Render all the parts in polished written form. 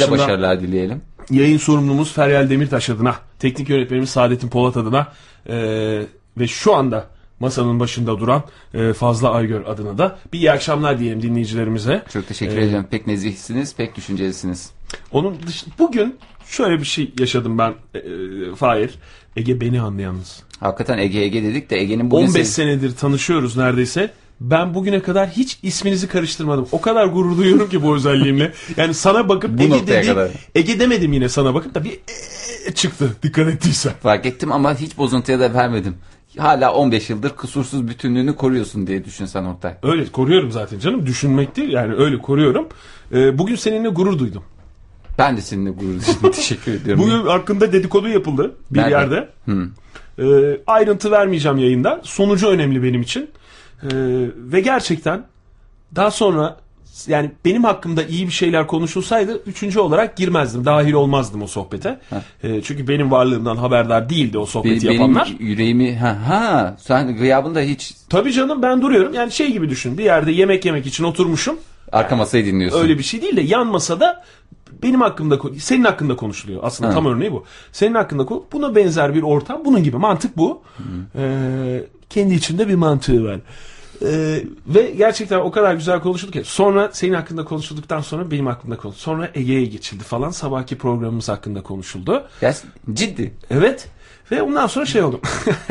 Biz de başarılar dileyelim. Yayın sorumlumuz Feryal Demirtaş adına, teknik yönetmenimiz Saadettin Polat adına ve şu anda masanın başında duran Fazla Aygör adına da bir iyi akşamlar diyelim dinleyicilerimize. Çok teşekkür ederim. Pek nezihsiniz, pek düşüncelisiniz. Onun dışında bugün şöyle bir şey yaşadım ben Fahir. Ege beni anlayanız. Hakikaten Ege dedik de Ege'nin bugün... 15 senedir tanışıyoruz neredeyse. Ben bugüne kadar hiç isminizi karıştırmadım. O kadar gurur duyuyorum ki bu özelliğimle. Yani sana bakıp Ege demedim yine sana bakıp da bir çıktı dikkat ettiysen. Fark ettim ama hiç bozuntuya da vermedim. Hala 15 yıldır kusursuz bütünlüğünü koruyorsun diye düşünsen Oktay. Öyle koruyorum zaten canım. Düşünmek değil yani, öyle koruyorum. Bugün seninle gurur duydum. Ben de seninle gurur duydum. Teşekkür ediyorum. Bugün hakkında dedikodu yapıldı bir yerde. Ayrıntı vermeyeceğim yayında. Sonucu önemli benim için. Ve gerçekten daha sonra yani benim hakkımda iyi bir şeyler konuşulsaydı üçüncü olarak girmezdim. Dahil olmazdım o sohbete. Çünkü benim varlığımdan haberdar değildi o sohbeti yapanlar. Benim yüreğimi... Sen gıyabında hiç... Tabii canım, ben duruyorum. Yani şey gibi düşün. Bir yerde yemek yemek için oturmuşum. Arka masayı dinliyorsun. Öyle bir şey değil de yan masada benim hakkımda, senin hakkında konuşuluyor. Aslında tam örneği bu. Senin hakkında buna benzer bir ortam. Bunun gibi mantık bu. Kendi içinde bir mantığı var. Ve gerçekten o kadar güzel konuşuldu ki. Sonra senin hakkında konuşulduktan sonra benim hakkımda konuşuldu. Sonra Ege'ye geçildi falan. Sabahki programımız hakkında konuşuldu. Ciddi. Evet. Ve ondan sonra şey oldu.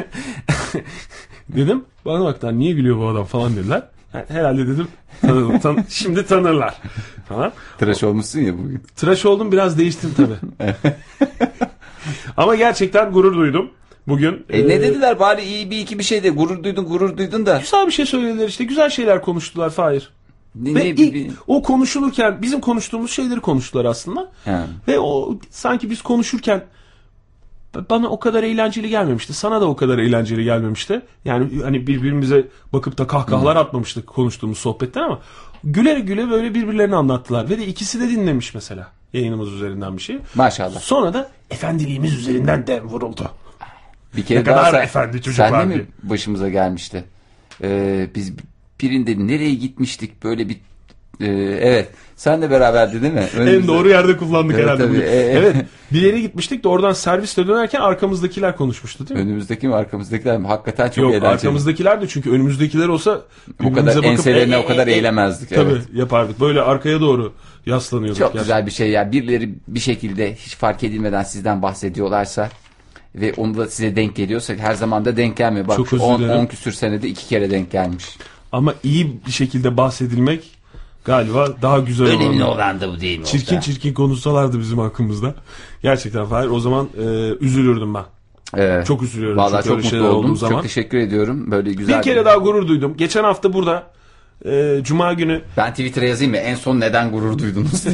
Dedim bana baktılar, niye gülüyor bu adam falan dediler. Yani herhalde dedim şimdi tanırlar falan. Tıraş olmuşsun ya bugün. Tıraş oldum, biraz değiştim tabii. Ama gerçekten gurur duydum bugün. Ne dediler bari, iyi bir şey de gurur duydun da. Güzel bir şey söylediler işte, güzel şeyler konuştular Fahir. O konuşulurken bizim konuştuğumuz şeyleri konuştular aslında. Ve o sanki biz konuşurken bana o kadar eğlenceli gelmemişti. Sana da o kadar eğlenceli gelmemişti. Yani hani birbirimize bakıp da kahkahalar atmamıştık konuştuğumuz sohbetten, ama güle güle böyle birbirlerini anlattılar. Ve de ikisi de dinlemiş mesela yayınımız üzerinden bir şey. Maşallah. Sonra da efendiliğimiz üzerinden dem vuruldu. Bir kere ne kadar efendi çocuklar. Sen de mi başımıza gelmişti? Biz birinde nereye gitmiştik böyle bir... evet. Sen de beraberdi değil mi? En doğru yerde kullandık herhalde. Tabii. Evet. Bir yere gitmiştik de oradan servisle dönerken arkamızdakiler konuşmuştu değil mi? Önümüzdeki mi arkamızdakiler mi? Hakikaten çok eğlenceli. Yok, arkamızdakiler de, çünkü önümüzdekiler olsa bu kadar bakıp, enselerine o kadar eğilemezdik. Tabii evet. Yapardık. Böyle arkaya doğru yaslanıyorduk. Çok güzel bir şey ya. Birileri bir şekilde hiç fark edilmeden sizden bahsediyorlarsa ve onu da size denk geliyorsa, her zaman da denk gelmiyor. Bak 10 küsür senede 2 kere denk gelmiş. Ama iyi bir şekilde bahsedilmek galiba daha güzel olan. Önemli olan da bu değil mi? Çirkin konuşsalardı bizim hakkımızda. Gerçekten Fahir, o zaman üzülürdüm ben. Çok üzülüyorum. Vallahi çok mutlu oldum. Çok teşekkür ediyorum. Böyle güzel. Bir kere daha gurur duydum. Geçen hafta burada Cuma günü. Ben Twitter'a yazayım mı? En son neden gurur duydunuz?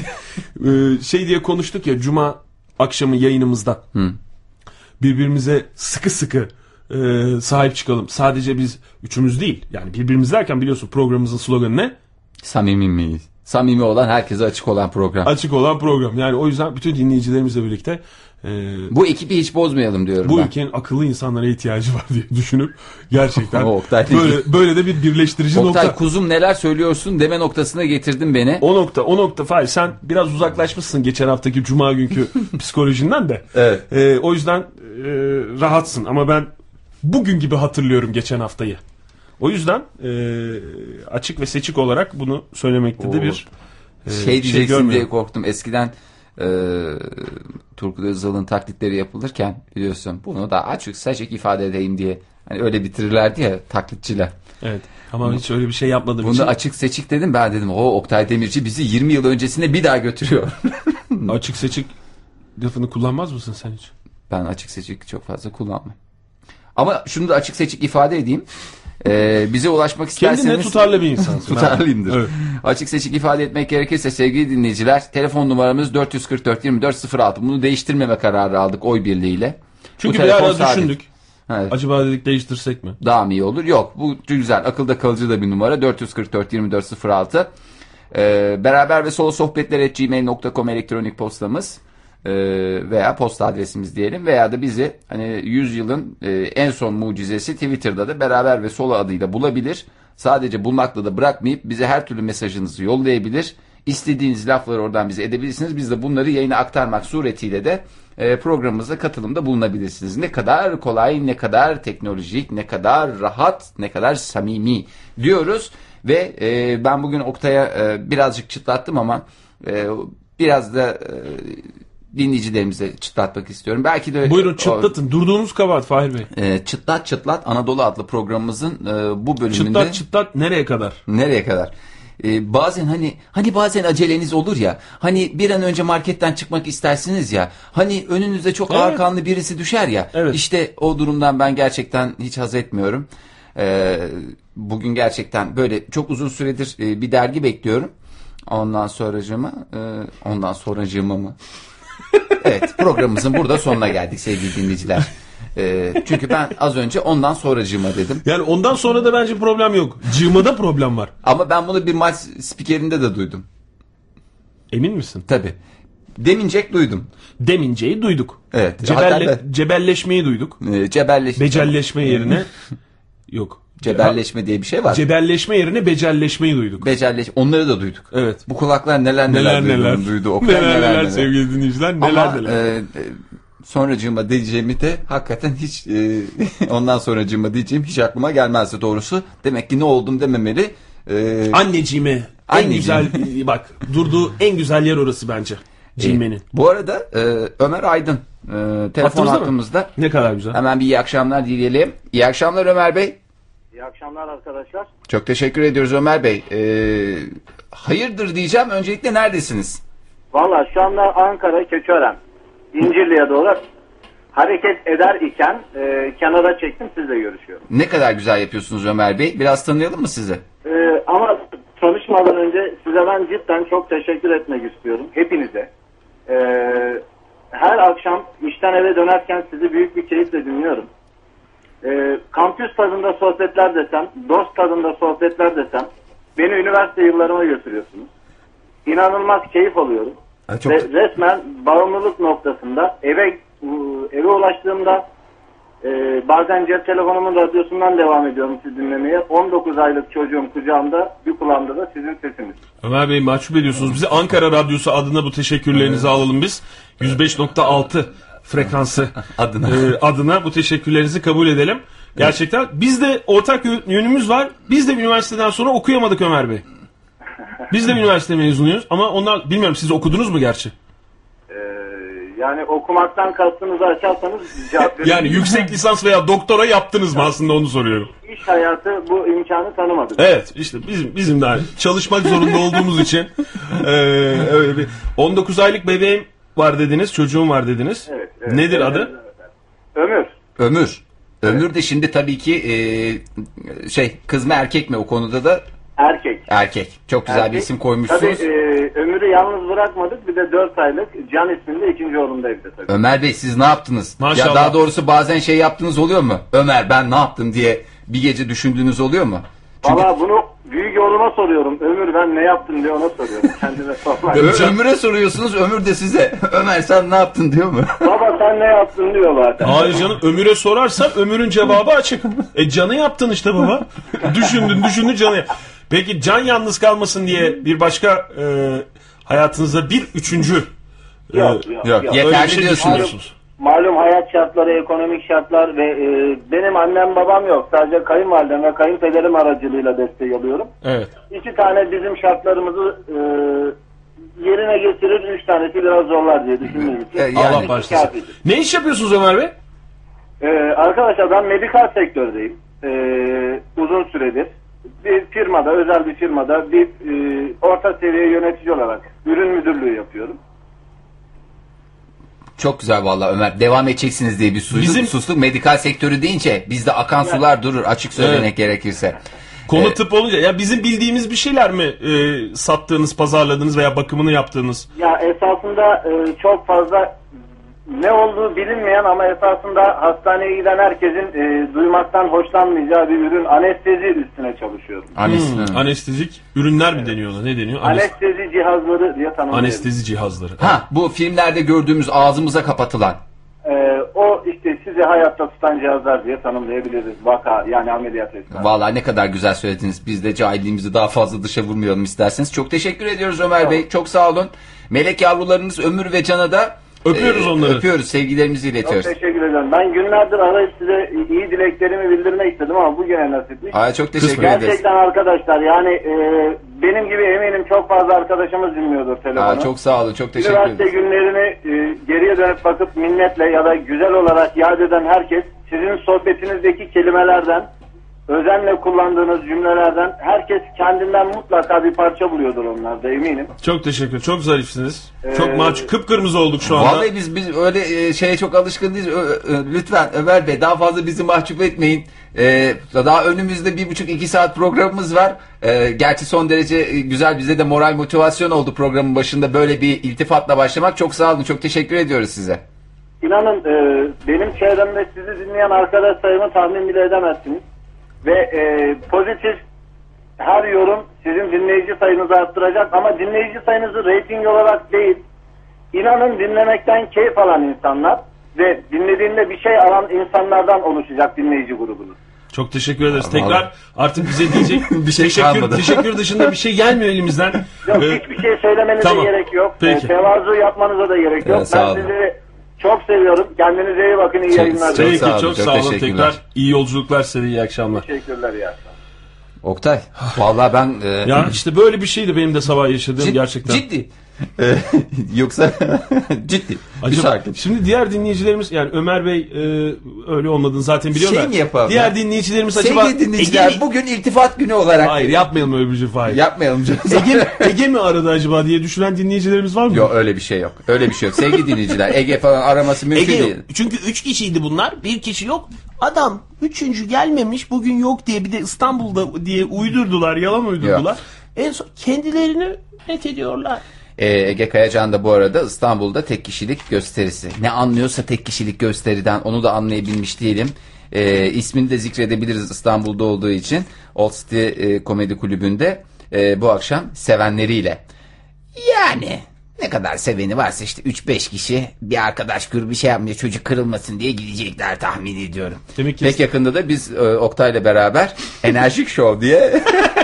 Şey diye konuştuk ya Cuma akşamı yayınımızda. Birbirimize sıkı sıkı sahip çıkalım. Sadece biz üçümüz değil. Yani birbirimiz derken biliyorsun programımızın sloganı ne? Samimi miyiz? Samimi olan, herkese açık olan program. Açık olan program. Yani o yüzden bütün dinleyicilerimizle birlikte bu ekibi hiç bozmayalım diyorum bu ben. ülkenin akıllı insanlara ihtiyacı var diye düşünüp gerçekten böyle de bir birleştirici nokta. Oktay kuzum neler söylüyorsun deme noktasına getirdin beni. O nokta Fahir, sen biraz uzaklaşmışsın geçen haftaki Cuma günkü psikolojinden de. Evet. O yüzden rahatsın, ama ben bugün gibi hatırlıyorum geçen haftayı. O yüzden açık ve seçik olarak bunu söylemekte de bir şey diyeceksin diye korktum. Eskiden Turgut Özal'ın taklitleri yapılırken biliyorsun, bunu da açık seçik ifade edeyim diye. Hani öyle bitirirlerdi ya taklitçiler. Evet. Ama hiç öyle bir şey yapmadım. Bunu açık seçik dedim. Ben dedim Oktay Demirci bizi 20 yıl öncesine bir daha götürüyor. Açık seçik lafını kullanmaz mısın sen hiç? Ben açık seçik çok fazla kullanmam. Ama şunu da açık seçik ifade edeyim. Bize ulaşmak isterseniz... Kendine tutarlı bir insansın. Tutarlıyımdır. Evet. Açık seçik ifade etmek gerekirse sevgili dinleyiciler, telefon numaramız 444-24-06. Bunu değiştirmeme kararı aldık oy birliğiyle. Çünkü bir ara düşündük. Evet. Acaba dedik değiştirsek mi? Daha mı iyi olur? Yok. Bu güzel. Akılda kalıcı da bir numara. 444-24-06. Beraber ve solo sohbetler@gmail.com elektronik postamız. Veya posta adresimiz diyelim, veya da bizi hani 100 yılın en son mucizesi Twitter'da da beraber ve solo adıyla bulabilir. Sadece bulmakla da bırakmayıp bize her türlü mesajınızı yollayabilir. İstediğiniz lafları oradan bize edebilirsiniz. Biz de bunları yayına aktarmak suretiyle de programımıza katılımda bulunabilirsiniz. Ne kadar kolay, ne kadar teknolojik, ne kadar rahat, ne kadar samimi diyoruz. Ve ben bugün Oktay'a birazcık çıtlattım ama biraz da dinleyicilerimize çıtlatmak istiyorum. Belki de buyurun çıtlatın. Durduğunuz kabahat Fahir Bey. Çıtlat Çıtlat Anadolu adlı programımızın bu bölümünde çıtlat nereye kadar? Nereye kadar? Bazen hani bazen aceleniz olur ya. Hani bir an önce marketten çıkmak istersiniz ya. Hani önünüze çok ağır kanlı birisi düşer ya. Evet. İşte o durumdan ben gerçekten hiç haz etmiyorum. Bugün gerçekten böyle çok uzun süredir bir dergi bekliyorum. Ondan sonracığıma mı? Evet, programımızın burada sonuna geldik sevgili dinleyiciler. Çünkü ben az önce ondan sonracığıma dedim. Yani ondan sonra da bence problem yok. Cığmada problem var. Ama ben bunu bir maç spikerinde de duydum. Emin misin? Tabii. Demincek duydum. Deminceyi duyduk. Evet. Cebelleşmeyi duyduk. Becelleşme yerine yok. Cebelleşme diye bir şey var. Cebelleşme yerine becelleşmeyi duyduk. Onları da duyduk. Evet. Bu kulaklar neler duydu. Neler sevgili dinleyiciler neler. Sonracığıma diyeceğimi de hakikaten hiç ondan sonracığıma diyeceğim hiç aklıma gelmezdi doğrusu. Demek ki ne oldum dememeli. Anneciğime. En güzel bak durduğu en güzel yer orası bence. Cilmenin. Bu arada Ömer Aydın telefon hattımızda. Ne kadar güzel. Hemen bir iyi akşamlar diyelim. İyi akşamlar Ömer Bey. İyi akşamlar arkadaşlar. Çok teşekkür ediyoruz Ömer Bey. Hayırdır diyeceğim. Öncelikle neredesiniz? Valla şu anda Ankara Keçiören. İncirli'ye doğru hareket eder iken kenara çektim, sizle görüşüyorum. Ne kadar güzel yapıyorsunuz Ömer Bey. Biraz tanıyalım mı sizi? Ama tanışmadan önce size ben cidden çok teşekkür etmek istiyorum. Hepinize. Her akşam işten eve dönerken sizi büyük bir keyifle dinliyorum. Kampüs tadında sohbetler desem, dost tadında sohbetler desem, beni üniversite yıllarıma götürüyorsunuz. İnanılmaz keyif alıyorum. Çok... Ve resmen bağımlılık noktasında eve ulaştığımda bazen cep telefonumun radyosundan devam ediyorum sizi dinlemeye. 19 aylık çocuğum kucağımda, bir kulağımda da sizin sesiniz. Ömer Bey mahcup ediyorsunuz. Bizi Ankara Radyosu adına bu teşekkürlerinizi alalım biz. 105.6 frekansı adına bu teşekkürlerinizi kabul edelim. Gerçekten biz de ortak yönümüz var. Biz de üniversiteden sonra okuyamadık Ömer Bey. Biz de üniversite mezunuyuz ama ondan bilmiyorum, siz okudunuz mu gerçi? Yani okumaktan kastınızı açarsanız cevap veririm. Yani yüksek lisans veya doktora yaptınız mı, aslında onu soruyorum. İş hayatı bu imkanı tanımadı. Evet, işte bizim de çalışmak zorunda olduğumuz için öyle bir 19 aylık bebeğim var dediniz, çocuğum var dediniz. Evet, nedir adı? Ömür. Ömür de şimdi tabii ki kız mı erkek mi, o konuda da Erkek. Çok güzel bir isim koymuşsunuz. Tabii Ömür'ü yalnız bırakmadık. Bir de 4 aylık Can isminde ikinci oğlum da evde tabii. Ömer Bey siz ne yaptınız? Maşallah. Ya daha doğrusu bazen yaptınız oluyor mu? Ömer ben ne yaptım diye bir gece düşündüğünüz oluyor mu? Çünkü... Valla bunu büyük oğluma soruyorum. Ömür ben ne yaptım diye ona soruyorum. Kendime sormak. Ömür'e soruyorsunuz, Ömür de size. Ömer sen ne yaptın diyor mu? Baba sen ne yaptın diyor zaten. Hayır canım, Ömür'e sorarsa Ömür'ün cevabı açık. Can'ı yaptın işte baba. Düşündün Can'ı. Peki Can yalnız kalmasın diye bir başka hayatınızda bir üçüncü yok. Yeterli diyorsunuz. Malum hayat şartları, ekonomik şartlar ve benim annem babam yok. Sadece kayınvalidem ve kayınpederim aracılığıyla destek alıyorum. Evet. 2 tane bizim şartlarımızı yerine getirir, 3 tanesi biraz zorlar diye düşünüyorum. Allah başlasın. Ne iş yapıyorsunuz Ömer Bey? Arkadaşlar ben medikal sektördeyim. Uzun süredir. Bir firmada, özel bir firmada bir orta seviye yönetici olarak ürün müdürlüğü yapıyorum. Çok güzel vallahi Ömer. Devam edeceksiniz diye bir sustuk. Medikal sektörü deyince bizde akan sular durur, açık söylemek gerekirse. Konu tıp olunca ya bizim bildiğimiz bir şeyler mi sattığınız, pazarladığınız veya bakımını yaptığınız? Ya esasında çok fazla ne olduğu bilinmeyen ama esasında hastaneye giden herkesin duymaktan hoşlanmayacağı bir ürün, anestezi üstüne çalışıyorum. Anestezik ürünler mi deniyor ona? Ne deniyor? Anestezi cihazları diye tanımlıyorum. Anestezi cihazları. Bu filmlerde gördüğümüz ağzımıza kapatılan. O o işte sizi hayatta tutan cihazlar diye tanımlayabiliriz. Vaka yani ameliyat esnasında. Vallahi ne kadar güzel söylediniz. Biz de cahilliğimizi daha fazla dışa vurmayalım isterseniz. Çok teşekkür ediyoruz Ömer Bey. Çok sağ olun. Melek yavrularınız Ömür ve Can'a da öpüyoruz onları. Öpüyoruz. Sevgilerimizi iletiyoruz. Çok teşekkür ederim. Ben günlerdir arayıp size iyi dileklerimi bildirmek istedim ama bugüne nasipmiş. Çok teşekkür ederiz. Gerçekten arkadaşlar yani benim gibi eminim çok fazla arkadaşımız dinliyordur telefonu. Çok sağ olun. Çok teşekkür ederiz. Üniversite günlerini geriye dönüp bakıp minnetle ya da güzel olarak yad eden herkes sizin sohbetinizdeki kelimelerden, özenle kullandığınız cümlelerden herkes kendinden mutlaka bir parça buluyordur onlar da eminim. Çok teşekkür. Çok zarifsiniz. Çok mahcup. Kıpkırmızı olduk şu anda. Vallahi biz öyle şeye çok alışkın değiliz. Lütfen Ömer Bey daha fazla bizi mahcup etmeyin. Daha önümüzde 1,5-2 saat programımız var. Gerçi son derece güzel, bize de moral motivasyon oldu programın başında böyle bir iltifatla başlamak. Çok sağ olun. Çok teşekkür ediyoruz size. İnanın benim çevremde sizi dinleyen arkadaş sayımı tahmin bile edemezsiniz. Ve pozitif her yorum sizin dinleyici sayınızı arttıracak ama dinleyici sayınızı reyting olarak değil, inanın dinlemekten keyif alan insanlar ve dinlediğinde bir şey alan insanlardan oluşacak dinleyici grubunuz. Çok teşekkür ederiz. Tekrar artık bize diyecek bir şey kalmadı. Teşekkür dışında bir şey gelmiyor elimizden. Yok, hiçbir şey söylemenize gerek yok. Tevazu yapmanıza da gerek yok. Ben sizi çok seviyorum. Kendinize iyi bakın. İyi yayınlar. Peki, çok sağ olun. Tekrar iyi yolculuklar size. İyi akşamlar. Teşekkürler. İyi akşamlar. Oktay, vallahi ben... Ya işte böyle bir şeydi benim de sabah yaşadığım gerçekten. Ciddi. Yoksa ciddi. Acaba şimdi diğer dinleyicilerimiz, yani Ömer Bey öyle olmadığını zaten biliyorlar. Şey mi yapalım? Diğer dinleyicilerimiz acaba... Sevgili dinleyiciler, bugün iltifat günü olarak... Hayır, yapmayalım öyle bir şey. Hayır. Yapmayalım canım. Ege mi aradı acaba diye düşünen dinleyicilerimiz var mı? Yok, öyle bir şey yok. Öyle bir şey yok. Sevgili dinleyiciler, Ege falan araması mümkün değil. Çünkü 3 kişiydi bunlar. Bir kişi yok. Adam 3. gelmemiş, bugün yok diye bir de İstanbul'da diye uydurdular. Yalan uydurdular. Yok. En son kendilerini net ediyorlar. Ege Kayacan da bu arada İstanbul'da tek kişilik gösterisi. Ne anlıyorsa tek kişilik gösteriden, onu da anlayabilmiş değilim. İsmini de zikredebiliriz İstanbul'da olduğu için. Old City Komedi Kulübü'nde bu akşam sevenleriyle. Yani ne kadar seveni varsa işte 3-5 kişi, bir arkadaş grubu bir şey yapmıyor, çocuk kırılmasın diye gidecekler tahmin ediyorum. Pek yakında da biz Oktay'la beraber Enerjik Show diye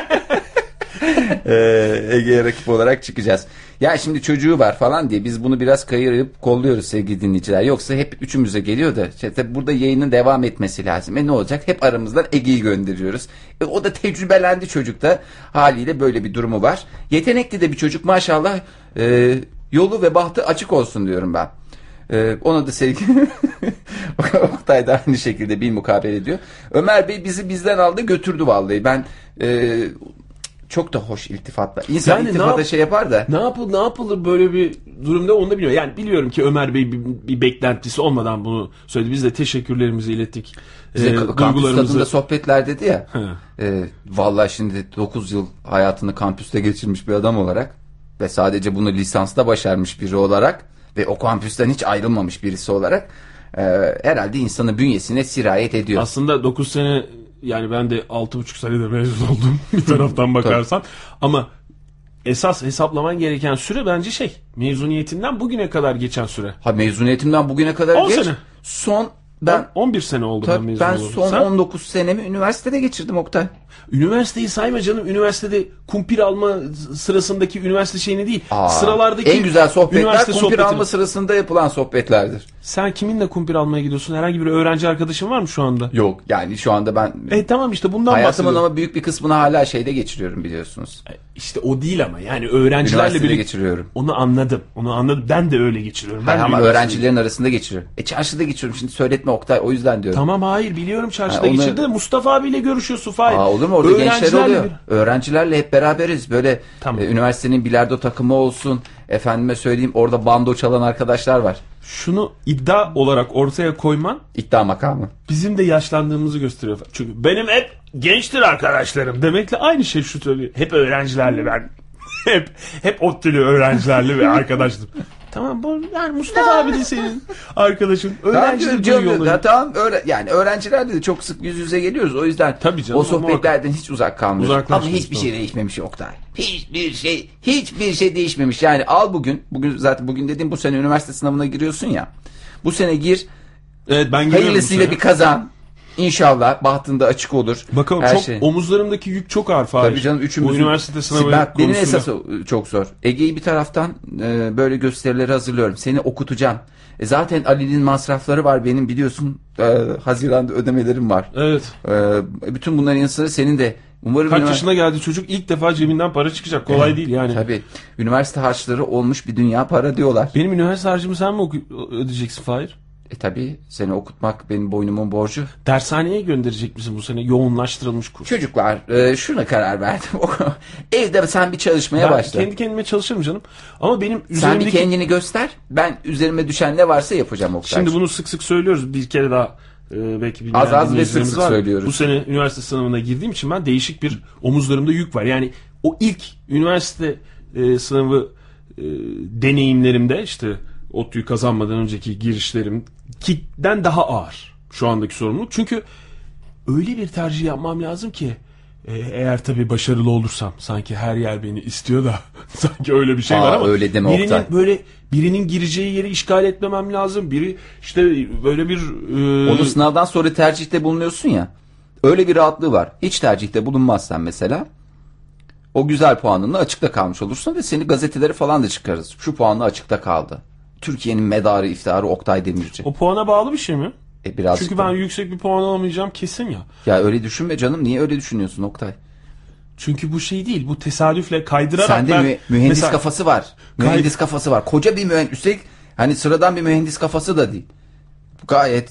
Ege'ye rakip olarak çıkacağız. Ya şimdi çocuğu var falan diye biz bunu biraz kayırıp kolluyoruz sevgili dinleyiciler. Yoksa hep üçümüze geliyor da işte burada yayının devam etmesi lazım. Ne olacak? Hep aramızdan Ege'yi gönderiyoruz. O da tecrübelendi, çocukta haliyle böyle bir durumu var. Yetenekli de bir çocuk maşallah, yolu ve bahtı açık olsun diyorum ben. Ona da sevgi Oktay da aynı şekilde bir mukabele ediyor. Ömer Bey bizi bizden aldı götürdü vallahi. Ben çok da hoş iltifatla. İnsan yani iltifata şey yapar da. Ne yapılır böyle bir durumda, onu da bilmiyorum. Yani biliyorum ki Ömer Bey bir beklentisi olmadan bunu söyledi. Biz de teşekkürlerimizi ilettik. Bize kampüs tadında sohbetler dedi ya. Vallahi şimdi 9 yıl hayatını kampüste geçirmiş bir adam olarak ve sadece bunu lisansta başarmış biri olarak ve o kampüsten hiç ayrılmamış birisi olarak herhalde insanın bünyesine sirayet ediyor. Aslında 9 sene, yani ben de 6,5 senede mezun oldum bir taraftan bakarsan. Ama esas hesaplaman gereken süre bence mezuniyetinden bugüne kadar geçen süre. Mezuniyetimden bugüne kadar 10 sene. Son ben 11 sene oldu ben mezun oldum. Ben son 19 senemi üniversitede geçirdim Oktay. Üniversiteyi sayma canım. Üniversitede kumpir alma sırasındaki üniversite şeyini değil. Sıralardaki en güzel sohbetler kumpir alma sırasında yapılan sohbetlerdir. Sen kiminle kumpir almaya gidiyorsun? Herhangi bir öğrenci arkadaşın var mı şu anda? Yok. Yani şu anda ben tamam işte bundan hayatımın ama büyük bir kısmını hala şeyde geçiriyorum biliyorsunuz. İşte o değil ama yani öğrencilerle birlikte geçiriyorum. Onu anladım. Ben de öyle geçiriyorum. Ama öğrencilerin arasında geçiriyorum. Çarşıda geçiriyorum. Şimdi söyletme Oktay, o yüzden diyorum. Tamam, hayır biliyorum çarşıda geçirdi. Mustafa abiyle görüşüyorsun Fahir. Olur mu? Orada gençler oluyor. Öğrencilerle hep beraberiz. Böyle üniversitenin bilardo takımı olsun. Efendime söyleyeyim, orada bando çalan arkadaşlar var. Şunu iddia olarak ortaya koyman, iddia makamı, bizim de yaşlandığımızı gösteriyor. Çünkü benim hep gençtir arkadaşlarım demekle aynı şey şu söylüyor. Hep öğrencilerle ben. hep ODTÜ'lü öğrencilerle ve arkadaşım. Tamam, bu yani Mustafa abi de senin arkadaşın. Öğrenciler tamam öyle, yani öğrencilerle de çok sık yüz yüze geliyoruz. O yüzden canım, o sohbetlerden hiç uzak kalmıyoruz. Ama hiçbir şey değişmemiş Oktay. Hiçbir şey değişmemiş. Yani al bugün zaten bugün dediğim bu sene üniversite sınavına giriyorsun ya. Bu sene gir. Evet, ben geliyorum. Hayırlısıyla bir kazan. İnşallah bahtında açık olur. Bakalım her çok şey. Omuzlarımdaki yük çok ağır Fahir. Tabii canım, üçümüzün. Bu üniversite sınavı Bak, benim konusunda. esas çok zor. Ege'yi bir taraftan böyle gösterileri hazırlıyorum. Seni okutacağım. Zaten Ali'nin masrafları var benim, biliyorsun. Haziran'da ödemelerim var. Evet. Bütün bunların yanı sıra senin de. Umarım kaç yaşına geldi çocuk, ilk defa cebinden para çıkacak. Kolay değil yani. Tabii. Üniversite harçları olmuş bir dünya para diyorlar. Benim üniversite harcımı sen mi ödeyeceksin Fahir? Tabii, seni okutmak benim boynumun borcu. Dershaneye gönderecek misin bu sene yoğunlaştırılmış kurs? Çocuklar, şuna karar verdim. Evde sen bir çalışmaya başla. Ben kendi kendime çalışırım canım. Ama benim Sen bir kendini göster. Ben üzerime düşen ne varsa yapacağım Oktay. Şimdi bunu sık sık söylüyoruz. Bir kere daha belki bilmeyen az ve sık sık var. söylüyoruz. Bu sene üniversite sınavına girdiğim için ben değişik bir omuzlarımda yük var. Yani o ilk üniversite sınavı deneyimlerimde, işte ODTÜ'yü kazanmadan önceki girişlerimden daha ağır şu andaki sorumluluk. Çünkü öyle bir tercih yapmam lazım ki eğer tabii başarılı olursam, sanki her yer beni istiyor da sanki öyle bir şey var ama öyle deme Oktay. Birinin gireceği yeri işgal etmemem lazım. Biri işte böyle bir onu sınavdan sonra tercihte bulunuyorsun ya. Öyle bir rahatlığı var. Hiç tercihte bulunmazsan mesela, o güzel puanınla açıkta kalmış olursun ve seni gazeteleri falan da çıkarırız. Şu puanla açıkta kaldı. Türkiye'nin medarı iftiharı Oktay Demirci. O puana bağlı bir şey mi? Çünkü ben yüksek bir puan alamayacağım kesin ya. Ya öyle düşünme canım. Niye öyle düşünüyorsun Oktay? Çünkü bu şey değil. Bu tesadüfle kaydırarak sende mühendis kafası var. Mühendis kafası var. Koca bir mühendis. Üstelik hani sıradan bir mühendis kafası da değil. Gayet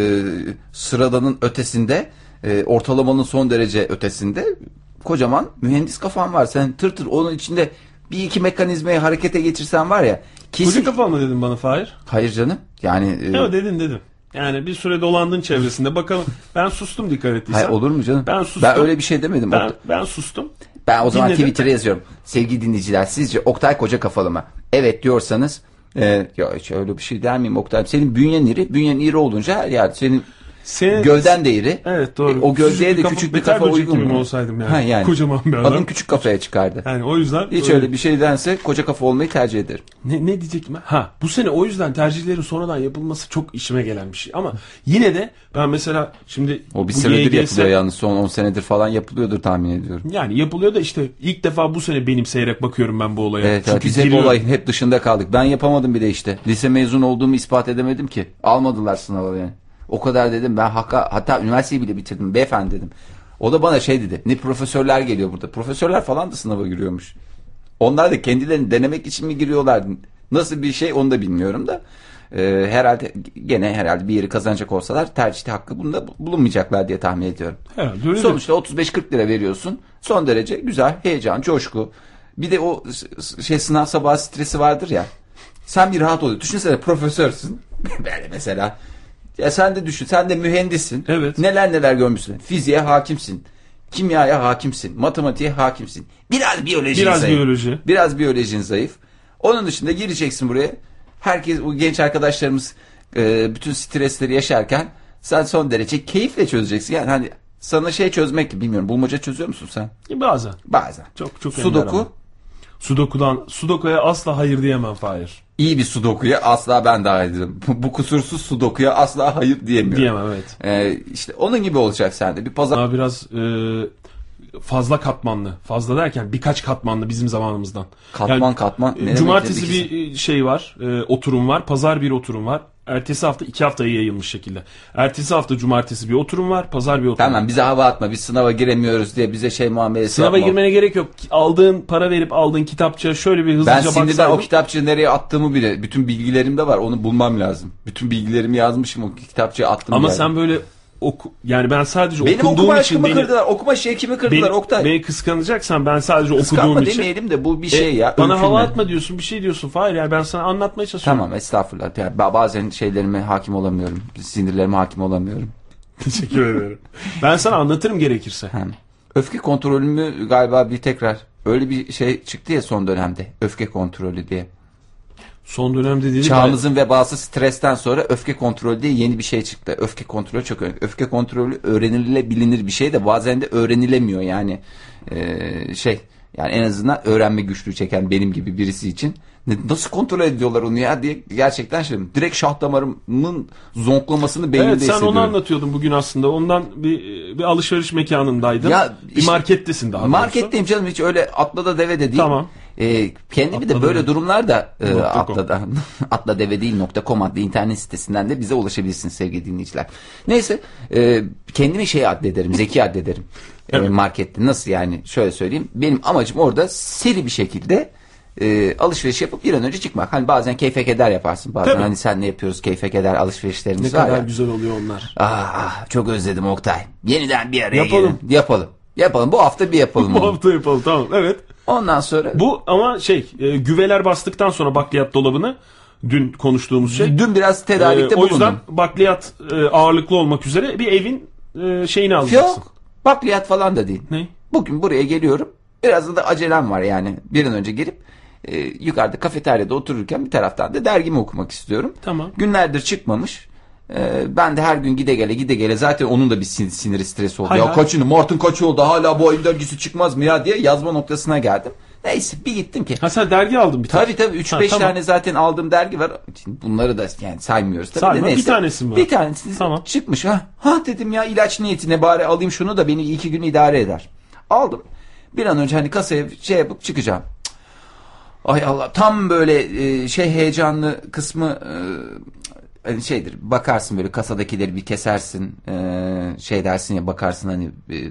sıradanın ötesinde, ortalamanın son derece ötesinde kocaman mühendis kafan var. Sen tır onun içinde bir iki mekanizmayı harekete geçirsen var ya. Kesin... Koca kafan mı dedin bana Fahir? Hayır canım. Yani evet, dedim. Yani bir süre dolandın çevresinde. Bakalım, ben sustum dikkat ettiysen. Hayır, olur mu canım? Ben sustum. Ben öyle bir şey demedim. Ben sustum. Ben o zaman Twitter'a yazıyorum. Sevgili dinleyiciler, sizce Oktay koca kafalı mı? Evet diyorsanız, ya hiç öyle bir şey der miyim Oktay? Senin bünyen iri olunca her yer senin gövden de iri. Evet, doğru. O gövdeye de küçük bir kafa uygun mu? Olsaydım yani. Kocaman bir adam. Adım küçük kafaya çıkardı. Yani o yüzden hiç öyle bir şeydense koca kafa olmayı tercih ederim. Ne diyecektim ben? Bu sene o yüzden tercihlerin sonradan yapılması çok işime gelen bir şey. Ama yine de ben mesela şimdi o bir senedir yapılıyor yalnız, son 10 senedir falan yapılıyordur tahmin ediyorum. Yani yapılıyor da işte ilk defa bu sene benimseyerek bakıyorum ben bu olaya. Evet, çünkü biz hep olayın hep dışında kaldık. Ben yapamadım bile işte. Lise mezun olduğumu ispat edemedim ki. Almadılar sınava yani. O kadar dedim ben, hatta üniversiteyi bile bitirdim beyefendi dedim. O da bana şey dedi, ne profesörler geliyor burada. Profesörler falan da sınava giriyormuş. Onlar da kendilerini denemek için mi giriyorlar? Nasıl bir şey onu da bilmiyorum da. Herhalde bir yeri kazanacak olsalar tercihte hakkı bunda bulunmayacaklar diye tahmin ediyorum. Herhalde, sonuçta 35-40 lira veriyorsun. Son derece güzel, heyecan, coşku. Bir de o sınav sabahı stresi vardır ya. Sen bir rahat oluyor. Düşünsene, profesörsün. Böyle mesela. Ya sen de düşün. Sen de mühendissin. Evet. Neler görmüşsün. Fiziğe hakimsin. Kimyaya hakimsin. Matematiğe hakimsin. Biraz biyolojin zayıf. Onun dışında gireceksin buraya. Herkes, o genç arkadaşlarımız bütün stresleri yaşarken sen son derece keyifle çözeceksin. Yani hani sana çözmek gibi, bilmiyorum. Bulmaca çözüyor musun sen? Bazen. Çok Sudoku. Sudoku'ya asla hayır diyemem Fahir. İyi bir sudokuya asla ben de hayır diyorum. Bu kusursuz sudokuya asla hayır diyemiyorum. Diyemem, evet. İşte onun gibi olacak sende. Biraz fazla katmanlı. Fazla derken birkaç katmanlı bizim zamanımızdan. Katman. Cumartesi bir şey var. Oturum var. Pazar bir oturum var. Ertesi hafta 2 haftaya yayılmış şekilde. Ertesi hafta cumartesi bir oturum var. Pazar bir oturum var. Tamam, bize hava atma. Biz sınava giremiyoruz diye bize muamelesi Sınava yapma. girmene gerek yok. Para verip aldığın kitapçıya şöyle bir hızlıca baksaydım. Ben şimdiden o kitapçığı nereye attığımı bile, bütün bilgilerim de var. Onu bulmam lazım. Bütün bilgilerimi yazmışım, o kitapçığa attım. Ama sen böyle yani ben sadece benim okuduğum için kırdılar. Okuma şevkimi kırdılar Oktay. Beni kıskanacaksan ben sadece okuduğum için. Demeyelim de bu bir şey ya. Bana hava atma diyorsun, bir şey diyorsun. Hayır yani ben sana anlatmaya çalışıyorum. Tamam, estağfurullah. Yani bazen şeylerime hakim olamıyorum. Sinirlerime hakim olamıyorum. Teşekkür ederim. Ben sana anlatırım gerekirse. Öfke kontrolümü galiba bir tekrar, öyle bir şey çıktı ya son dönemde. Öfke kontrolü diye. Son dönemde değil. Çağımızın vebası stresten sonra öfke kontrolü diye yeni bir şey çıktı. Öfke kontrolü çok önemli. Öfke kontrolü öğrenilebilir bir şey de bazen de öğrenilemiyor yani. Yani en azından öğrenme güçlüğü çeken benim gibi birisi için nasıl kontrol ediyorlar onu ya diye gerçekten direkt şah damarımın zonklamasını beynimde hissediyorum. Evet, sen onu anlatıyordun bugün aslında. Ondan bir alışveriş mekanındaydın. Ya işte, bir markettesin daha doğrusu. Marketteyim canım, hiç öyle atla da deve de değil. Tamam. Kendimi de böyle durumlarda atladevedeil.com adlı internet sitesinden de bize ulaşabilirsiniz sevgili dinleyiciler. Neyse, kendimi addederim, zeki addederim. Evet. Markette nasıl yani, şöyle söyleyeyim, benim amacım orada seri bir şekilde alışveriş yapıp bir an önce çıkmak. Hani bazen keyfe keder yaparsın, bazen hani senle yapıyoruz keyfe keder alışverişlerimiz var ya. Ne kadar güzel oluyor onlar. Çok özledim Oktay. Yeniden bir araya yapalım. Bu hafta bir yapalım. Bu hafta yapalım, tamam, evet. Ondan sonra bu ama güveler bastıktan sonra bakliyat dolabını, dün konuştuğumuz şey. Dün biraz tedarikte bulundum. O yüzden bakliyat ağırlıklı olmak üzere bir evin şeyini alacaksın. Yok, bakliyat falan da değil. Ne? Bugün buraya geliyorum. Biraz da acelem var yani. Bir an önce gelip yukarıda kafeteryada otururken bir taraftan da dergimi okumak istiyorum. Tamam. Günlerdir çıkmamış. Ben de her gün gide gele zaten onun da bir siniri stresi oldu. Ya kaçını Martin kaçı oldu, hala bu ayın dergisi çıkmaz mı ya diye yazma noktasına geldim. Neyse, bir gittim ki. Ha, sen dergi aldın bir tane. Tabii 3-5 tane zaten aldığım dergi var. Bunları da yani saymıyoruz tabii. Sayma, bir tanesi mi var? Bir tanesi çıkmış. Ha dedim ya, ilaç niyetine bari alayım şunu da beni 2 gün idare eder. Aldım. Bir an önce hani kasaya yapıp çıkacağım. Ay Allah, tam böyle heyecanlı kısmı hani bakarsın böyle kasadakileri bir kesersin, dersin ya, bakarsın hani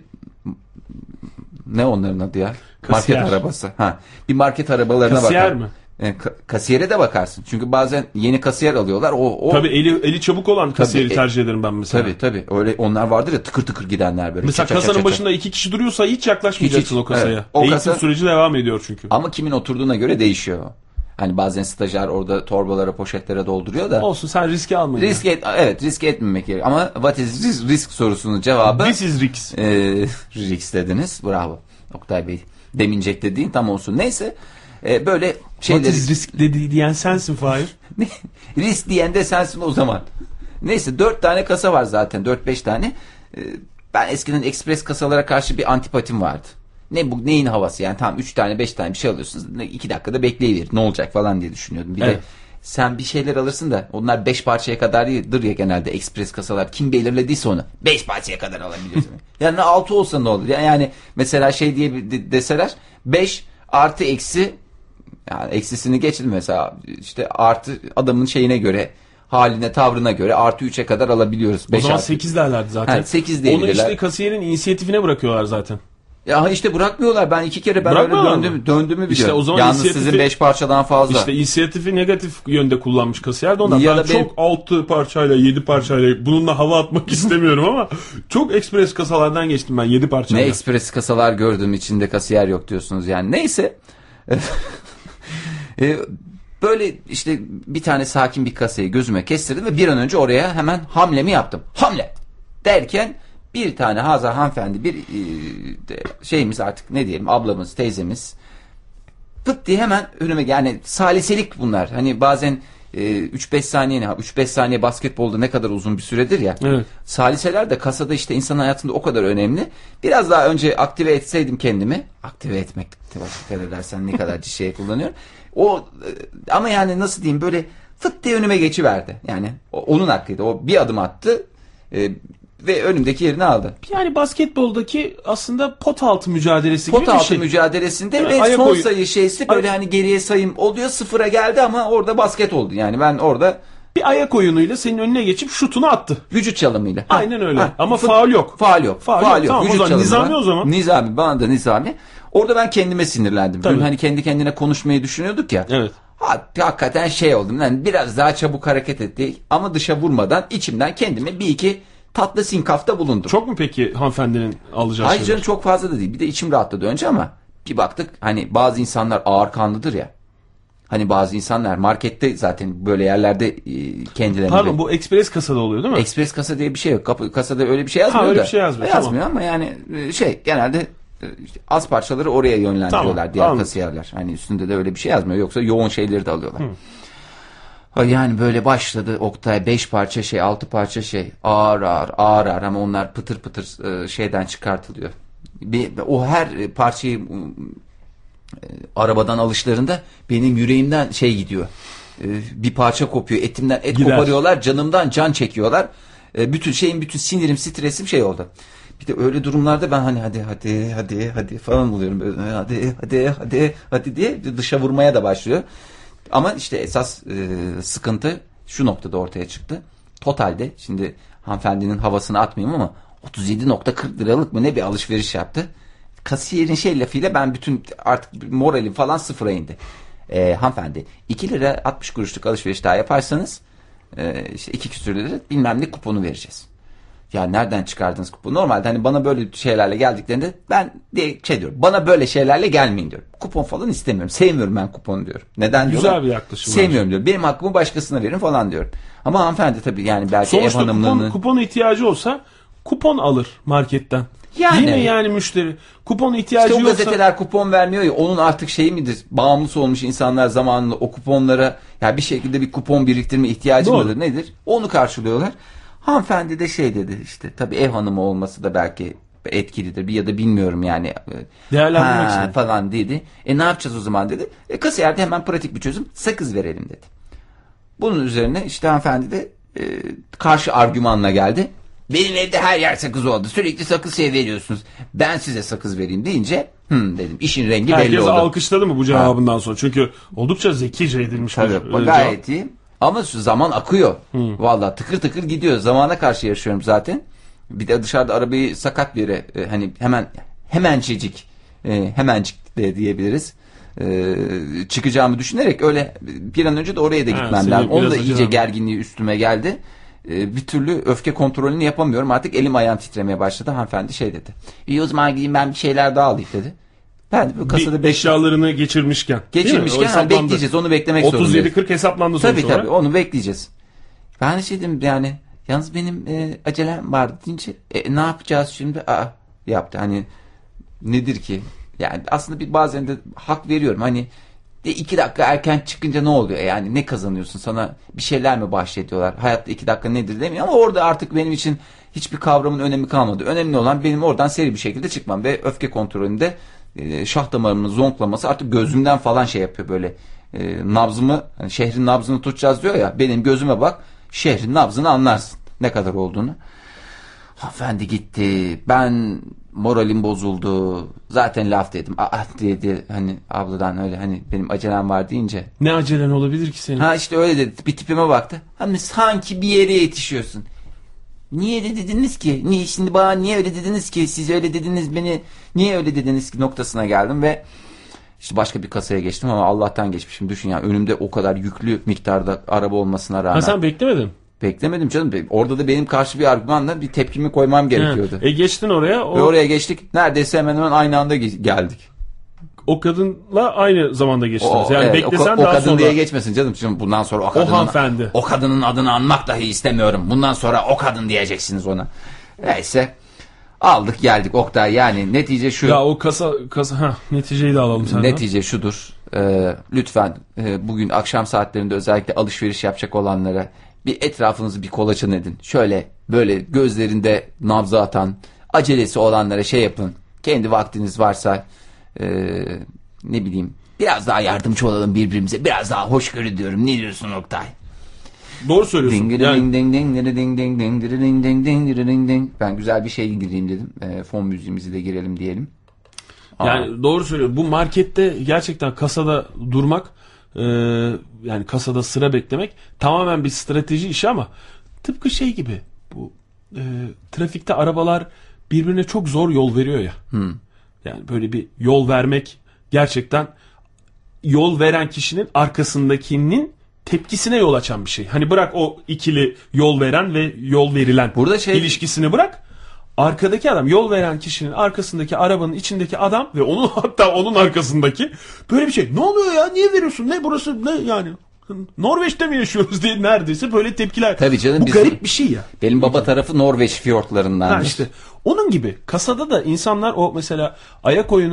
ne onların adı ya? Kasiyer. Market arabası. Bir market arabalarına Kasiyer bakar. mi? Kasiyere de bakarsın. Çünkü bazen yeni kasiyer alıyorlar. Tabii eli çabuk olan kasiyeri tercih ederim ben mesela. Tabii. Öyle onlar vardır ya, tıkır tıkır gidenler böyle. Mesela kasanın başında 2 kişi duruyorsa hiç yaklaşmayacaksın o kasaya. Evet, eğitim süreci devam ediyor çünkü. Ama kimin oturduğuna göre değişiyor. Hani bazen stajyer orada torbalara, poşetlere dolduruyor da. Olsun, sen riski almayın. Risk etmemek gerekiyor. Ama what is risk sorusunun cevabı. This is risk. Risk dediniz. Bravo. Oktay Bey. Demincek dediğin tam olsun. Neyse. Böyle şeyleri. What is risk diyen sensin Fahir. Risk diyen de sensin o zaman. Neyse, 4 tane kasa var zaten. 4-5 tane. Ben eskiden ekspres kasalara karşı bir antipatim vardı. Bu neyin havası yani, tamam 3 tane 5 tane bir şey alıyorsunuz, 2 dakikada bekleyiverir ne olacak falan diye düşünüyordum. Bir de sen bir şeyler alırsın da onlar 5 parçaya kadardır ya genelde ekspres kasalar, kim belirlediyse onu 5 parçaya kadar alabiliyorsun. Yani 6 olsa ne olur yani, mesela diye deseler 5 artı eksi, yani eksisini geçtim mesela, artı adamın şeyine göre, haline, tavrına göre artı 3'e kadar alabiliyoruz. O zaman 8 derlerdi zaten. 8 diyebilirler. Onu kasiyerin inisiyatifine bırakıyorlar zaten. Ya bırakmıyorlar. Ben 2 kere öyle döndüğümü biliyorum. O zaman yalnız sizin 5 parçadan fazla. İşte inisiyatifi negatif yönde kullanmış kasiyer de ondan. Ya ben çok 6 parçayla 7 parçayla bununla hava atmak istemiyorum ama çok ekspres kasalardan geçtim ben 7 parçayla. Ne ekspres kasalar gördüm, içinde kasiyer yok diyorsunuz yani. Neyse. Böyle bir tane sakin bir kasayı gözüme kestirdim ve bir an önce oraya hemen hamlemi yaptım. Hamle derken bir tane hanımefendi, bir şeyimiz artık ne diyelim, ablamız, teyzemiz pıt diye hemen önüme, yani saliselik bunlar. Hani bazen 3-5 saniye basketbolda ne kadar uzun bir süredir ya. Evet. Saliseler de kasada insan hayatında o kadar önemli. Biraz daha önce aktive etseydim kendimi. Aktive etmek, dikkat edersen ne kadar kullanıyorum. Ama yani nasıl diyeyim, böyle fıt diye önüme geçiverdi. Yani onun hakkıydı. O bir adım attı ve önümdeki yerini aldı. Yani basketboldaki aslında pot altı mücadelesi gibi bir şey. Pot altı mücadelesinde ve son sayı böyle hani geriye sayım oluyor, 0'a geldi ama orada basket oldu. Yani ben orada bir ayak oyunuyla senin önüne geçip şutunu attı. Vücut çalımıyla. Aynen öyle. Ama faul yok. Faul yok. Tamam, vücut çalımı. Nizami o zaman. Nizami, bana da Nizami. Orada ben kendime sinirlendim. Tabii. Dün hani kendi kendine konuşmayı düşünüyorduk ya. Evet. Hakikaten oldum. Yani biraz daha çabuk hareket etti ama dışa vurmadan içimden kendime bir iki tatlı sinkafta bulundum. Çok mu peki hanımefendinin alacağı şeyler? Hayır canım, çok fazla da değil. Bir de içim rahatladı önce ama bir baktık hani bazı insanlar ağır kanlıdır ya. Hani bazı insanlar markette zaten böyle yerlerde kendilerine... Pardon, bu ekspres kasada oluyor değil mi? Ekspres kasa diye bir şey yok. Kasada öyle bir şey yazmıyor da. Öyle bir şey yazmıyor. Yazmıyor ama yani genelde az parçaları oraya yönlendiriyorlar diğer kasiyerler. Hani üstünde de öyle bir şey yazmıyor. Yoksa yoğun şeyleri de alıyorlar. Yani böyle başladı Oktay, 5 parça 6 parça ağır ama onlar pıtır pıtır şeyden çıkartılıyor. O her parçayı arabadan alışlarında benim yüreğimden şey gidiyor. Bir parça kopuyor. Etimden et Gider. koparıyorlar. Canımdan can çekiyorlar. Bütün sinirim, stresim şey oldu. Bir de öyle durumlarda ben hani hadi falan oluyorum. Böyle, hadi diye dışa vurmaya da başlıyor. Ama işte esas sıkıntı şu noktada ortaya çıktı. Totalde şimdi hanımefendinin havasını atmayayım ama 37.40 liralık mı ne bir alışveriş yaptı. Kasiyerin lafıyla ben bütün artık moralim falan sıfıra indi. Hanımefendi 2 lira 60 kuruşluk alışveriş daha yaparsanız işte 2 küsür lira bilmem ne kuponu vereceğiz. Ya nereden çıkardınız kuponu? Normalde hani bana böyle şeylerle geldiklerinde ben diyorum. Bana böyle şeylerle gelmeyin diyorum. Kupon falan istemiyorum. Sevmiyorum ben kuponu diyorum. Neden diyorlar? Güzel bir yaklaşım. Sevmiyorum diyorum. Benim hakkımı başkasına verin falan diyorum. Ama hanımefendi tabii yani belki sonuçta ev hanımlığını... kupon ihtiyacı olsa kupon alır marketten. Yani, değil mi yani müşteri? Kupon ihtiyacı işte o yoksa... gazeteler kupon vermiyor ya, onun artık şeyi midir? Bağımlısı olmuş insanlar zamanında o kuponlara ya bir şekilde bir kupon biriktirme ihtiyacı mıdır nedir? Onu karşılıyorlar. Hanımefendi de dedi işte tabii ev hanımı olması da belki etkilidir ya da bilmiyorum yani. Değerlendirmek için. Falan dedi. Ne yapacağız o zaman dedi. Kasiyerde hemen pratik bir çözüm, sakız verelim dedi. Bunun üzerine işte hanımefendi de karşı argümanla geldi. Benim evde her yer sakız oldu. Sürekli sakız veriyorsunuz. Ben size sakız vereyim deyince dedim. İşin rengi belli oldu. Herkes alkışladı mı bu cevabından sonra? Çünkü oldukça zekice edilmiş bir gayet iyi. Ama şu zaman akıyor. Vallahi tıkır tıkır gidiyor. Zamana karşı yaşıyorum zaten. Bir de dışarıda arabayı sakat bir yere hani hemencik de diyebiliriz. Çıkacağımı düşünerek öyle bir an önce de oraya da gitmem lazım. Onu da iyice gerginliği üstüme geldi. Bir türlü öfke kontrolünü yapamıyorum. Artık elim ayağım titremeye başladı. Hanımefendi dedi. İyi o zaman gideyim ben bir şeyler daha alayım dedi. Ben de kasada eşyalarını geçirmişken bekleyeceğiz. Onu beklemek zorundayız. 37-40 hesaplandı sonuç olarak. Tabii onu bekleyeceğiz. Ben de dedim yani yalnız benim acelem vardı deyince ne yapacağız şimdi? Yaptı. Hani nedir ki? Yani aslında bazen de hak veriyorum. Hani 2 dakika erken çıkınca ne oluyor? Yani ne kazanıyorsun? Sana bir şeyler mi bahşediyorlar? Hayatta 2 dakika nedir demiyor ama orada artık benim için hiçbir kavramın önemi kalmadı. Önemli olan benim oradan seri bir şekilde çıkmam ve öfke kontrolünde şah damarımın zonklaması artık gözümden falan yapıyor böyle. Nabzımı, hani şehrin nabzını tutacağız diyor ya, benim gözüme bak, şehrin nabzını anlarsın ne kadar olduğunu. Hanımefendi gitti. Ben moralim bozuldu. Zaten laf dedim. Dedi hani abladan öyle hani benim acelem var deyince. Ne acelen olabilir ki senin? İşte öyle dedi. Bir tipime baktı. Hani sanki bir yere yetişiyorsun. Niye öyle dediniz ki? Şimdi bana niye öyle dediniz ki? Siz öyle dediniz, beni niye öyle dediniz ki noktasına geldim ve işte başka bir kasaya geçtim ama Allah'tan geçmişim. Düşün yani önümde o kadar yüklü miktarda araba olmasına rağmen. Sen beklemedin. Beklemedim canım. Orada da benim karşı bir argümanla bir tepkimi koymam gerekiyordu. Geçtin oraya. Ve oraya geçtik. Neredeyse hemen aynı anda geldik. O kadınla aynı zamanda geçtiniz. Yani beklesen o daha kadın sonra. diye geçmesin canım. Şimdi bundan sonra hanımefendi. O kadının adını anmak dahi istemiyorum. Bundan sonra o kadın diyeceksiniz ona. Neyse. Aldık geldik Oktay. Yani netice şu. Ya o kasa neticeyi de alalım senden. Netice şudur. Lütfen bugün akşam saatlerinde özellikle alışveriş yapacak olanlara bir etrafınızı bir kolaçan edin. Şöyle böyle gözlerinde nabza atan, acelesi olanlara yapın. Kendi vaktiniz varsa ne bileyim biraz daha yardımcı olalım birbirimize. Biraz daha hoşgörü diyorum. Ne diyorsun Oktay? Doğru söylüyorsun. Ben güzel bir şey gireyim dedim. Fon müziğimizi de girelim diyelim. Yani doğru söylüyorum. Bu markette gerçekten kasada durmak, yani kasada sıra beklemek tamamen bir strateji işi ama tıpkı gibi bu trafikte arabalar birbirine çok zor yol veriyor ya. Yani böyle bir yol vermek gerçekten yol veren kişinin arkasındakinin tepkisine yol açan bir şey. Hani bırak o ikili yol veren ve yol verilen burada ilişkisini bırak. Arkadaki adam, yol veren kişinin arkasındaki arabanın içindeki adam ve hatta onun arkasındaki böyle bir şey. Ne oluyor ya? Niye veriyorsun? Ne burası? Ne yani? Norveç'te mi yaşıyoruz diye neredeyse böyle tepkiler. Tabii canım, bu garip bir şey ya. Benim baba tarafı Norveç fiyortlarından. İşte onun gibi kasada da insanlar o mesela ayak oyunu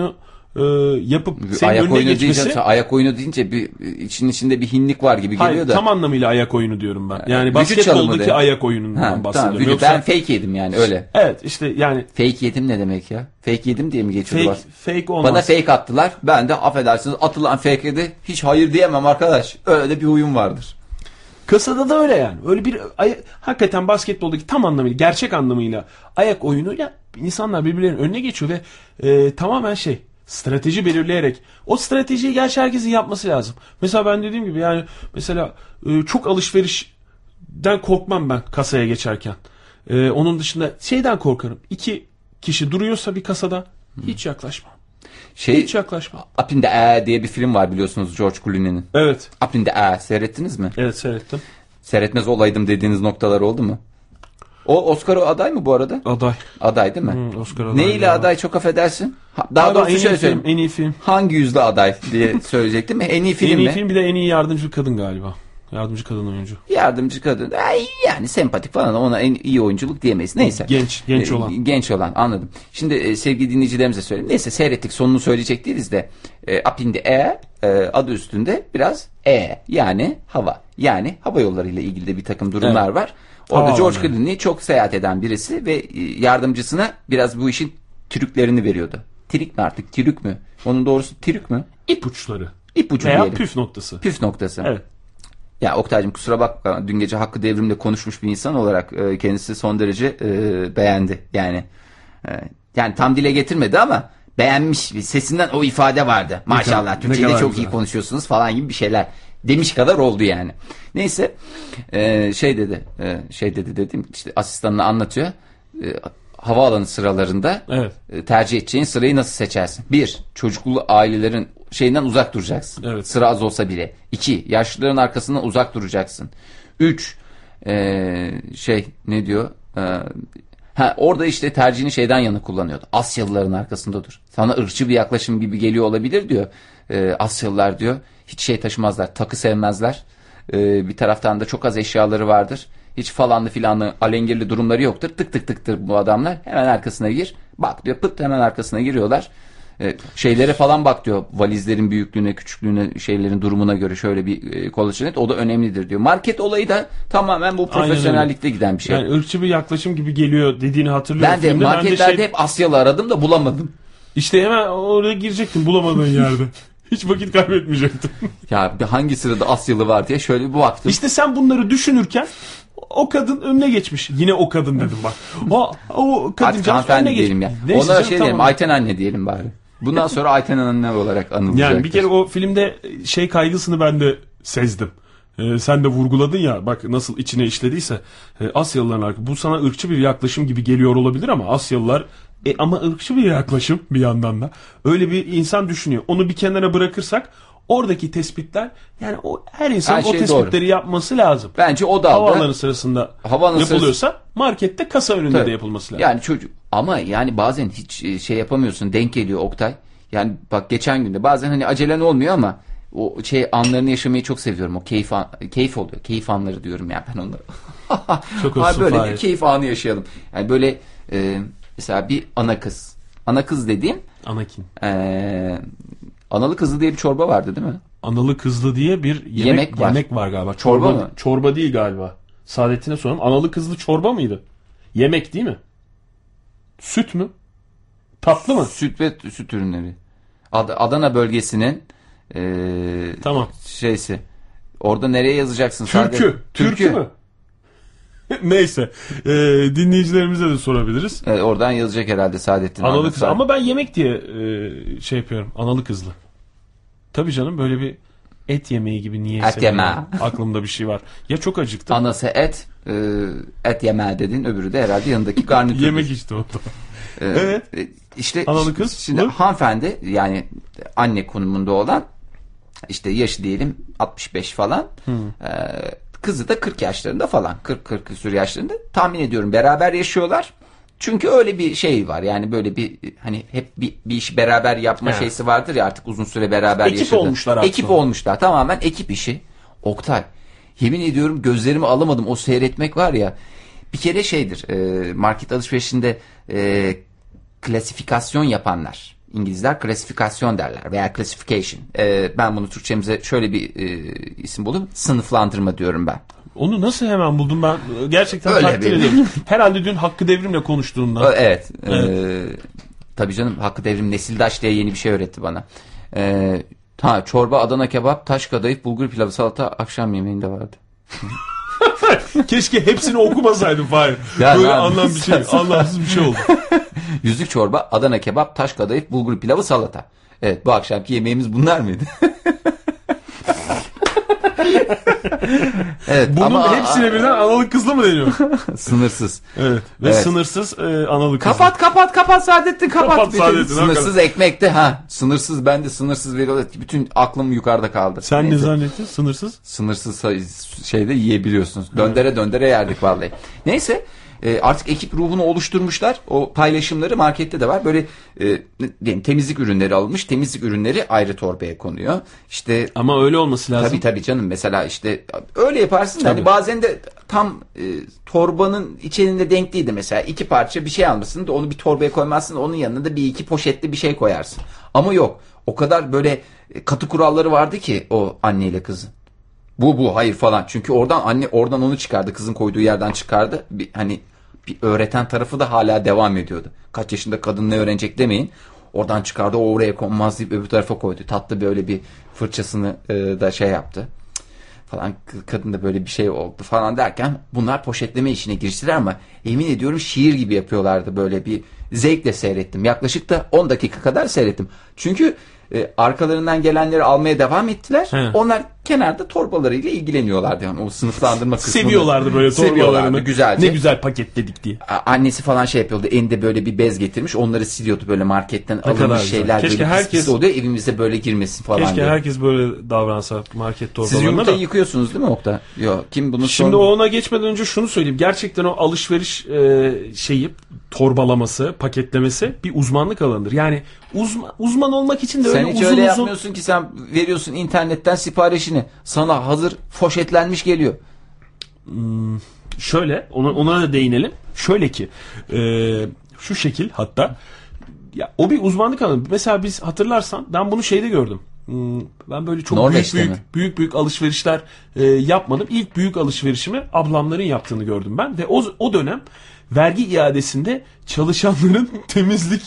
yapıp senin önüne geçmesi. Ayak oyunu deyince bir içinde bir hinlik var gibi geliyor da. Tam anlamıyla ayak oyunu diyorum ben. Yani basketboldaki ayak oyunundan bahsediyorum. Tamam, ben fake yedim yani öyle. Evet işte yani. Fake yedim ne demek ya? Fake yedim diye mi geçiyor? Fake olmaz. Bana fake attılar. Ben de affedersiniz atılan fake'e hiç hayır diyemem arkadaş. Öyle de bir huyum vardır. Kasada da öyle yani. Öyle bir hakikaten basketboldaki tam anlamıyla, gerçek anlamıyla ayak oyunuyla insanlar birbirlerinin önüne geçiyor ve tamamen strateji belirleyerek o stratejiyi gerçi herkesin yapması lazım. Mesela ben dediğim gibi yani mesela çok alışverişten korkmam ben kasaya geçerken. Onun dışında şeyden korkarım. 2 kişi duruyorsa bir kasada hiç yaklaşmam. Hiç yaklaşma. Up in the Air diye bir film var biliyorsunuz George Clooney'nin. Evet. Up in the Air seyrettiniz mi? Evet seyrettim. Seyretmez olaydım dediğiniz noktalar oldu mu? O Oscar'a aday mı bu arada? Aday değil mi? Oscar aday. Ne ile aday çok affedersin? Daha doğrusu şöyle söyleyeyim. En iyi film. Hangi yüzde aday diye söyleyecektim. En iyi film mi? En iyi film bir de en iyi yardımcı kadın galiba. Yardımcı kadın oyuncu. Yardımcı kadın. Yani sempatik falan ona en iyi oyunculuk diyemeyiz. Neyse. Genç olan. Genç olan anladım. Şimdi sevgili dinleyicilerimize söyleyeyim. Neyse seyrettik sonunu söyleyecek değiliz de Up in the Air adı üstünde biraz yani hava. Yani hava yolları ile ilgili de bir takım durumlar var. Orada George Clooney çok seyahat eden birisi ve yardımcısına biraz bu işin trüklerini veriyordu. Trik mi artık? Trük mü? Onun doğrusu trük mü? İpuçları. İpucu veya diyelim. püf noktası. Püf noktası. Evet. Ya Oktay'cığım kusura bakma dün gece Hakkı Devrim'de konuşmuş bir insan olarak kendisi son derece beğendi. Yani tam dile getirmedi ama beğenmiş. Sesinden o ifade vardı. Maşallah Türkçe'de çok iyi konuşuyorsunuz falan gibi bir şeyler demiş kadar oldu yani. Neyse şey dedi dedim işte asistanına anlatıyor. Havaalanı sıralarında tercih edeceğin sırayı nasıl seçersin? 1. Çocuklu ailelerin şeyinden uzak duracaksın. Evet. Sıra az olsa bile. 2. Yaşlıların arkasından uzak duracaksın. 3. Ne diyor? Orada işte tercihini şeyden yana kullanıyordu. Asyalıların arkasında dur. Sana ırkçı bir yaklaşım gibi geliyor olabilir diyor. Asyalılar diyor. Hiç şey taşımazlar. Takı sevmezler. Bir taraftan da çok az eşyaları vardır. Hiç falanlı filanlı alengirli durumları yoktur. Tık tık tıktır bu adamlar. Hemen arkasına gir. Bak diyor pıt hemen arkasına giriyorlar. Şeylere falan bak diyor. Valizlerin büyüklüğüne, küçüklüğüne, şeylerin durumuna göre şöyle bir kolaçan et. O da önemlidir diyor. Market olayı da tamamen bu profesyonellikte giden bir şey. Yani ırkçı bir yaklaşım gibi geliyor dediğini hatırlıyorum. Ben de marketlerde hep Asyalı aradım da bulamadım. İşte hemen oraya girecektim bulamadığın yerde. Hiç vakit kaybetmeyecektim. Ya hangi sırada Asyalı var diye şöyle bir baktım. İşte sen bunları düşünürken o kadın önüne geçmiş. Yine o kadın dedim bak. O kadıncağız önüne geçmiş. Ya. Ona şey diyelim Ayten anne diyelim bari. Bundan sonra Ayten anne olarak anılacak. Yani bir kere o filmde kaygısını ben de sezdim. Sen de vurguladın ya bak nasıl içine işlediyse Asyalıların bu sana ırkçı bir yaklaşım gibi geliyor olabilir ama Asyalılar ama ırkçı bir yaklaşım bir yandan da öyle bir insan düşünüyor. Onu bir kenara bırakırsak oradaki tespitler yani her insanın o tespitleri doğru yapması lazım. Bence o da havaalanı sırasında yapılıyorsa markette kasa önünde de yapılması lazım. Yani çocuk ama yani bazen hiç şey yapamıyorsun denk geliyor Oktay. Yani bak geçen günde bazen hani acelen olmuyor ama o anlarını yaşamayı çok seviyorum. O keyif oluyor. Keyif anları diyorum ya ben onları. Çok olsun böyle Fahir. Bir keyif anı yaşayalım. Yani böyle mesela bir ana kız. Ana kız dediğim Anakin. Analı kızlı diye bir çorba vardı değil mi? Analı kızlı diye bir yemek var galiba. Çorba mı? Çorba değil galiba. Saadettin'e soralım. Analı kızlı çorba mıydı? Yemek değil mi? Süt mü? Tatlı mı? Süt ve süt ürünleri. Adana bölgesinin tamam. Şeysi. Orada nereye yazacaksın? Türkü mü? Neyse. Dinleyicilerimize de sorabiliriz. Oradan yazacak herhalde Saadettin. Analı kızlı. Ama ben yemek diye şey yapıyorum. Analı kızlı. Tabii canım böyle bir et yemeği gibi niyeyse. Et yemeği. Aklımda bir şey var. Ya çok acıktım. Anası et yemeği dedin. Öbürü de herhalde yanındaki garnitür. Yemek işte o da. Evet. İşte analı kız. Şimdi hanımefendi yani anne konumunda olan işte yaşı diyelim 65 falan. Kızı da 40 yaşlarında falan. 40 küsur yaşlarında. Tahmin ediyorum beraber yaşıyorlar. Çünkü öyle bir şey var. Yani böyle bir hani hep bir işi beraber yapma şeysi vardır ya artık uzun süre beraber yaşadı. Ekip olmuşlar aslında. Ekip olmuşlar. Tamamen ekip işi. Oktay. Yemin ediyorum gözlerimi alamadım. O seyretmek var ya. Bir kere şeydir. Market alışverişinde klasifikasyon yapanlar. İngilizler klasifikasyon derler veya classification. Ben bunu Türkçemize şöyle bir isim buldum. Sınıflandırma diyorum ben. Onu nasıl hemen buldum ben? Gerçekten takdir ediyorum. Herhalde dün Hakkı Devrim'le konuştuğundan. Evet. Tabii canım, Hakkı Devrim Nesildaş diye yeni bir şey öğretti bana. Çorba, Adana kebap, taş kadayıf, bulgur pilavı, salata akşam yemeğinde vardı. Keşke hepsini okumasaydım Fahir. Böyle anlamsız bir şey oldu. Yüzlük çorba, Adana kebap, taş kadayıf, bulgur pilavı, salata. Evet, bu akşamki yemeğimiz bunlar mıydı? Evet, bunun hepsine birden analı kızlı mı deniyor? Sınırsız. Evet. Ve sınırsız analı kızlı. Kapat Saadettin, kapat. Saadettin, sınırsız ekmekte sınırsız, ben de sınırsız veriyorlar. Bütün aklım yukarıda kaldı. Sen neyse. Ne zannettin? Sınırsız? Sınırsız şeyde yiyebiliyorsunuz. Döndere yerdik vallahi. Neyse. Artık ekip ruhunu oluşturmuşlar. O paylaşımları markette de var. Böyle temizlik ürünleri alınmış. Temizlik ürünleri ayrı torbaya konuyor. İşte ama öyle olması lazım. Tabii canım. Mesela işte öyle yaparsın. Hani bazen de tam torbanın içerisinde denk değildi mesela. 2 parça bir şey almışsın da onu bir torbaya koymazsın. Onun yanına da 1-2 poşetli bir şey koyarsın. Ama yok. O kadar böyle katı kuralları vardı ki o anneyle kızın. Bu hayır falan. Çünkü anne oradan onu çıkardı. Kızın koyduğu yerden çıkardı. Bir öğreten tarafı da hala devam ediyordu. Kaç yaşında kadın ne öğrenecek demeyin. Oradan çıkardı, o oraya konmaz deyip öbür tarafa koydu. Tatlı böyle bir fırçasını da şey yaptı. Falan, kadın da böyle bir şey oldu falan derken bunlar poşetleme işine giriştiler ama emin ediyorum şiir gibi yapıyorlardı, böyle bir zevkle seyrettim. Yaklaşık da 10 dakika kadar seyrettim. Çünkü arkalarından gelenleri almaya devam ettiler. Onlar kenarda torbalarıyla ilgileniyorlardı. Yani o sınıflandırma kısmını. Seviyorlardı böyle torbalarını. Güzelce. Ne güzel paketledik diye. Annesi falan şey yapıyordu. Elinde böyle bir bez getirmiş. Onları siliyordu böyle marketten alınmış şeyler. Keşke böyle herkes oluyor. Evimize böyle girmesin falan keşke diye. Herkes böyle davransa market torbalarına. Siz yumurtayı yıkıyorsunuz değil mi Oktay? Yok. Kim bunu Şimdi ona geçmeden önce şunu söyleyeyim. Gerçekten o alışveriş torbalaması, paketlemesi bir uzmanlık alanıdır. Yani uzman olmak için de öyle sen hiç öyle yapmıyorsun ki, sen veriyorsun internetten siparişini. Sana hazır poşetlenmiş geliyor. Şöyle ona da değinelim. Şöyle ki şu şekil hatta ya, o bir uzmanlık alanı. Mesela biz hatırlarsan ben bunu şeyde gördüm. Ben böyle çok büyük alışverişler yapmadım. İlk büyük alışverişimi ablamların yaptığını gördüm ben ve o dönem vergi iadesinde çalışanların temizlik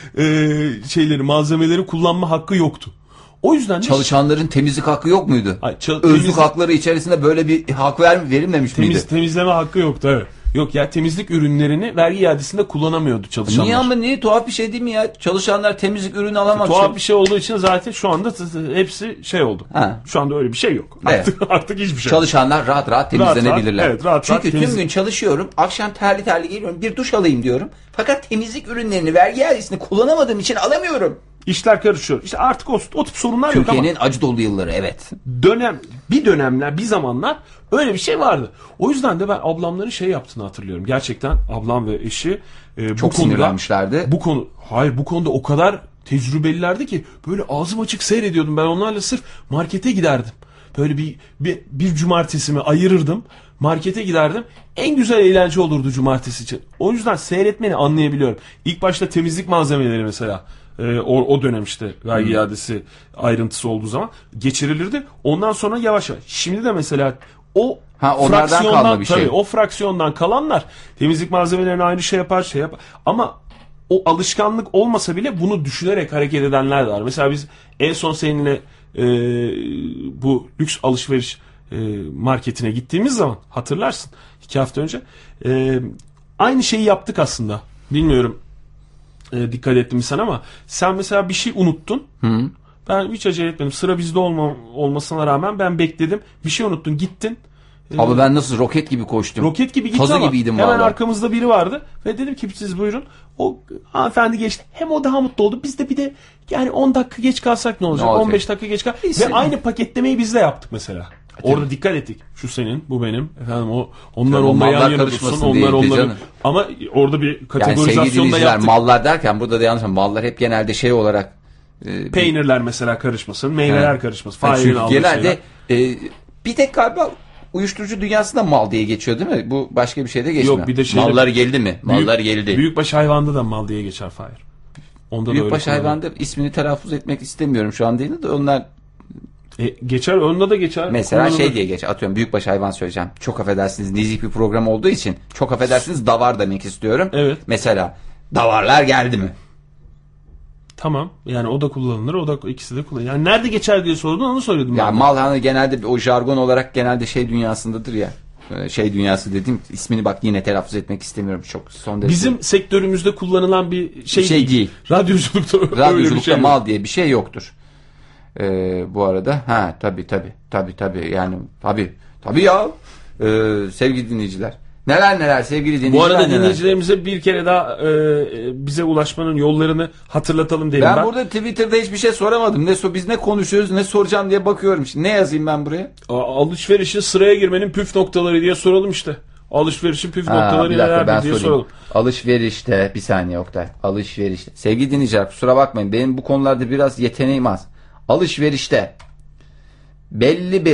malzemeleri kullanma hakkı yoktu. O yüzden de çalışanların temizlik hakkı yok muydu? Özlük hakları içerisinde böyle bir hak verilmemiş miydi? Temizleme hakkı yoktu, evet. Yok ya, temizlik ürünlerini vergi iadesinde kullanamıyordu çalışanlar. Niye ama, niye? Tuhaf bir şey değil mi ya? Çalışanlar temizlik ürünü alamaz. Tuhaf bir şey olduğu için zaten şu anda hepsi şey oldu. Şu anda öyle bir şey yok. Evet. Artık hiçbir şey. Çalışanlar rahat temizlenebilirler. Rahat, çünkü tüm gün çalışıyorum. Akşam terli geliyorum. Bir duş alayım diyorum. Fakat temizlik ürünlerini vergi iadesinde kullanamadığım için alamıyorum. İşler karışıyor. İşte artık o tip sorunlar yok ama. Türkiye'nin acı dolu yılları, evet. Bir zamanlar öyle bir şey vardı. O yüzden de ben ablamların şey yaptığını hatırlıyorum. Gerçekten ablam ve eşi çok sinirlenmişlerdi. Bu konuda o kadar tecrübelilerdi ki böyle ağzım açık seyrediyordum. Ben onlarla sırf markete giderdim. Böyle bir cumartesimi ayırırdım. Markete giderdim. En güzel eğlence olurdu cumartesi için. O yüzden seyretmeni anlayabiliyorum. İlk başta temizlik malzemeleri mesela. O dönem işte vergi iadesi ayrıntısı olduğu zaman geçirilirdi. Ondan sonra yavaş yavaş. Şimdi de mesela onlardan kalma bir şey. O fraksiyondan kalanlar temizlik malzemelerine aynı şey yapar. Ama o alışkanlık olmasa bile bunu düşünerek hareket edenler de var. Mesela biz en son seninle bu lüks alışveriş marketine gittiğimiz zaman hatırlarsın 2 hafta önce aynı şeyi yaptık aslında. Bilmiyorum dikkat ettim sen ama sen mesela bir şey unuttun. Ben hiç acele etmedim. Sıra bizde olmasına rağmen ben bekledim. Bir şey unuttun, gittin. Ama ben nasıl roket gibi koştum. Roket gibi gittim ama hemen arkamızda biri vardı ve dedim ki siz buyurun. O hanımefendi geçti. Hem o daha mutlu oldu. Biz de bir de yani 10 dakika geç kalsak ne olacak? 15 dakika geç kalsak. Ve aynı paketlemeyi biz de yaptık mesela. Orada dikkat ettik. Şu senin, bu benim. Efendim onlar yan yana dursun. Onlar onları. Ama orada bir kategorizasyonda yani yaptık. Mallar derken burada da yanlış, mallar hep genelde şey olarak peynirler mesela karışmasın, meyveler karışmasın. Çünkü genelde bir tek galiba uyuşturucu dünyasında mal diye geçiyor değil mi? Bu başka bir şeyde geçmiyor. Yok, bir de mallar geldi mi? Mallar geldi. Büyükbaş hayvanda da mal diye geçer Fahir. Onda büyükbaş hayvanda ismini telaffuz etmek istemiyorum şu an değil de onlar geçer, onda da geçer. Mesela şey diye geçer. Atıyorum büyükbaş hayvan söyleyeceğim. Çok affedersiniz, nezih bir program olduğu için çok affedersiniz davar demek istiyorum. Evet. Mesela davarlar geldi mi? Tamam. Yani o da kullanılır. O da ikisi de kullanılır. Yani nerede geçer diye sordun, onu söyledim. Ya mal hani genelde o jargon olarak genelde şey dünyasındadır ya. Şey dünyası dediğim ismini bak yine telaffuz etmek istemiyorum çok son derece. Bizim sektörümüzde kullanılan bir şey değil. Radyoculukta öyle bir şey mal diye bir şey yoktur. Bu arada tabii yani tabii ya sevgili dinleyiciler. Neler sevgili dinleyiciler. Bu arada dinleyicilerimize bir kere daha bize ulaşmanın yollarını hatırlatalım diyelim. Ben burada Twitter'da hiçbir şey soramadım. Biz ne konuşuyoruz, ne soracağım diye bakıyorum. Şimdi ne yazayım ben buraya? Alışverişe sıraya girmenin püf noktaları diye soralım işte. Alışverişin püf noktaları nelerdir diye soralım. Alışverişte bir saniye Oktay. Alışverişte. Sevgili dinleyiciler kusura bakmayın. Benim bu konularda biraz yeteneğim az. Alışverişte belli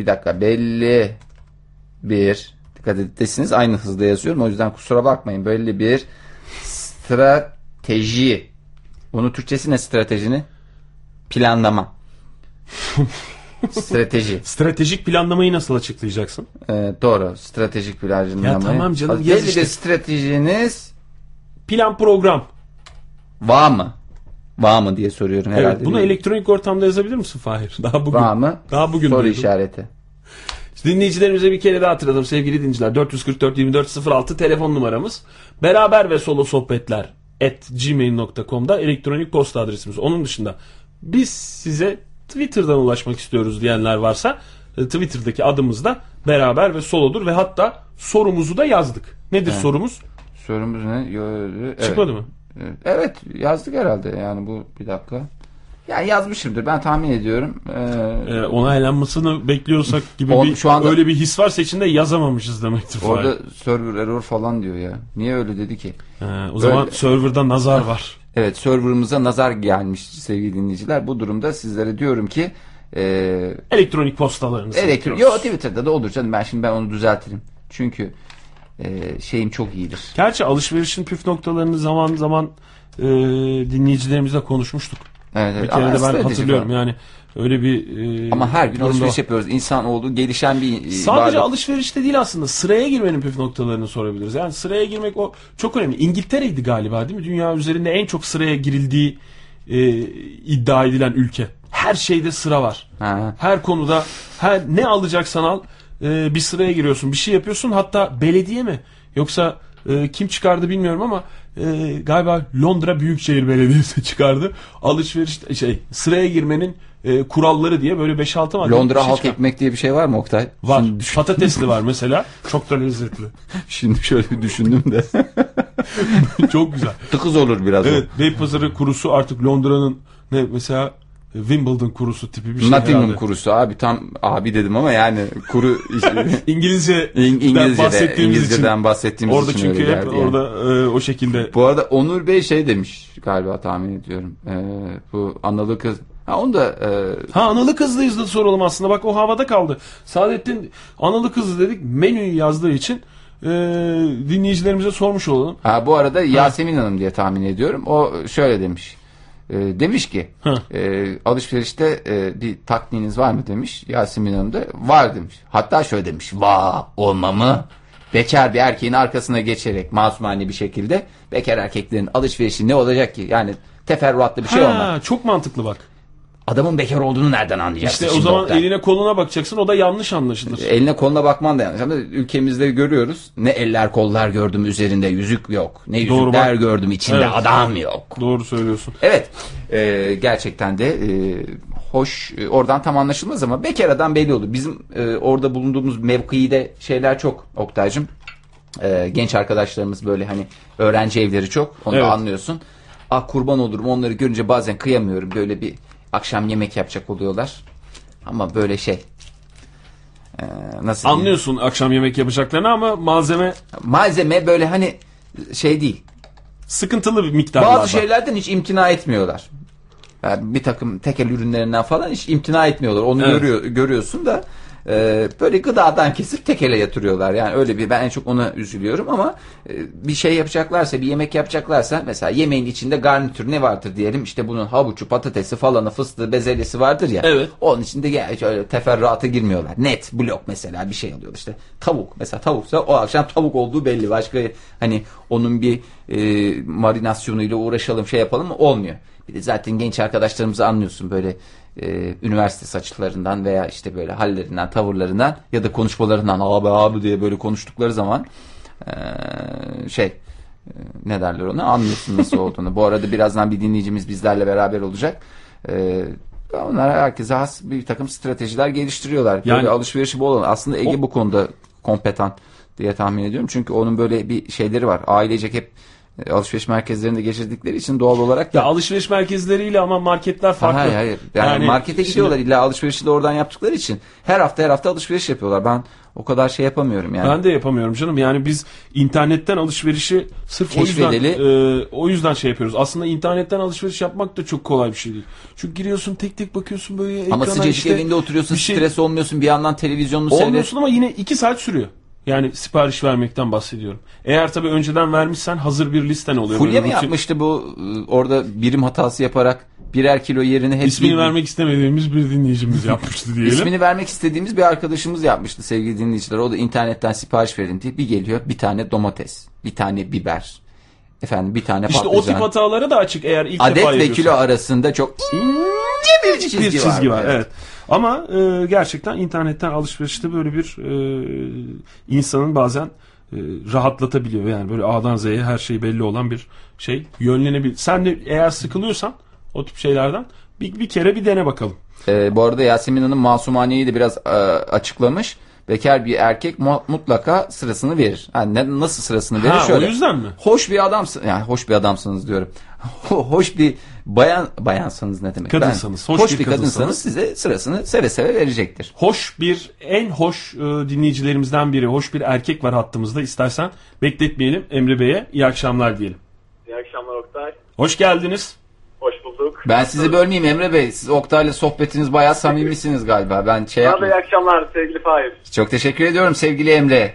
bir dikkat edersiniz aynı hızda yazıyorum. O yüzden kusura bakmayın. Belli bir strateji. Bunun Türkçesi ne stratejinin? Planlama. Strateji. Stratejik planlamayı nasıl açıklayacaksın? Doğru. Stratejik planlamayı. Ya tamam canım. Belli işte. Bir stratejiniz. Plan program. Var mı diye soruyorum herhalde. Evet, bunu elektronik ortamda yazabilir misin Fahir? Var mı? Daha bugün soru duydum. işareti. Dinleyicilerimize bir kere daha hatırladım sevgili dinleyiciler. 444-24-06 telefon numaramız. Beraber ve solo sohbetler @gmail.com'da elektronik posta adresimiz. Onun dışında biz size Twitter'dan ulaşmak istiyoruz diyenler varsa Twitter'daki adımız da beraber ve solodur ve hatta sorumuzu da yazdık. Nedir sorumuz? Sorumuz ne? Evet. Çıkmadı mı? Evet yazdık herhalde yani bu bir dakika. Yani yazmışımdır ben tahmin ediyorum. Onaylanmasını bekliyorsak gibi şu anda, öyle bir his varsa içinde yazamamışız demektir. Orada server error falan diyor ya. Niye öyle dedi ki? O zaman serverda nazar var. Evet serverımıza nazar gelmiş sevgili dinleyiciler. Bu durumda sizlere diyorum ki elektronik postalarınızı Yok Twitter'da da olur canım. Ben onu düzeltirim. Çünkü şeyim çok iyidir. Gerçi alışverişin püf noktalarını zaman zaman dinleyicilerimizle konuşmuştuk. Evet, bir kere de ben hatırlıyorum falan. Yani öyle bir ama her gün alışveriş yapıyoruz. İnsanoğlu gelişen bir sadece alışverişte değil aslında sıraya girmenin püf noktalarını sorabiliriz. Yani sıraya girmek o çok önemli. İngiltere'ydi galiba değil mi? Dünya üzerinde en çok sıraya girildiği iddia edilen ülke. Her şeyde sıra var. Her konuda ne alacaksan al bir sıraya giriyorsun. Bir şey yapıyorsun hatta belediye mi? Yoksa kim çıkardı bilmiyorum ama galiba Londra Büyükşehir Belediyesi çıkardı. Alışveriş sıraya girmenin kuralları diye böyle 5-6 madde. Londra halk ekmek diye bir şey var mı Oktay? Var. Patatesli var mesela. Çok da lezzetli. Şimdi şöyle bir düşündüm de. Çok güzel. Tıkız olur biraz. Evet. Beypazarı kurusu artık Londra'nın ne mesela Wimbledon kurusu tipi bir şey Nottingham herhalde. Kurusu abi tam abi dedim ama yani kuru İngilizceden bahsettiğimiz orada için çünkü öyle hep geldi orada o şekilde. Bu arada Onur Bey şey demiş galiba tahmin ediyorum. Bu analı kız. Onu da analı kızlıyız da soralım aslında. Bak o havada kaldı. Saadettin analı kızlı dedik. Menüyü yazdığı için dinleyicilerimize sormuş olalım. Bu arada Yasemin Hanım diye tahmin ediyorum. O şöyle demiş. Demiş ki alışverişte bir taktiğiniz var mı demiş. Yasemin Hanım da var demiş. Hatta şöyle demiş. Olmamı bekar bir erkeğin arkasına geçerek masumane bir şekilde bekar erkeklerin alışverişi ne olacak ki? Yani teferruatlı bir şey olmaz. Çok mantıklı bak. Adamın bekar olduğunu nereden anlayacaksın? İşte o zaman eline koluna bakacaksın. O da yanlış anlaşılır. Eline koluna bakman da yanlış. Ama ülkemizde görüyoruz. Ne eller kollar gördüm üzerinde yüzük yok. Ne yüzükler gördüm içinde adam yok. Doğru söylüyorsun. Evet. Gerçekten de hoş. Oradan tam anlaşılmaz ama bekar adam belli olur. Bizim orada bulunduğumuz mevkide şeyler çok Oktay'cığım. Genç arkadaşlarımız böyle hani öğrenci evleri çok. Onu da anlıyorsun. Kurban olurum onları görünce bazen kıyamıyorum. Böyle bir akşam yemek yapacak oluyorlar. Ama böyle nasıl anlıyorsun diyeyim? Akşam yemek yapacaklarını ama malzeme böyle hani şey değil. Sıkıntılı bir miktarlar. Bazı şeylerden hiç imtina etmiyorlar. Yani bir takım tekel ürünlerinden falan hiç imtina etmiyorlar. Onu görüyorsun da böyle gıdadan kesip tekele yatırıyorlar. Yani öyle bir, ben en çok ona üzülüyorum ama bir şey yapacaklarsa, bir yemek yapacaklarsa mesela yemeğin içinde garnitür ne vardır diyelim, işte bunun havucu, patatesi falanı, fıstığı, bezelyesi vardır ya. Evet. Onun içinde hiç öyle teferruata girmiyorlar. Net blok mesela bir şey alıyor işte. Tavuk mesela, tavuksa o akşam tavuk olduğu belli. Başka hani onun bir marinasyonuyla uğraşalım, şey yapalım mı? Olmuyor. Bir de zaten genç arkadaşlarımızı anlıyorsun böyle üniversite saçlarından veya işte böyle hallerinden, tavırlarından ya da konuşmalarından abi diye böyle konuştukları zaman ne derler ona, anlıyorsun nasıl olduğunu. Bu arada birazdan bir dinleyicimiz bizlerle beraber olacak. Onlar herkese has bir takım stratejiler geliştiriyorlar. Yani, böyle alışverişi bol olan. Aslında Ege bu konuda kompetan diye tahmin ediyorum. Çünkü onun böyle bir şeyleri var. Ailecek hep alışveriş merkezlerinde geçirdikleri için doğal olarak da... Ya alışveriş merkezleriyle ama marketler farklı. Hayır. Yani markete gidiyorlar, illa alışverişi de oradan yaptıkları için. Her hafta alışveriş yapıyorlar. Ben o kadar şey yapamıyorum yani. Ben de yapamıyorum canım. Yani biz internetten alışverişi sırf o yüzden şey yapıyoruz. Aslında internetten alışveriş yapmak da çok kolay bir şey değil. Çünkü giriyorsun, tek tek bakıyorsun böyle ekrana. Ama sıcacık evinde oturuyorsun, stres olmuyorsun, bir yandan televizyonunu seyrediyorsun. Olmuyorsun ama yine 2 saat sürüyor. Yani sipariş vermekten bahsediyorum. Eğer tabii önceden vermişsen hazır bir listen oluyor. Fulya mı yapmıştı bu, orada birim hatası yaparak birer kilo yerine hep... İsmini vermek istemediğimiz bir dinleyicimiz yapmıştı diyelim. İsmini vermek istediğimiz bir arkadaşımız yapmıştı sevgili dinleyiciler. O da internetten sipariş verin diye bir geliyor, bir tane domates, bir tane biber, efendim bir tane patlıcan. İşte o tip hatalara da açık eğer ilk adet defa ve yapıyorsun. Kilo arasında çok ince bir çizgi var. Evet. Ama gerçekten internetten alışverişte böyle bir insanın bazen rahatlatabiliyor. Yani böyle A'dan Z'ye her şey belli olan bir şey yönlenebilir. Sen de eğer sıkılıyorsan o tip şeylerden bir kere bir dene bakalım. Bu arada Yasemin Hanım Masumane'yi de biraz açıklamış. Bekar bir erkek mutlaka sırasını verir. Yani nasıl sırasını verir? Şöyle. O yüzden mi? Hoş bir adamsın. Yani hoş bir adamsınız diyorum. Hoş bir bayansanız ne demek? Kadınsanız. Hoş bir kadınsanız size sırasını seve seve verecektir. En hoş dinleyicilerimizden biri, hoş bir erkek var hattımızda. İstersen bekletmeyelim, Emre Bey'e iyi akşamlar diyelim. İyi akşamlar Oktay. Hoş geldiniz. Hoş bulduk. Ben sizi bölmeyeyim Emre Bey. Siz Oktay'la sohbetiniz bayağı samimisiniz galiba. Ben iyi akşamlar sevgili Fahir. Çok teşekkür ediyorum sevgili Emre.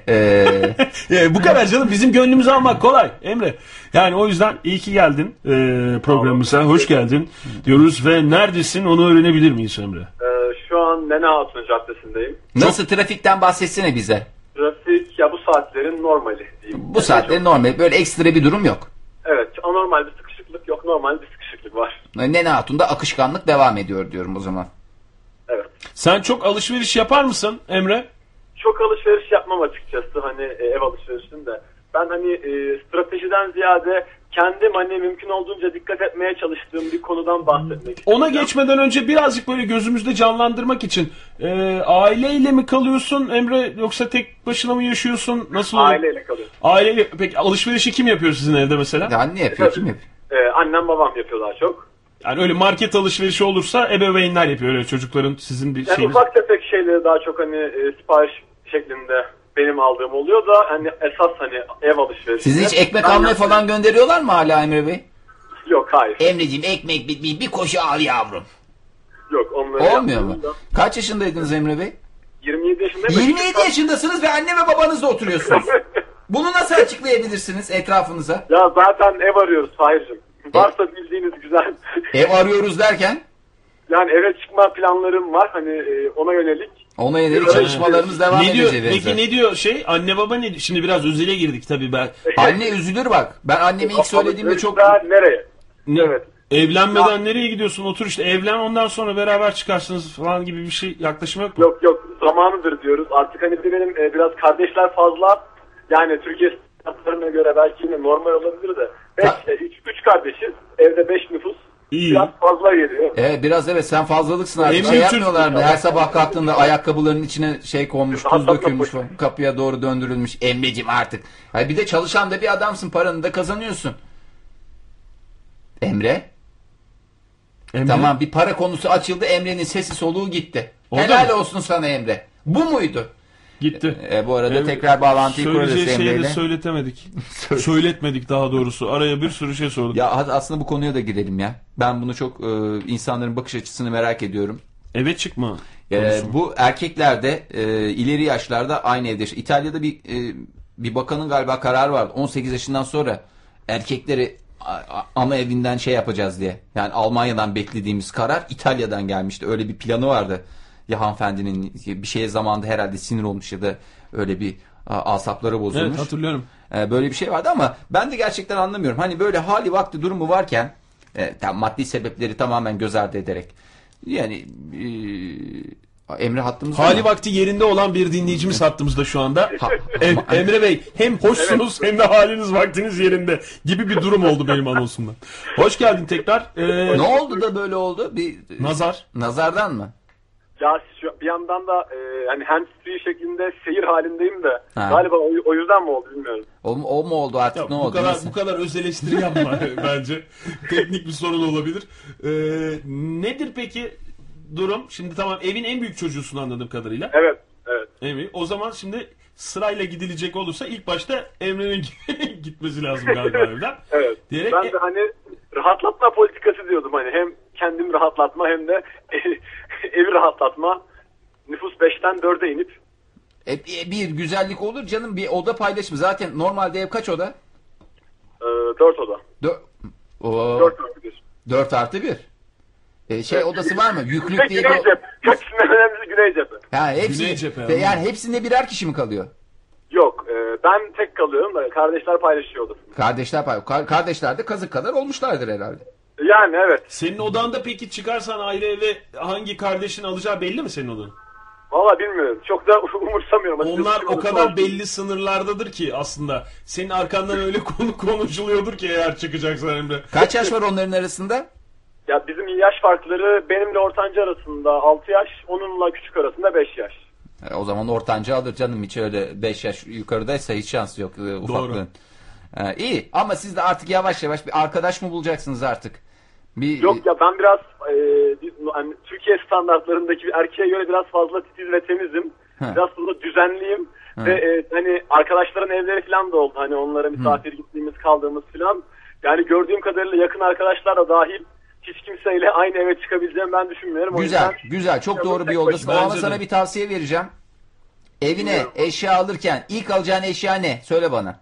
Bu kadar canım. Bizim gönlümüzü almak kolay Emre. Yani o yüzden iyi ki geldin programımıza. Hoş geldin diyoruz ve neredesin onu öğrenebilir miyiz Emre? Şu an Nene Hatun Caddesi'ndeyim. Nasıl, trafikten bahsetsene bize. Trafik ya bu saatlerin normali diyeyim. Bu saatlerin normali. Böyle ekstra bir durum yok. Evet, anormal bir sıkışıklık yok. Normal bir sıkışıklık var. Nene Hatun'da akışkanlık devam ediyor diyorum o zaman. Evet. Sen çok alışveriş yapar mısın Emre? Çok alışveriş yapmam açıkçası, hani ev alışverişinde. Ben hani stratejiden ziyade kendim hani mümkün olduğunca dikkat etmeye çalıştığım bir konudan bahsetmek istiyorum. Ona geçmeden önce birazcık böyle gözümüzde canlandırmak için aileyle mi kalıyorsun Emre, yoksa tek başına mı yaşıyorsun? Nasıl oluyor? Aileyle kalıyorum. Aileyle. Peki alışverişi kim yapıyor sizin evde mesela? Ya anne yapıyor, kim yapıyor? Annem babam yapıyorlar çok. Yani öyle market alışverişi olursa ebeveynler yapıyor, öyle çocukların sizin bir şeyiniz. Ufak tefek şeyleri daha çok hani sipariş şeklinde benim aldığım oluyor da hani esas hani ev alışverişi. Sizi hiç ekmek almaya falan gönderiyorlar mı hala Emre Bey? Yok, hayır. Emreciğim ekmek bitmiş, bir koşu al yavrum. Yok, onları olmuyor mu? Da. Kaç yaşındaydınız Emre Bey? 27 yaşındayım. 27 yaşındasınız ve anne ve babanızla oturuyorsunuz. Bunu nasıl açıklayabilirsiniz etrafınıza? Ya zaten ev arıyoruz Fahir'cim. Varsa bildiğiniz güzel. Ev arıyoruz derken? Yani eve çıkma planlarım var hani ona yönelik. Ona yönelik çalışmalarımız devam edecek. Peki ne diyor anne baba ne diyor? Şimdi biraz özele girdik tabii ben. Anne üzülür bak. Ben anneme ilk söylediğimde çok... Nereye? Evet. Evlenmeden nereye gidiyorsun? Otur işte evlen, ondan sonra beraber çıkarsınız falan gibi bir şey, yaklaşım yok mu? Yok zamanıdır diyoruz. Artık hani benim biraz kardeşler fazla. Yani Türkiye standartlarına göre belki yine normal olabilir de. 3 kardeşiz. Evde 5 nüfus. İyi. Biraz fazla geliyor. Biraz evet, sen fazlalıksın artık. Şey yapmıyorlar mı? Her sabah kalktığında ayakkabıların içine şey konmuş, tuz dökülmüş falan. Kapıya doğru döndürülmüş. Emreciğim artık. Hayır, bir de çalışan da bir adamsın. Paranı da kazanıyorsun. Emre? Tamam, bir para konusu açıldı. Emre'nin sesi soluğu gitti. Helal olsun sana Emre. Bu muydu? Gitti. Bu arada tekrar bağlantıyı kurarız Emre'yle. Söyleyeceği şeyleri söyletemedik. Söyletmedik daha doğrusu. Araya bir sürü şey sorduk. Ya aslında bu konuya da girelim ya. Ben bunu çok insanların bakış açısını merak ediyorum. Eve çıkma. Bu erkeklerde ileri yaşlarda aynı evde. İtalya'da bir bakanın galiba kararı vardı. 18 yaşından sonra erkekleri ana evinden şey yapacağız diye. Yani Almanya'dan beklediğimiz karar İtalya'dan gelmişti. Öyle bir planı vardı. Ya hanımefendinin bir şeye zamanında herhalde sinir olmuş ya da öyle bir asapları bozulmuş. Evet, hatırlıyorum. Böyle bir şey vardı ama ben de gerçekten anlamıyorum. Hani böyle hali vakti durumu varken maddi sebepleri tamamen göz ardı ederek yani Emre hattımızda hali vakti yerinde olan bir dinleyicimiz hattımızda şu anda. Emre Bey, hem hoşsunuz hem de haliniz vaktiniz yerinde gibi bir durum oldu benim anonsumdan. Hoş geldin tekrar. Ne oldu da böyle oldu? Nazardan mı? Ya bir yandan da hani hands-free şeklinde seyir halindeyim de galiba o yüzden mi oldu bilmiyorum. O mu oldu artık, ya, ne oldu? Bu kadar öz eleştiri yapma bence. Teknik bir sorun olabilir. Nedir peki durum? Şimdi tamam, evin en büyük çocuğusun anladığım kadarıyla. Evet. Evet. O zaman şimdi sırayla gidilecek olursa ilk başta Emre'nin gitmesi lazım galiba evden. Evet. Ben de hani rahatlatma politikası diyordum, hani hem kendimi rahatlatma hem de evi rahatlatma. Nüfus 5'ten 4'e inip. Bir güzellik olur canım, bir oda paylaşımı. Zaten normalde ev kaç oda? 4 oda. 4 artı 1. Odası var mı? Yüklük diye. Güney cephe. Hepsinden önemlisi güney cephe. Güney cephe. Yani hepsinde birer kişi mi kalıyor? Yok. Ben tek kalıyorum da kardeşler paylaşıyor odasını. Kardeşler de kazık kadar olmuşlardır herhalde. Yani evet. Senin odanda peki çıkarsan ayrı eve hangi kardeşin alacağı belli mi senin odanın? Valla bilmiyorum. Çok da umursamıyorum. Onlar o kadar belli sınırlardadır ki aslında. Senin arkandan öyle konuşuluyordur ki eğer çıkacaksan Emre. Kaç yaş var onların arasında? Ya bizim yaş farkları benimle ortanca arasında 6 yaş, onunla küçük arasında 5 yaş. O zaman ortanca alır canım, hiç öyle 5 yaş yukarıdaysa hiç şansı yok ufaklığın. İyi ama siz de artık yavaş yavaş bir arkadaş mı bulacaksınız artık? Yok ya, ben biraz hani Türkiye standartlarındaki bir erkeğe göre biraz fazla titiz ve temizim. Biraz fazla düzenliyim. Ve hani arkadaşların evleri falan da oldu. Hani onlara misafir gittiğimiz, kaldığımız falan. Yani gördüğüm kadarıyla yakın arkadaşlar da dahil hiç kimseyle aynı eve çıkabileceğimi ben düşünmüyorum. Güzel. Çok doğru bir yoldasın. Ama sana bir tavsiye vereceğim. Evine eşya alırken ilk alacağın eşya ne? Söyle bana.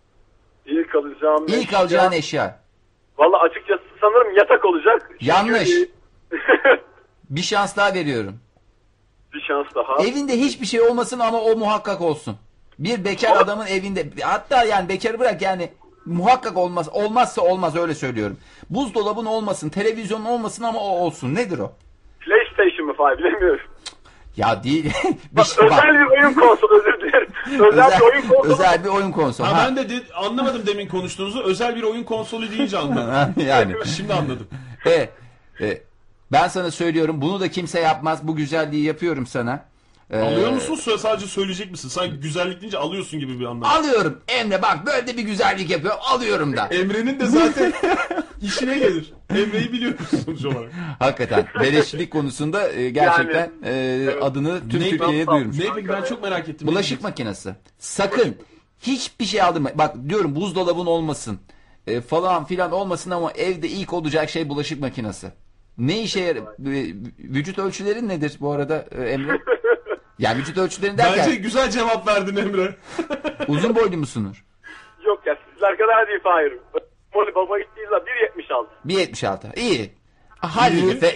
İlk alacağın eşya. Valla açıkçası sanırım yatak olacak. Yanlış. Bir şans daha veriyorum. Bir şans daha. Evinde hiçbir şey olmasın ama o muhakkak olsun. Bir bekar adamın evinde, hatta yani bekarı bırak, yani muhakkak olmaz. Olmazsa olmaz, öyle söylüyorum. Buzdolabın olmasın, televizyonun olmasın ama o olsun. Nedir o? PlayStation mı falan bilemiyorum. Ya değil. Özel bir oyun konsolu, özür dilerim. Özel bir oyun konsolu. Ben de anlamadım demin konuştuğunuzu. Özel bir oyun konsolu deyince anladım. Yani. Şimdi anladım. Ben sana söylüyorum, bunu da kimse yapmaz. Bu güzelliği yapıyorum sana. Alıyor musun? Sadece söyleyecek misin? Sanki güzellik deyince alıyorsun gibi bir anlam. Alıyorum. Emre bak, böyle de bir güzellik yapıyor. Alıyorum da. Emre'nin de zaten işine gelir. Emre'yi biliyorsun sonuç olarak. Hakikaten. Beleşçilik konusunda gerçekten adını tüm Türkiye'ye duyurmuş. Ne peki, ben çok merak ettim. Bulaşık makinesi. Sakın hiçbir şey aldırma. Bak diyorum, buzdolabın olmasın. Falan filan olmasın ama evde ilk olacak şey bulaşık makinesi. Ne işe yarar? Vücut ölçülerin nedir bu arada Emre? Yani vücut ölçülerin derken... Bence güzel cevap verdin Emre. Uzun boylu musunuz? Yok ya, sizler kadar değil Fahir. Baba gittiği zaman 1.76. 1.76. İyi. Halbuki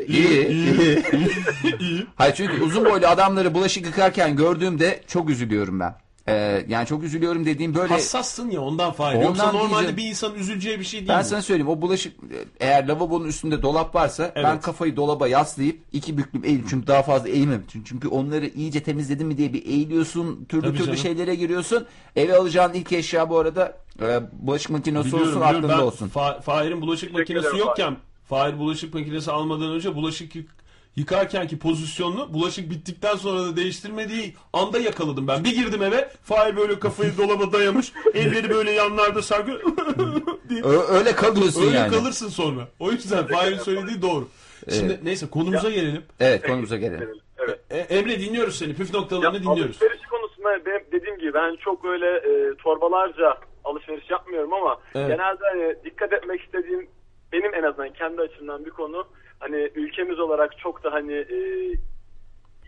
iyi. Hayır, çünkü uzun boylu adamları bulaşık yıkarken gördüğümde çok üzülüyorum ben. Yani çok üzülüyorum dediğim böyle... Hassassın ya ondan Fahir. Yoksa normalde bir insanın üzüleceği bir şey değil. Ben sana söyleyeyim, o bulaşık, eğer lavabonun üstünde dolap varsa ben kafayı dolaba yaslayıp iki büklüm eğilim. Çünkü daha fazla eğilmem. Çünkü onları iyice temizledim mi diye bir eğiliyorsun. Türlü şeylere giriyorsun. Eve alacağın ilk eşya bu arada bulaşık makinesi olsun, aklında olsun. Fahir'in bulaşık makinesi yokken, Fahir bulaşık makinesi almadan önce bulaşık yıkarkenki pozisyonunu bulaşık bittikten sonra da değiştirmediği anda yakaladım ben. Bir girdim eve, Fahir böyle kafayı dolaba dayamış, elleri böyle yanlarda sarkıyor. Öyle kalıyorsun öyle yani. Öyle kalırsın sonra. O yüzden Fahir'in söylediği doğru. Şimdi neyse konumuza gelelim. Evet, konumuza gelelim. Evet. Emre, dinliyoruz seni. Püf noktalarını dinliyoruz. Alışveriş konusunda benim dediğim gibi ben çok öyle torbalarca alışveriş yapmıyorum ama genelde hani dikkat etmek istediğim, benim en azından kendi açımdan bir konu, hani ülkemiz olarak çok da hani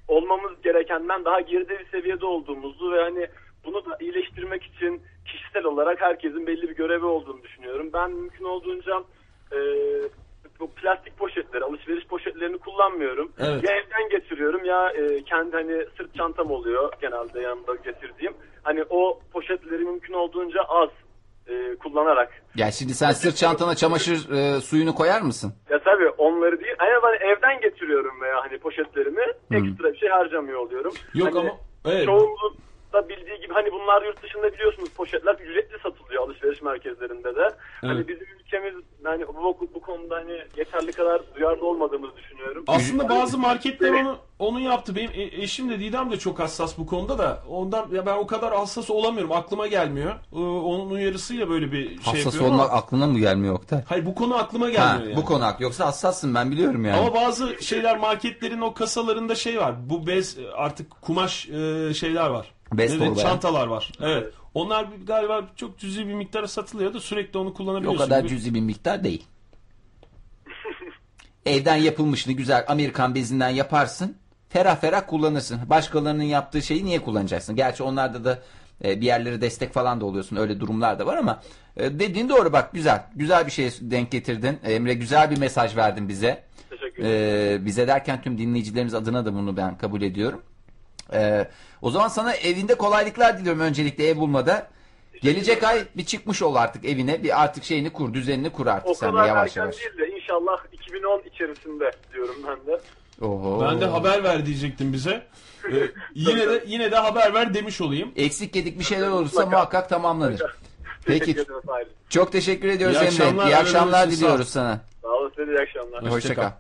olmamız gerekenden daha geride bir seviyede olduğumuzu ve hani bunu da iyileştirmek için kişisel olarak herkesin belli bir görevi olduğunu düşünüyorum. Ben mümkün olduğunca bu plastik poşetleri, alışveriş poşetlerini kullanmıyorum. Evet. Ya evden getiriyorum ya kendi hani sırt çantam oluyor genelde yanımda getirdiğim. Hani o poşetleri mümkün olduğunca az kullanarak. Ya şimdi sen sırt çantana çamaşır suyunu koyar mısın? Ya tabii onları değil. Ama ben evden getiriyorum veya hani poşetlerimi ekstra bir şey harcamıyor oluyorum. Yok hani ama evet. Çoğunluğun da bildiği gibi hani bunlar yurt dışında biliyorsunuz poşetler ücretli satılıyor alışveriş merkezlerinde de. Evet. Hani bizim ülkemiz hani bu konuda hani yeterli kadar duyarlı olmadığımızı düşünüyorum. Aslında bazı marketler onu yaptı. Benim eşim de Didem de çok hassas bu konuda da. Ondan ya ben o kadar hassas olamıyorum. Aklıma gelmiyor. Onun uyarısıyla böyle bir şey hassas yapıyorum olmak ama... aklına mı gelmiyor Oktay? Hayır bu konu aklıma gelmiyor yani. Bu konu yoksa hassassın ben biliyorum yani. Ama bazı şeyler marketlerin o kasalarında şey var. Bu bez artık kumaş şeyler var. Bez torba. Çantalar var. Evet. Onlar galiba çok cüzi bir miktara satılıyor da sürekli onu kullanabiliyorsun. O kadar cüzi bir miktar değil. Evden yapılmışını güzel Amerikan bezinden yaparsın. Ferah ferah kullanırsın. Başkalarının yaptığı şeyi niye kullanacaksın? Gerçi onlarda da bir yerlere destek falan da oluyorsun. Öyle durumlar da var ama dediğin doğru bak güzel. Güzel bir şey denk getirdin. Emre güzel bir mesaj verdin bize. Teşekkür ederim. Bize derken tüm dinleyicilerimiz adına da bunu ben kabul ediyorum. O zaman sana evinde kolaylıklar diliyorum öncelikle ev bulmada. Gelecek ay bir çıkmış ol artık evine. Bir artık şeyini kur, düzenini kur artık sen de yavaş yavaş. O kadar erken değil de inşallah 2010 içerisinde diyorum ben de. Oho. Ben de haber ver diyecektim bize. Yine de haber ver demiş olayım. Eksik yedik bir şeyler olursa muhakkak tamamlanır. Peki. Çok teşekkür ediyoruz Emre. İyi akşamlar diliyoruz sana. Sağ olasın. İyi akşamlar. Hoşça kal.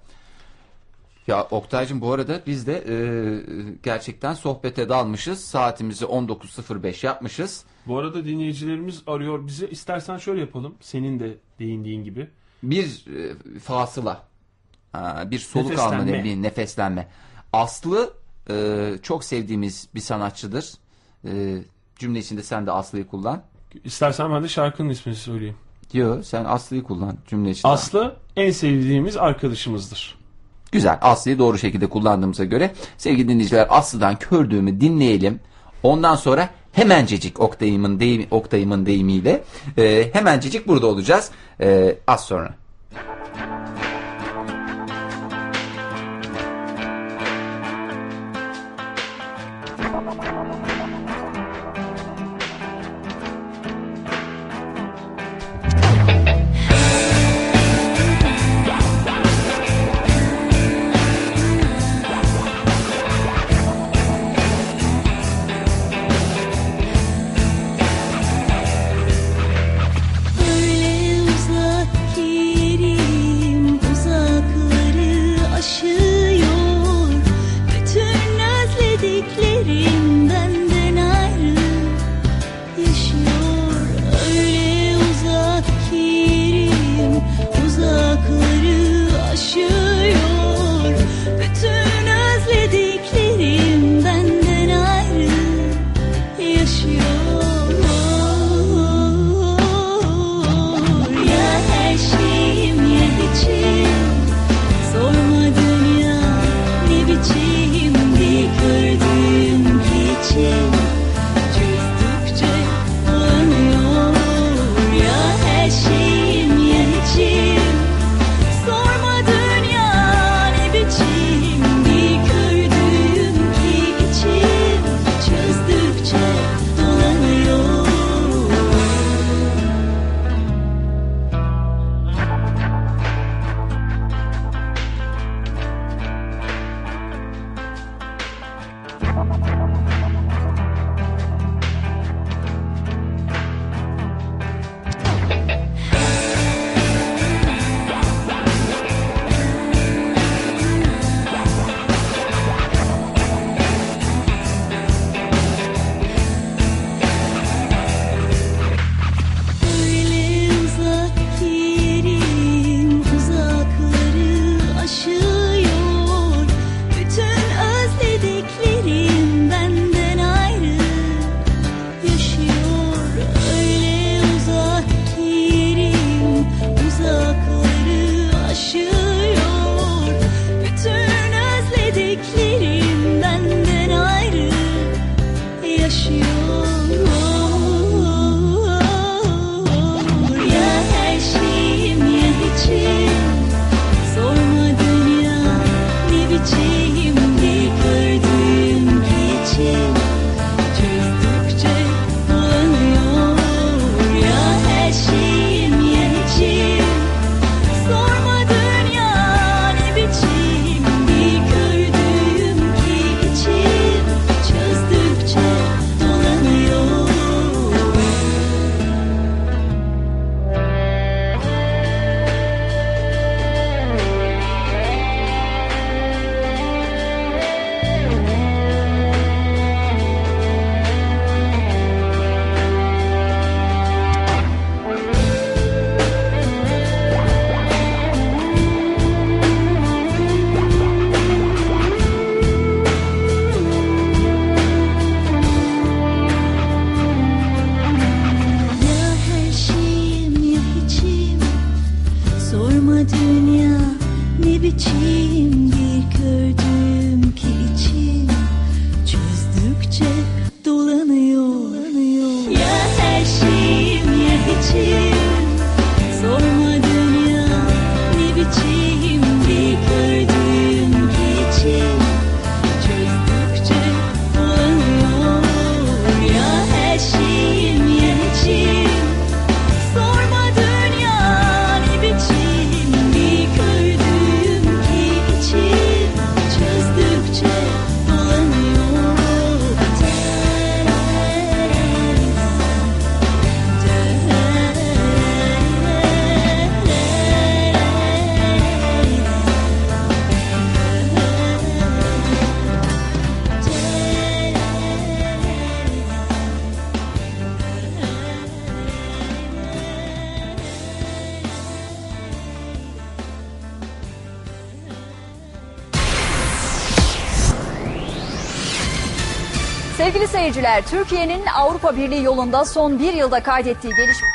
Ya Oktay'cığım bu arada biz de gerçekten sohbete dalmışız. Saatimizi 19.05 yapmışız. Bu arada dinleyicilerimiz arıyor bizi. İstersen şöyle yapalım. Senin de değindiğin gibi. Bir fasıla. Bir soluk alma ne bileyim nefeslenme. Aslı çok sevdiğimiz bir sanatçıdır. Cümle içinde sen de Aslı'yı kullan. İstersen ben de şarkının ismini söyleyeyim. Yok sen Aslı'yı kullan cümle içinde. Aslı en sevdiğimiz arkadaşımızdır. Güzel. Aslı'yı doğru şekilde kullandığımıza göre sevgili dinleyiciler Aslı'dan Kördüğümü dinleyelim. Ondan sonra hemencecik Oktay'ımın deyimiyle hemencecik burada olacağız. Az sonra. Öyle uzak ki dünya ne biçim bir kördüm ki içim çözdükçe dolanıyor. Ya her şeyim ya hiçim, sorma dünya ne biçim bir kördüm ki içim çözdükçe dolanıyor. Ya her şeyim ya hiçim, sorma dünya ne biçim bir kördüm ki içim çözdükçe dolanıyor. Sevgili seyirciler, Türkiye'nin Avrupa Birliği yolunda son bir yılda kaydettiği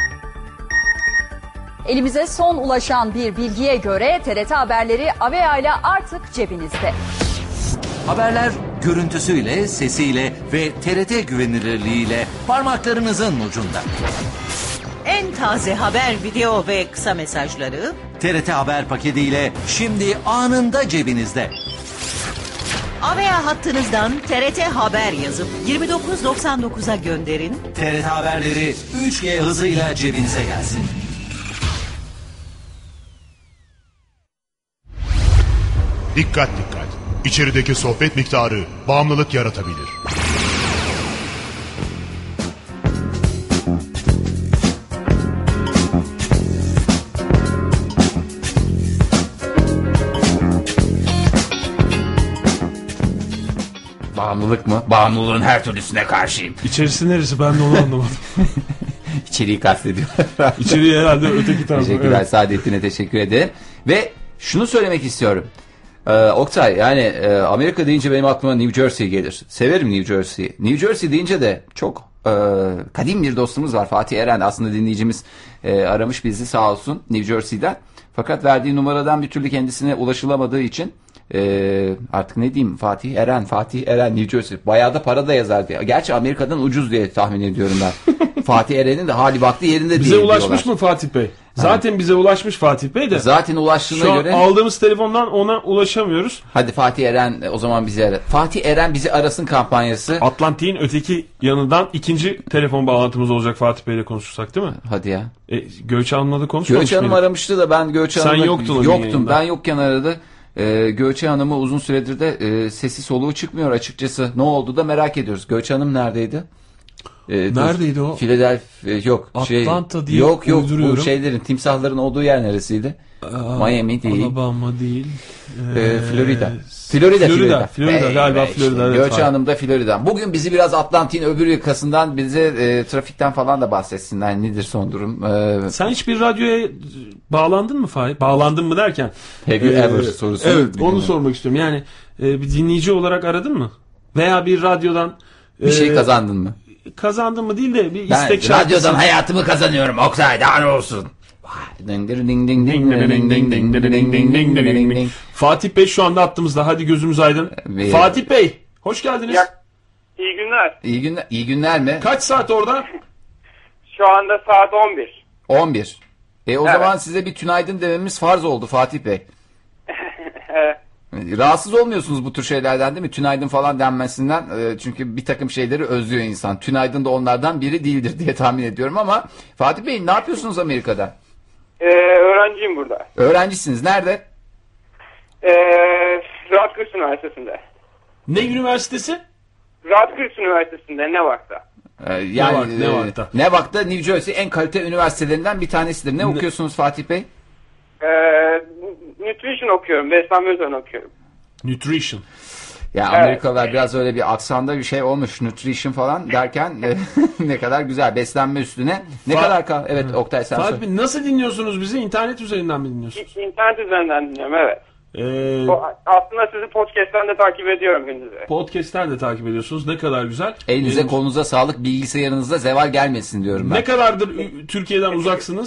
elimize son ulaşan bir bilgiye göre TRT haberleri Avea ile artık cebinizde. Haberler görüntüsüyle, sesiyle ve TRT güvenilirliğiyle parmaklarınızın ucunda. En taze haber, video ve kısa mesajları TRT Haber paketiyle şimdi anında cebinizde. Avea hattınızdan TRT Haber yazıp 29.99'a gönderin. TRT Haberleri 3G hızıyla cebinize gelsin. Dikkat dikkat. İçerideki sohbet miktarı bağımlılık yaratabilir. Bağımlılık mı? Bağımlılığın her türlüsüne karşıyım. İçerisi neresi, ben de onu anlamadım. İçeriği kastediyor. İçeriği herhalde öteki tarafı. Teşekkürler, evet. Saadettin'e teşekkür ederim. Ve şunu söylemek istiyorum. Oktay, yani Amerika deyince benim aklıma New Jersey gelir. Severim New Jersey'yi. New Jersey deyince de çok kadim bir dostumuz var, Fatih Eren. Aslında dinleyicimiz aramış bizi, sağ olsun, New Jersey'den. Fakat verdiği numaradan bir türlü kendisine ulaşılamadığı için artık ne diyeyim, Fatih Eren New Jersey. Bayağı da para da yazardı. Gerçi Amerika'dan ucuz diye tahmin ediyorum ben. Fatih Eren'in de hali vakti yerinde bize diye ulaşmış diyorlar. mı Fatih Bey? Zaten bize ulaşmış Fatih Bey de. Zaten ulaştığına şu an göre. aldığımız telefondan ona ulaşamıyoruz. Hadi Fatih Eren o zaman bizi ara. Fatih Eren bizi arasın kampanyası. Atlantik'in öteki yanından ikinci telefon bağlantımız olacak Fatih Bey'le konuşursak, değil mi? Hadi ya. Göğçe Hanım'la da konuşmamış Göğçe Hanım aramıştı da ben Göğçe Hanım'la... Sen yoktun. Yoktum. Ben yokken aradı. Göğçe Hanım'ı uzun süredir de sesi soluğu çıkmıyor açıkçası. Ne oldu da merak ediyoruz. Göğçe Hanım neredeydi? Neredeydi o? Philadelphia yok. Atlanta diye yok uyduruyorum. Bu şeylerin, timsahların olduğu yer neresiydi? Miami değil. Alabama değil. Florida galiba Florida. Evet, Göğçe Hanım da Florida. Bugün bizi biraz Atlantik'in öbür yakasından, bize trafikten falan da bahsetsinler. Nedir son durum? Sen hiç bir radyoya bağlandın mı Fahir? Bağlandın mı derken? Have you ever sorusu. Evet, onu sormak istiyorum. Yani bir dinleyici olarak aradın mı? Veya bir radyodan bir şey kazandın mı? Kazandın mı değil de bir ben istek şarkısı. Radyodan hayatımı kazanıyorum Oktay, daha ne olsun. Fatih Bey şu anda attığımızda, hadi gözümüz aydın. Fatih Bey hoş geldiniz. İyi günler. İyi günler mi? Kaç saat orada? Şu anda saat 11. 11. O zaman size bir tünaydın dememiz farz oldu Fatih Bey. Evet. Rahatsız olmuyorsunuz bu tür şeylerden, değil mi? Tünaydın falan denmesinden. Çünkü bir takım şeyleri özlüyor insan. Tünaydın da onlardan biri değildir diye tahmin ediyorum ama Fatih Bey, ne yapıyorsunuz Amerika'da? Öğrenciyim burada. Öğrencisiniz. Nerede? Rutgers Üniversitesi'nde. Ne üniversitesi? Rutgers Üniversitesi'nde, Newark'ta. Yani Newark'ta New Jersey en kalite üniversitelerinden bir tanesidir. Ne okuyorsunuz Fatih Bey? Nutrition okuyorum. Beslenme üzerine okuyorum. Nutrition. Ya evet. Amerikalılar biraz öyle bir aksanda bir şey olmuş. Nutrition falan derken ne kadar güzel. Beslenme üstüne. Ne kadar evet Oktay sen Fatih Bey, nasıl dinliyorsunuz bizi? İnternet üzerinden mi dinliyorsunuz? İnternet üzerinden dinliyorum, evet. Aslında sizi podcast'ten de takip ediyorum gündüzü. Podcast'ten de takip ediyorsunuz. Ne kadar güzel. Elinize kolunuza sağlık, bilgisayarınıza zeval gelmesin diyorum ben. Ne kadardır Türkiye'den uzaksınız?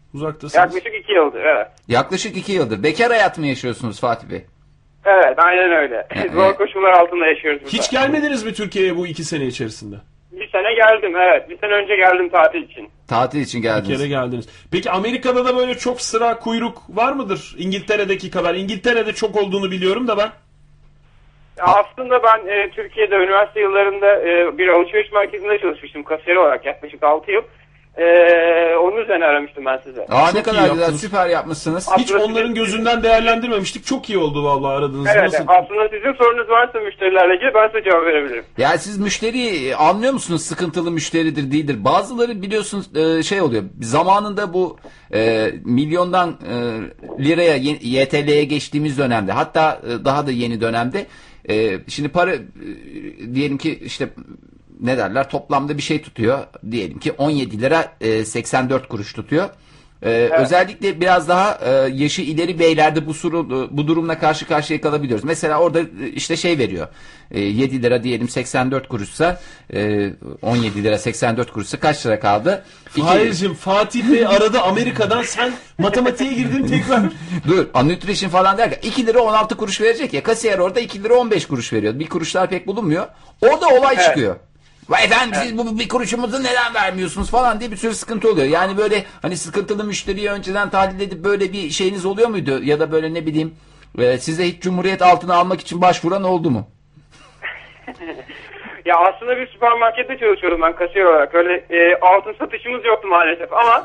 Uzaktasınız. Yaklaşık 2 yıldır, evet. Yaklaşık 2 yıldır. Bekar hayat mı yaşıyorsunuz Fatih Bey? Evet, aynen öyle. Zor koşullar altında yaşıyoruz burada. Hiç gelmediniz mi Türkiye'ye bu 2 sene içerisinde? Bir sene geldim, evet. Bir sene önce geldim tatil için. Tatil için geldiniz. Bir kere geldiniz. Peki Amerika'da da böyle çok sıra, kuyruk var mıdır? İngiltere'deki kadar. İngiltere'de çok olduğunu biliyorum da ben. Aslında ben Türkiye'de üniversite yıllarında bir alışveriş merkezinde çalışmıştım kasiyer olarak yaklaşık 6 yıl. Onun üzerine aramıştım ben size. Ne kadar güzel, süper yapmışsınız. Hiç onların gözünden değerlendirmemiştik. Çok iyi oldu vallahi aradığınız. Evet, nasıl? aslında sizin sorunuz varsa müşterilerle ilgili ben size cevap verebilirim. Yani siz müşteriyi anlıyor musunuz? Sıkıntılı müşteridir, değildir. Bazıları biliyorsunuz şey oluyor. Zamanında bu milyondan liraya, YTL'ye geçtiğimiz dönemde, hatta daha da yeni dönemde şimdi para diyelim ki işte ne derler, toplamda bir şey tutuyor. Diyelim ki 17 lira 84 kuruş tutuyor. Evet. Özellikle biraz daha yaşı ileri beylerde bu durumla karşı karşıya kalabiliyoruz. Mesela orada işte şey veriyor. 7 lira diyelim 84 kuruşsa 17 lira 84 kuruşsa kaç lira kaldı? Hayır'cığım, Fatih Bey aradı Amerika'dan, sen matematiğe girdin tekrar. Dur, nutrition falan derken 2 lira 16 kuruş verecek ya. Kasiyer orada 2 lira 15 kuruş veriyor. Bir kuruşlar pek bulunmuyor. Orada olay çıkıyor. Vay efendim, siz bu bir kuruşumuzu neden vermiyorsunuz falan diye bir sürü sıkıntı oluyor. Yani böyle hani sıkıntılı müşteriyi önceden tahlil edip böyle bir şeyiniz oluyor muydu? Ya da böyle ne bileyim size hiç Cumhuriyet altını almak için başvuran oldu mu? Ya aslında bir süpermarkette çalışıyordum ben kasiyer olarak. Öyle altın satışımız yoktu maalesef ama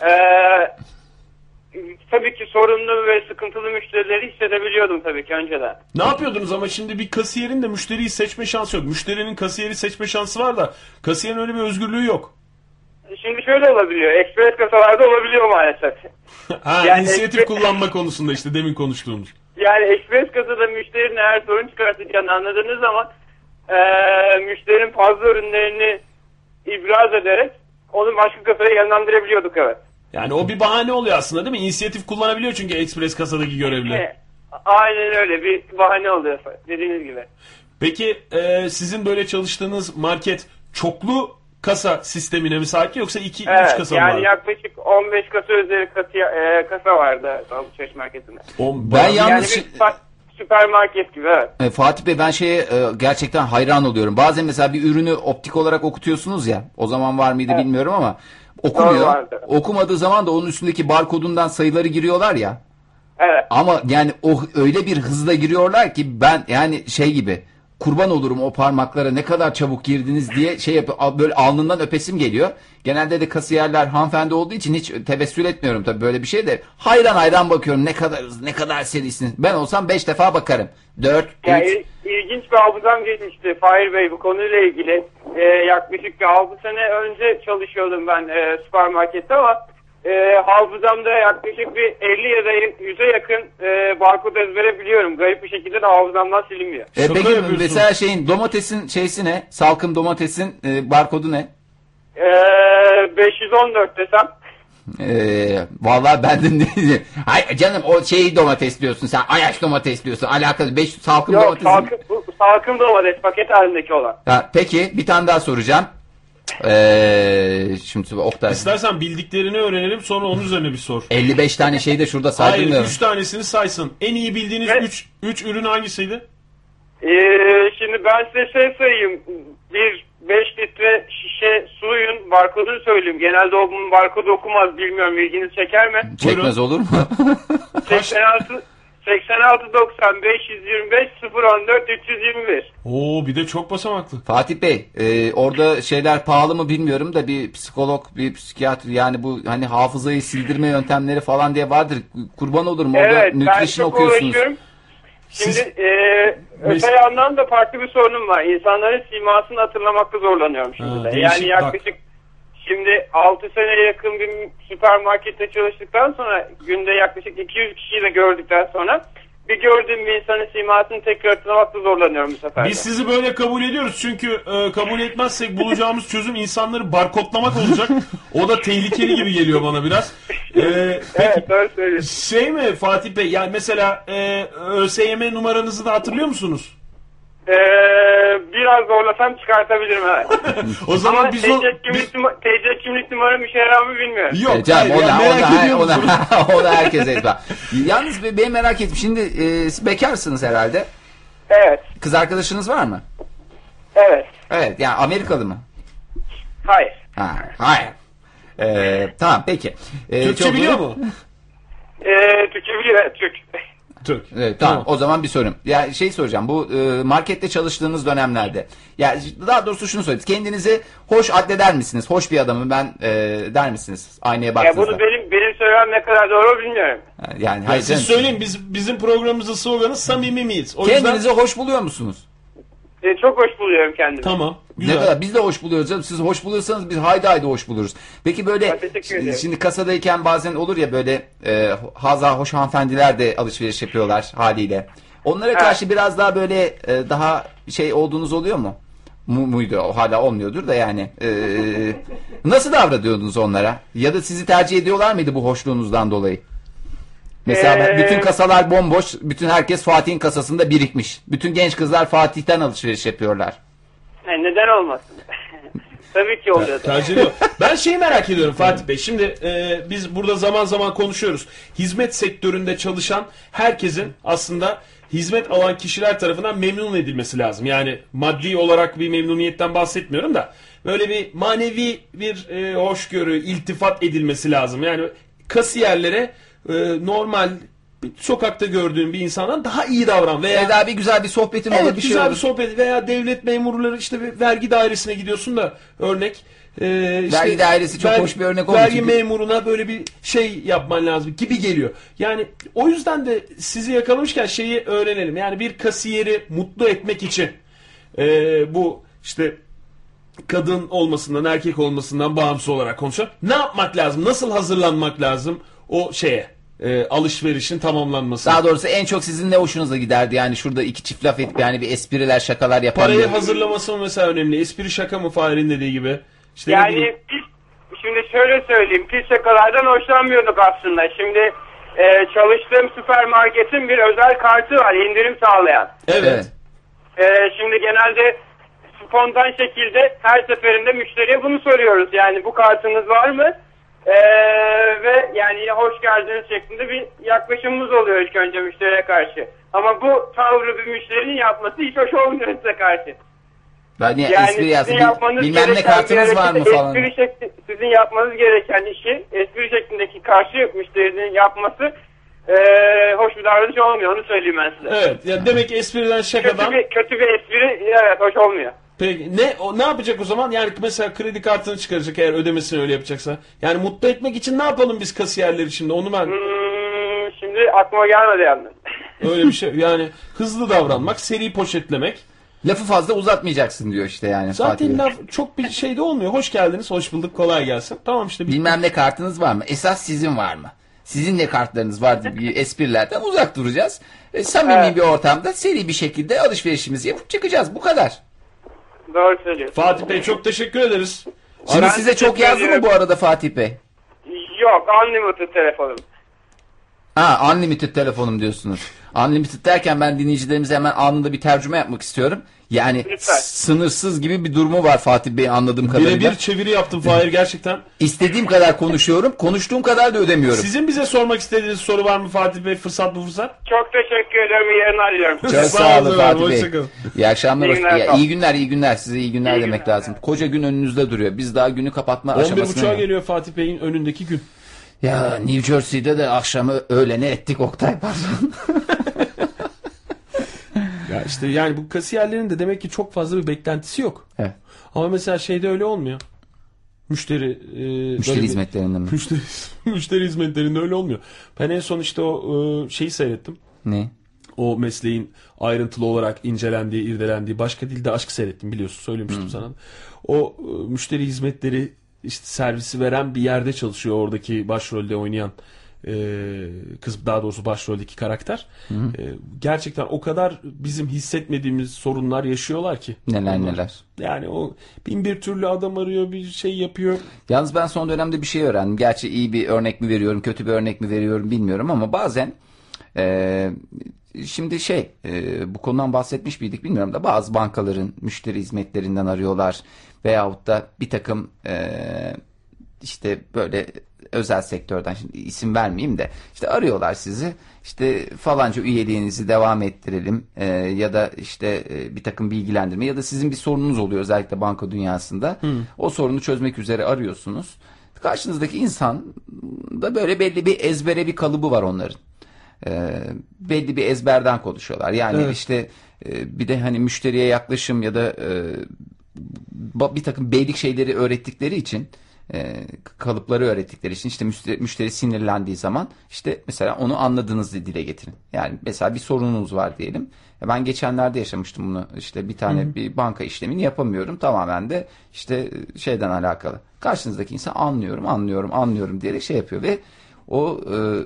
tabii ki sorunlu ve sıkıntılı müşterileri hissedebiliyordum tabii ki önceden. Ne yapıyordunuz ama şimdi bir kasiyerin de müşteriyi seçme şansı yok. Müşterinin kasiyeri seçme şansı var da kasiyerin öyle bir özgürlüğü yok. Şimdi şöyle olabiliyor. Ekspres kasalarda olabiliyor maalesef. Yani inisiyatif kullanma konusunda işte demin konuştuğumuz. Yani ekspres kasada müşterinin eğer sorun çıkartacağını anladığınız zaman müşterinin fazla ürünlerini ibraz ederek onu başka kasaya yönlendirebiliyorduk, evet. Yani o bir bahane oluyor aslında değil mi? İnisiyatif kullanabiliyor çünkü ekspres kasadaki görevli. Aynen öyle, bir bahane oluyor dediğiniz gibi. Peki sizin böyle çalıştığınız market çoklu kasa sistemine mi sahip yoksa 2-3 kasa mı var? Yani yaklaşık 15 kasa üzeri kasa vardı alışveriş marketinde. Ben yalnız... Yani bir süpermarket gibi, evet. Fatih Bey, ben gerçekten hayran oluyorum. Bazen mesela bir ürünü optik olarak okutuyorsunuz ya. O zaman var mıydı bilmiyorum ama okumuyor. Okumadığı zaman da onun üstündeki barkodundan sayıları giriyorlar ya. Evet. Ama yani öyle bir hızla giriyorlar ki ben yani şey gibi, kurban olurum o parmaklara, ne kadar çabuk girdiniz diye böyle alnından öpesim geliyor. Genelde de kasiyerler hanımefendi olduğu için hiç tebessül etmiyorum tabii böyle bir şey de. Hayran bakıyorum, ne kadar hızlı, ne kadar serisiniz. Ben olsam 5 defa bakarım. 4, 3. Yani ilginç bir hafızam geçmişti Fahir Bey bu konuyla ilgili. Yaklaşık 6 sene önce çalışıyordum ben süpermarkette ama hafızamda yaklaşık bir 50 ya da 100'e yakın barkod ezbere biliyorum. Garip bir şekilde de hafızamdan silinmiyor. Peki mesela domatesin şeysi ne? Salkım domatesin barkodu ne? 514 desem. Vallahi ben de hayır canım, o domates diyorsun sen, Ayaş domates diyorsun, alakalı salkım domates. Yok, salkım domates paket halindeki olan. Peki bir tane daha soracağım. Şimdi Oktay. İstersen bildiklerini öğrenelim, sonra onun üzerine bir sor. 55 tane şey de şurada saydım. Hayır, 3 tanesini saysın. En iyi bildiğiniz 3 ürün hangisiydi? Şimdi ben size sayayım. 5 litre şişe suyun barkodunu söyleyeyim. Genelde o bunun barkodu okumaz. Bilmiyorum, ilginizi çeker mi? Çekmez olur mu? 86 90 525 014 321. Bir de çok basamaklı. Fatih Bey, orada şeyler pahalı mı bilmiyorum da bir psikolog, bir psikiyatr, yani bu hani hafızayı sildirme yöntemleri falan diye vardır. Kurban olurum, orada nutrition okuyorsunuz. Şimdi öte yandan da farklı bir sorunum var. İnsanların simasını hatırlamakta zorlanıyorum şimdi de. Yani yaklaşık şimdi 6 seneye yakın bir süpermarkette çalıştıktan sonra günde yaklaşık 200 kişiyi de gördükten sonra bir gördüğüm bir insanın simasını tekrar hatırlamakta zorlanıyorum bu sefer de. Biz sizi böyle kabul ediyoruz çünkü kabul etmezsek bulacağımız çözüm insanları barkodlamak olacak. O da tehlikeli gibi geliyor bana biraz. Evet, doğru söylüyorsun. Mi Fatih Bey, yani mesela ÖSYM numaranızı da hatırlıyor musunuz? Biraz zorlasam çıkartabilirim evet. O zaman ama biz TC kimlik numaram işe yarar mı bilmiyorum. Yok canım, ona herkes etmez. Yalnız ben merak ettim. Şimdi siz bekarsınız herhalde. Evet. Kız arkadaşınız var mı? Evet. Evet, yani Amerikalı mı? Hayır. Hayır. Tamam, peki. Türkçe biliyor mu? Türkçe biliyor, Türk. Evet, tamam. O zaman bir sorum. Ya soracağım. Bu markette çalıştığınız dönemlerde, ya daha doğrusu şunu söyleyeyim. Kendinizi hoş addeder misiniz? Hoş bir adamım ben der misiniz? Aynaya baktığınızda. Ya bunu benim söylemem ne kadar doğru bilmiyorum. Yani hayır, siz söyleyin, bizim programımızın sloganı samimi miyiz? O kendinizi hoş buluyor musunuz? Çok hoş buluyorum kendimi. Tamam. Güzel. Ne kadar biz de hoş buluyoruz canım. Siz hoş buluyorsanız biz haydi hoş buluruz. Peki böyle şimdi kasadayken bazen olur ya böyle hoş hanımefendiler de alışveriş yapıyorlar haliyle. Onlara karşı biraz daha böyle daha olduğunuz oluyor mu? Muydu? O hala olmuyordur da yani. Nasıl davranıyordunuz onlara? Ya da sizi tercih ediyorlar mıydı bu hoşluğunuzdan dolayı? Mesela bütün kasalar bomboş, bütün herkes Fatih'in kasasında birikmiş. Bütün genç kızlar Fatih'ten alışveriş yapıyorlar. Neden olmasın? Tabii ki oluyor. Tercih ediyor. Ben şeyi merak ediyorum Fatih Bey. Şimdi biz burada zaman zaman konuşuyoruz. Hizmet sektöründe çalışan herkesin aslında hizmet alan kişiler tarafından memnun edilmesi lazım. Yani maddi olarak bir memnuniyetten bahsetmiyorum da böyle bir manevi bir hoşgörü, iltifat edilmesi lazım. Yani kasiyerlere normal sokakta gördüğün bir insandan daha iyi davran veya daha bir güzel bir sohbetin olur, bir güzel şey bir sohbet veya devlet memurları işte bir vergi dairesine gidiyorsun da örnek vergi dairesi çok hoş bir örnek olmuş. Vergi memuruna böyle bir şey yapman lazım gibi geliyor. Yani o yüzden de sizi yakalamışken şeyi öğrenelim. Yani bir kasiyeri mutlu etmek için bu işte kadın olmasından erkek olmasından bağımsız olarak konuşuyor. Ne yapmak lazım? Nasıl hazırlanmak lazım o alışverişin tamamlanması? Daha doğrusu en çok sizin ne hoşunuza giderdi? Yani şurada iki çift laf edip yani bir espriler, şakalar yapan. Parayı hazırlaması mı mesela önemli? Espri şaka mı Fahir'in dediği gibi? İşte yani şimdi şöyle söyleyeyim. Pis şakalardan hoşlanmıyorduk aslında. Şimdi çalıştığım süpermarketin bir özel kartı var. İndirim sağlayan. Evet. Şimdi genelde spontan şekilde her seferinde müşteriye bunu soruyoruz. Yani bu kartınız var mı? Ve yani hoş geldiniz şeklinde bir yaklaşımımız oluyor ilk önce müşteriye karşı. Ama bu tavrı bir müşterinin yapması hiç hoş olmuyor size karşı. Yani espri yazdım. Bilmem ne kartınız var mı falan. Sizin yapmanız gereken işi espri şeklindeki karşı müşterinin yapması hoş bir davranış olmuyor. Onu söyleyeyim ben size. Evet. Yani demek ki espriden şakadan. Kötü bir espri evet hoş olmuyor. Peki ne yapacak o zaman? Yani mesela kredi kartını çıkaracak eğer ödemesini öyle yapacaksa. Yani mutlu etmek için ne yapalım biz kasiyerleri şimdi? Onu ben... Şimdi aklıma gelmedi yalnız. Öyle bir şey. Yani hızlı davranmak, seri poşetlemek. Lafı fazla uzatmayacaksın diyor işte yani. Zaten laf çok bir şey de olmuyor. Hoş geldiniz, hoş bulduk, kolay gelsin. Tamam işte. Bilmem ne kartınız var mı? Esas sizin var mı? Sizin ne kartlarınız var diye esprilerden uzak duracağız. Samimi bir ortamda seri bir şekilde alışverişimizi yapıp çıkacağız. Bu kadar. Doğru söylüyorsun. Fatih Bey çok teşekkür ederiz. Şimdi size çok yazdı mı bu arada Fatih Bey? Yok, unlimited telefonum. Unlimited telefonum diyorsunuz. Unlimited derken ben dinleyicilerimize hemen anında bir tercüme yapmak istiyorum. Yani sınırsız gibi bir durumu var Fatih Bey anladığım kadarıyla. Birebir çeviri yaptım Fahir gerçekten. İstediğim kadar konuşuyorum. Konuştuğum kadar da ödemiyorum. Sizin bize sormak istediğiniz soru var mı Fatih Bey? Fırsat bu fırsat. Çok teşekkür ederim. İyi yayınlar diliyorum. Çok sağ olun Fatih Bey. İyi akşamlar. İyi günler. Size iyi günler demek lazım. Koca gün önünüzde duruyor. Biz daha günü kapatma aşamasına. 11.30'a geliyor Fatih Bey'in önündeki gün. Ya New Jersey'de de akşamı öğlene ettik Oktay pardon. Ya işte yani bu kasiyerlerin de demek ki çok fazla bir beklentisi yok. Evet. Ama mesela şeyde öyle olmuyor. Müşteri hizmetlerinde mi? Müşteri hizmetlerinde öyle olmuyor. Ben en son işte o şeyi seyrettim. Ne? O mesleğin ayrıntılı olarak incelendiği, irdelendiği Başka Dilde Aşk seyrettim biliyorsun. Söylemiştim sana. O müşteri hizmetleri işte servisi veren bir yerde çalışıyor oradaki başrolde oynayan kız, daha doğrusu başroldeki karakter. Gerçekten o kadar bizim hissetmediğimiz sorunlar yaşıyorlar ki. Neler. Yani o bin bir türlü adam arıyor, bir şey yapıyor. Yalnız ben son dönemde bir şey öğrendim. Gerçi iyi bir örnek mi veriyorum, kötü bir örnek mi veriyorum bilmiyorum ama bazen şimdi bu konudan bahsetmiş miydik bilmiyorum da bazı bankaların müşteri hizmetlerinden arıyorlar veyahut da bir takım işte böyle özel sektörden, şimdi isim vermeyeyim de, işte arıyorlar sizi, işte falanca üyeliğinizi devam ettirelim ya da işte bir takım bilgilendirme ya da sizin bir sorununuz oluyor özellikle banka dünyasında. O sorunu çözmek üzere arıyorsunuz. Karşınızdaki insan da böyle belli bir ezbere bir kalıbı var onların. Belli bir ezberden konuşuyorlar. Yani işte bir de hani müşteriye yaklaşım ya da bir takım beylik şeyleri öğrettikleri için, kalıpları öğrettikleri için, işte müşteri sinirlendiği zaman işte mesela onu anladığınızı dile getirin. Yani mesela bir sorununuz var diyelim. Ben geçenlerde yaşamıştım bunu. İşte bir tane bir banka işlemini yapamıyorum. Tamamen de işte şeyden alakalı. Karşınızdaki insan anlıyorum diyerek yapıyor ve o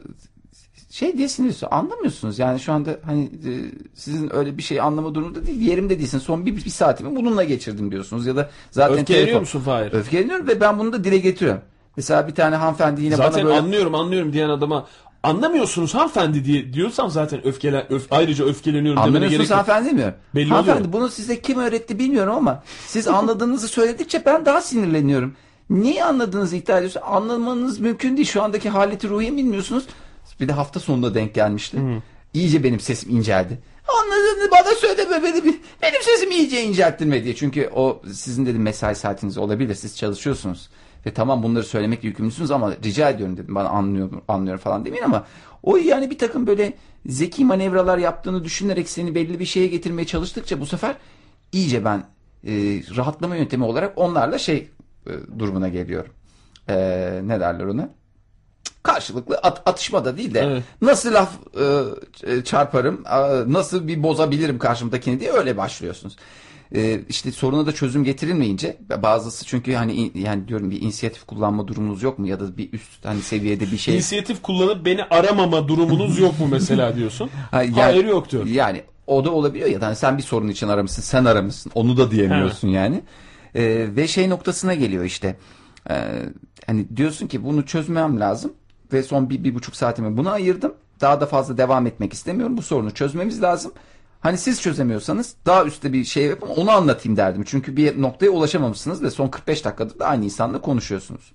diye sinirliyorsun. Anlamıyorsunuz. Yani şu anda hani sizin öyle bir şey anlama durumunda değil. Yerimde değilsin. Son bir saatimi bununla geçirdim diyorsunuz. Ya da zaten öfkeleniyor musun Fahir? Öfkeleniyorum ve ben bunu da dile getiriyorum. Mesela bir tane hanımefendi yine zaten bana böyle... anlıyorum diyen adama anlamıyorsunuz hanımefendi diye diyorsam zaten ayrıca öfkeleniyorum demene gerek yok. Anlamıyorsunuz hanımefendi demiyorum. Hanımefendi oluyor. bunu size kim öğretti bilmiyorum ama siz anladığınızı söyledikçe ben daha sinirleniyorum. Niye anladığınızı iddia ediyorsunuz? Anlamanız mümkün değil. Şu andaki haleti ruhiye bilmiyorsunuz. Bir de hafta sonunda denk gelmişti. İyice benim sesim inceldi. Anladığını bana söyleme, benim sesimi iyice incelttirme diye. Çünkü o sizin dedim mesai saatiniz olabilir. Siz çalışıyorsunuz. Ve tamam bunları söylemekle yükümlüsünüz ama rica ediyorum dedim. Bana anlıyorum falan demeyin ama o yani bir takım böyle zeki manevralar yaptığını düşünerek seni belli bir şeye getirmeye çalıştıkça bu sefer iyice ben rahatlama yöntemi olarak onlarla durumuna geliyorum. Ne derler ona? Karşılıklı atışmada değil de nasıl laf çarparım, nasıl bir bozabilirim karşımdakini diye öyle başlıyorsunuz. İşte soruna da çözüm getirilmeyince bazısı çünkü yani diyorum bir inisiyatif kullanma durumunuz yok mu ya da bir üst seviyede bir şey. İnisiyatif kullanıp beni aramama durumunuz yok mu mesela diyorsun? Hayır yok diyor. Yani o da olabiliyor ya da sen bir sorun için aramışsın, sen aramışsın, onu da diyemiyorsun yani. Ve noktasına geliyor işte. Hani diyorsun ki bunu çözmem lazım ve son bir buçuk saatimi buna ayırdım. Daha da fazla devam etmek istemiyorum. Bu sorunu çözmemiz lazım. Hani siz çözemiyorsanız daha üstte bir şey yapın, onu anlatayım derdim. Çünkü bir noktaya ulaşamamışsınız ve son 45 dakikadır da aynı insanla konuşuyorsunuz.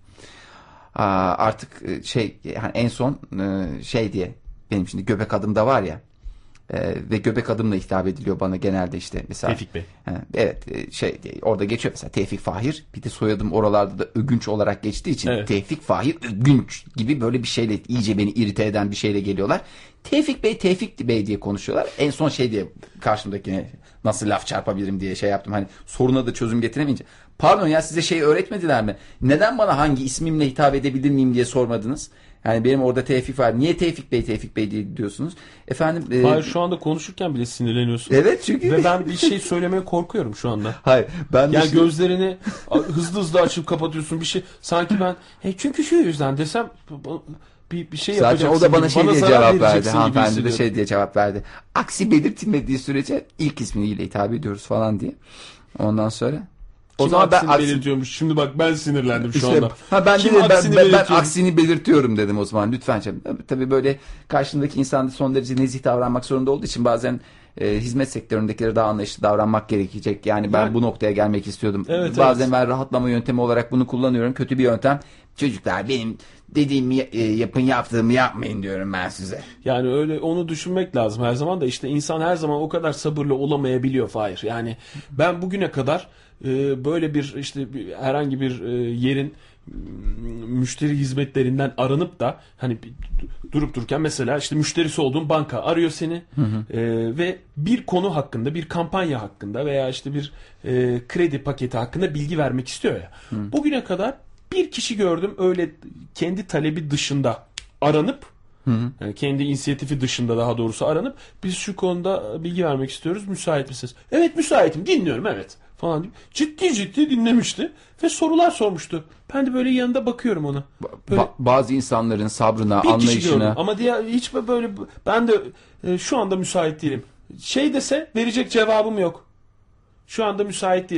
Artık yani en son diye benim şimdi göbek adım da var ya. Ve göbek adımla hitap ediliyor bana genelde işte mesela. Tevfik Bey. Evet orada geçiyor mesela Tevfik Fahir, bir de soyadım oralarda da Ögünç olarak geçtiği için Tevfik Fahir Ögünç gibi böyle bir şeyle iyice beni irite eden bir şeyle geliyorlar. Tevfik Bey diye konuşuyorlar. En son diye karşımdakine nasıl laf çarpabilirim diye yaptım. Hani soruna da çözüm getiremeyince. Pardon ya size öğretmediler mi? Neden bana hangi ismimle hitap edebilir miyim diye sormadınız? Yani benim orada Tevfik var. Niye Tevfik Bey diye diyorsunuz? Efendim. Hayır şu anda konuşurken bile sinirleniyorsun. Evet çünkü. Ve ben bir şey söylemeye korkuyorum şu anda. Hayır. Yani gözlerini hızlı açıp kapatıyorsun bir şey. Sanki ben çünkü şu yüzden desem bir şey yapacaksın. Sadece o da bana diye cevap verdi. Hanımefendi de diye cevap verdi. Aksi belirtilmediği sürece ilk ismiyle hitap ediyoruz falan diye. Ondan sonra. O zaman ben belirtiyormuş. Şimdi bak ben sinirlendim şu anda. Ben aksini belirtiyorum dedim o zaman lütfen. Tabii böyle karşındaki insan son derece nezih davranmak zorunda olduğu için bazen hizmet sektöründekileri daha anlayışlı davranmak gerekecek. Yani ben bu noktaya gelmek istiyordum. Bazen ben rahatlama yöntemi olarak bunu kullanıyorum. Kötü bir yöntem. Çocuklar benim dediğimi yaptığımı yapmayın diyorum ben size. Yani öyle onu düşünmek lazım her zaman da işte insan her zaman o kadar sabırlı olamayabiliyor Fahir. Yani ben bugüne kadar böyle bir herhangi bir yerin müşteri hizmetlerinden aranıp da hani durup dururken mesela müşterisi olduğun banka arıyor seni ve bir konu hakkında, bir kampanya hakkında veya bir kredi paketi hakkında bilgi vermek istiyor ya. Bugüne kadar bir kişi gördüm öyle kendi talebi dışında aranıp yani kendi inisiyatifi dışında daha doğrusu aranıp biz şu konuda bilgi vermek istiyoruz, müsait misiniz? Evet müsaitim, dinliyorum falan. Ciddi dinlemişti ve sorular sormuştu. Ben de böyle yanında bakıyorum ona. Bazı insanların sabrına, anlayışına. Ama hiç böyle ben de şu anda müsait değilim. Dese verecek cevabım yok. Şu anda müsait değilim.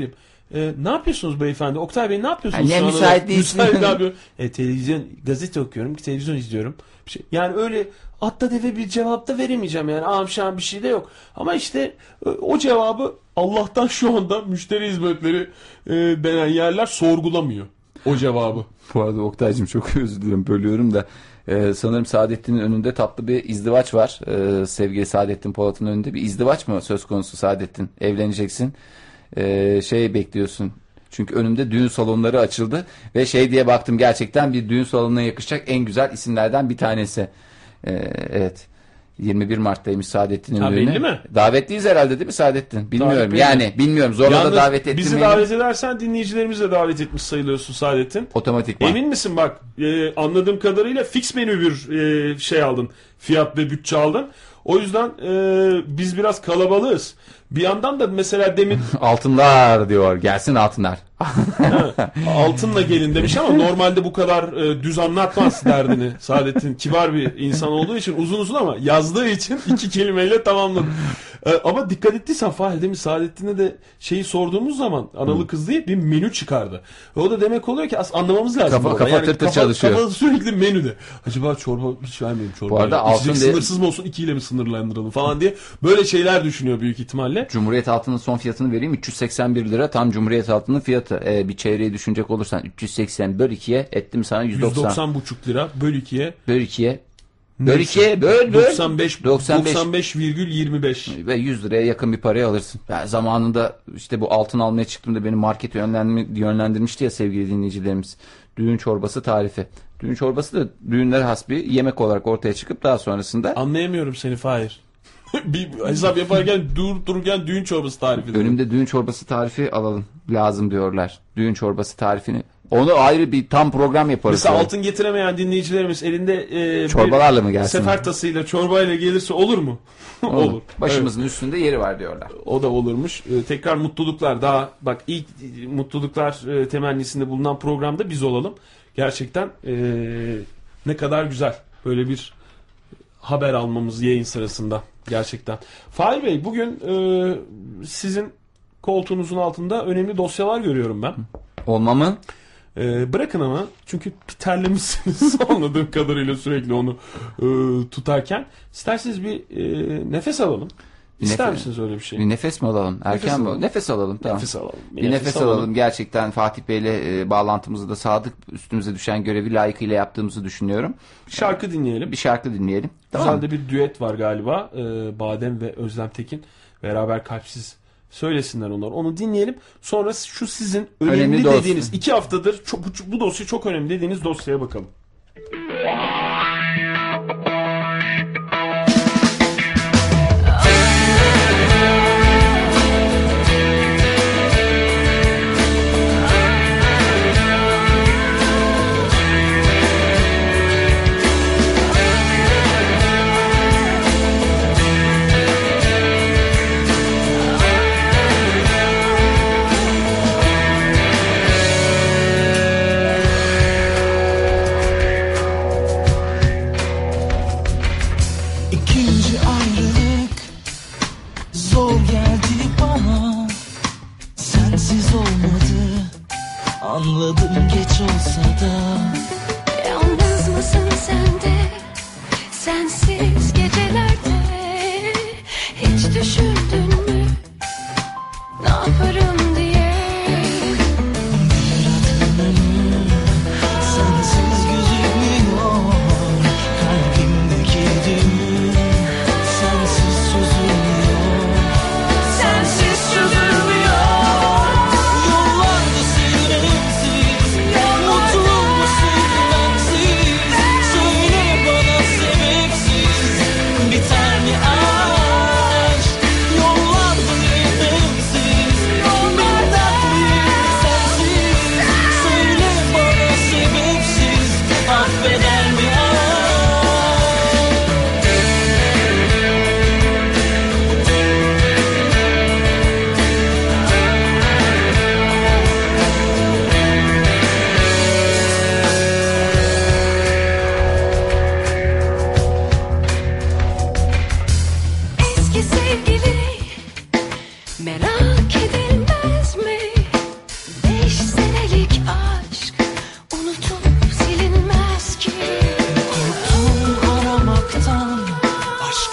Ne yapıyorsunuz beyefendi? Oktay Bey ne yapıyorsunuz? Yani müsait değilsin. Müsait ne yapıyorum? Televizyon, gazete okuyorum, televizyon izliyorum. Bir şey. Yani öyle atla deve bir cevap da veremeyeceğim yani. Amşan bir şey de yok. Ama işte o cevabı Allah'tan şu anda müşteri hizmetleri denen yerler sorgulamıyor. O cevabı. Bu arada Oktay'cığım çok özür dilerim, bölüyorum da sanırım Saadettin'in önünde tatlı bir izdivaç var. Sevgili Saadettin Polat'ın önünde bir izdivaç mı söz konusu Saadettin? Evleneceksin. Bekliyorsun. Çünkü önümde düğün salonları açıldı ve diye baktım, gerçekten bir düğün salonuna yakışacak en güzel isimlerden bir tanesi. Evet. 21 Mart'taymış Saadettin'in düğünü. Belli mi? Davetliyiz herhalde değil mi Saadettin? Bilmiyorum. Yani bilmiyorum. Zorla da davet ettirmeyelim. Bizi davet edersen dinleyicilerimizi de davet etmiş sayılıyorsun Saadettin. Otomatikman. Emin misin bak? Anladığım kadarıyla fix menü bir aldın. Fiyat ve bütçe aldın. O yüzden biz biraz kalabalığız. Bir yandan da mesela demin... Altınlar diyor. Gelsin altınlar. Altınla gelin demiş ama normalde bu kadar düz anlatmaz derdini. Saadettin kibar bir insan olduğu için uzun ama yazdığı için 2 kelimeyle tamamladı. Ama dikkat ettiysen Fahir demin Saadettin'e de sorduğumuz zaman analı kız diye bir menü çıkardı. O da demek oluyor ki anlamamız lazım. Kafa tırtır çalışıyor. Kafa sürekli menüde. Acaba çorba hiç vermeyeyim çorba. Bu arada altın sınırsız mı olsun 2 ile mi sınırlandıralım falan diye böyle şeyler düşünüyor büyük ihtimalle. Cumhuriyet altının son fiyatını vereyim. 381 lira tam Cumhuriyet altının fiyatı. Bir çeyreği düşünecek olursan 380 böl 2'ye ettim sana 190. 190,5 lira böl 2'ye. Böl 2'ye. Böl 2'ye böl. 95,25. Ve 100 liraya yakın bir paraya alırsın. Ben zamanında işte bu altın almaya çıktığımda beni markete yönlendirmişti ya sevgili dinleyicilerimiz. Düğün çorbası tarifi. Düğün çorbası da düğünlere has bir yemek olarak ortaya çıkıp daha sonrasında... Anlayamıyorum seni Fahir. Bir hesap yaparken dururken düğün çorbası tarifi. Önümde düğün çorbası tarifi alalım. Lazım diyorlar. Düğün çorbası tarifini. Onu ayrı bir tam program yaparız. Mesela altın getiremeyen dinleyicilerimiz elinde çorbalarla mı gelsin? Sefer tasıyla çorbayla gelirse olur mu? Olur. Başımızın üstünde yeri var diyorlar. O da olurmuş. Tekrar mutluluklar. Daha bak ilk mutluluklar temennisinde bulunan programda biz olalım. Gerçekten ne kadar güzel. Böyle bir haber almamız yayın sırasında. Gerçekten. Fahir Bey bugün sizin koltuğunuzun altında önemli dosyalar görüyorum ben. Olma mı? Bırakın ama çünkü terlemişsiniz anladığım kadarıyla sürekli onu tutarken. İsterseniz bir nefes alalım. İster misiniz öyle bir şey? Bir nefes mi alalım? Erken mi? Nefes alalım. Tamam. Bir nefes alalım. Gerçekten Fatih Bey'le bağlantımızı da sadık, üstümüze düşen görevi layıkıyla yaptığımızı düşünüyorum. Bir şarkı dinleyelim. Güzel tamam. de bir düet var galiba. Badem ve Özlem Tekin beraber Kalpsiz söylesinler onlar. Onu dinleyelim. Sonra şu sizin önemli dediğiniz 2 haftadır bu dosya çok önemli dediğiniz dosyaya bakalım.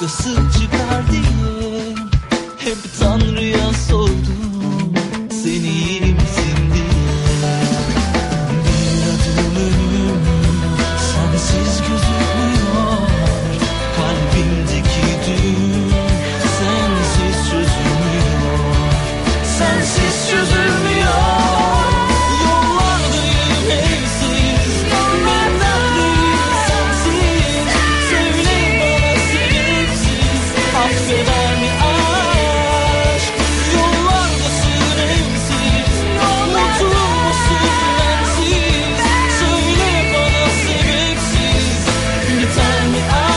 noktası çıkar diye hep Tanrı'ya sordum, seni iyi misin diye. Bir adım önüm sensiz gözükmüyor, kalbimdeki düğüm sensiz çözülmüyor, sensiz çözülmüyor. Yollardayım evsiz, ben neredeyim sensiz, söyle bana sebepsiz, affeder mi aşk? Yollardasın evsiz, mutlu musun bensiz, söyle bana sebepsiz, biter mi aşk?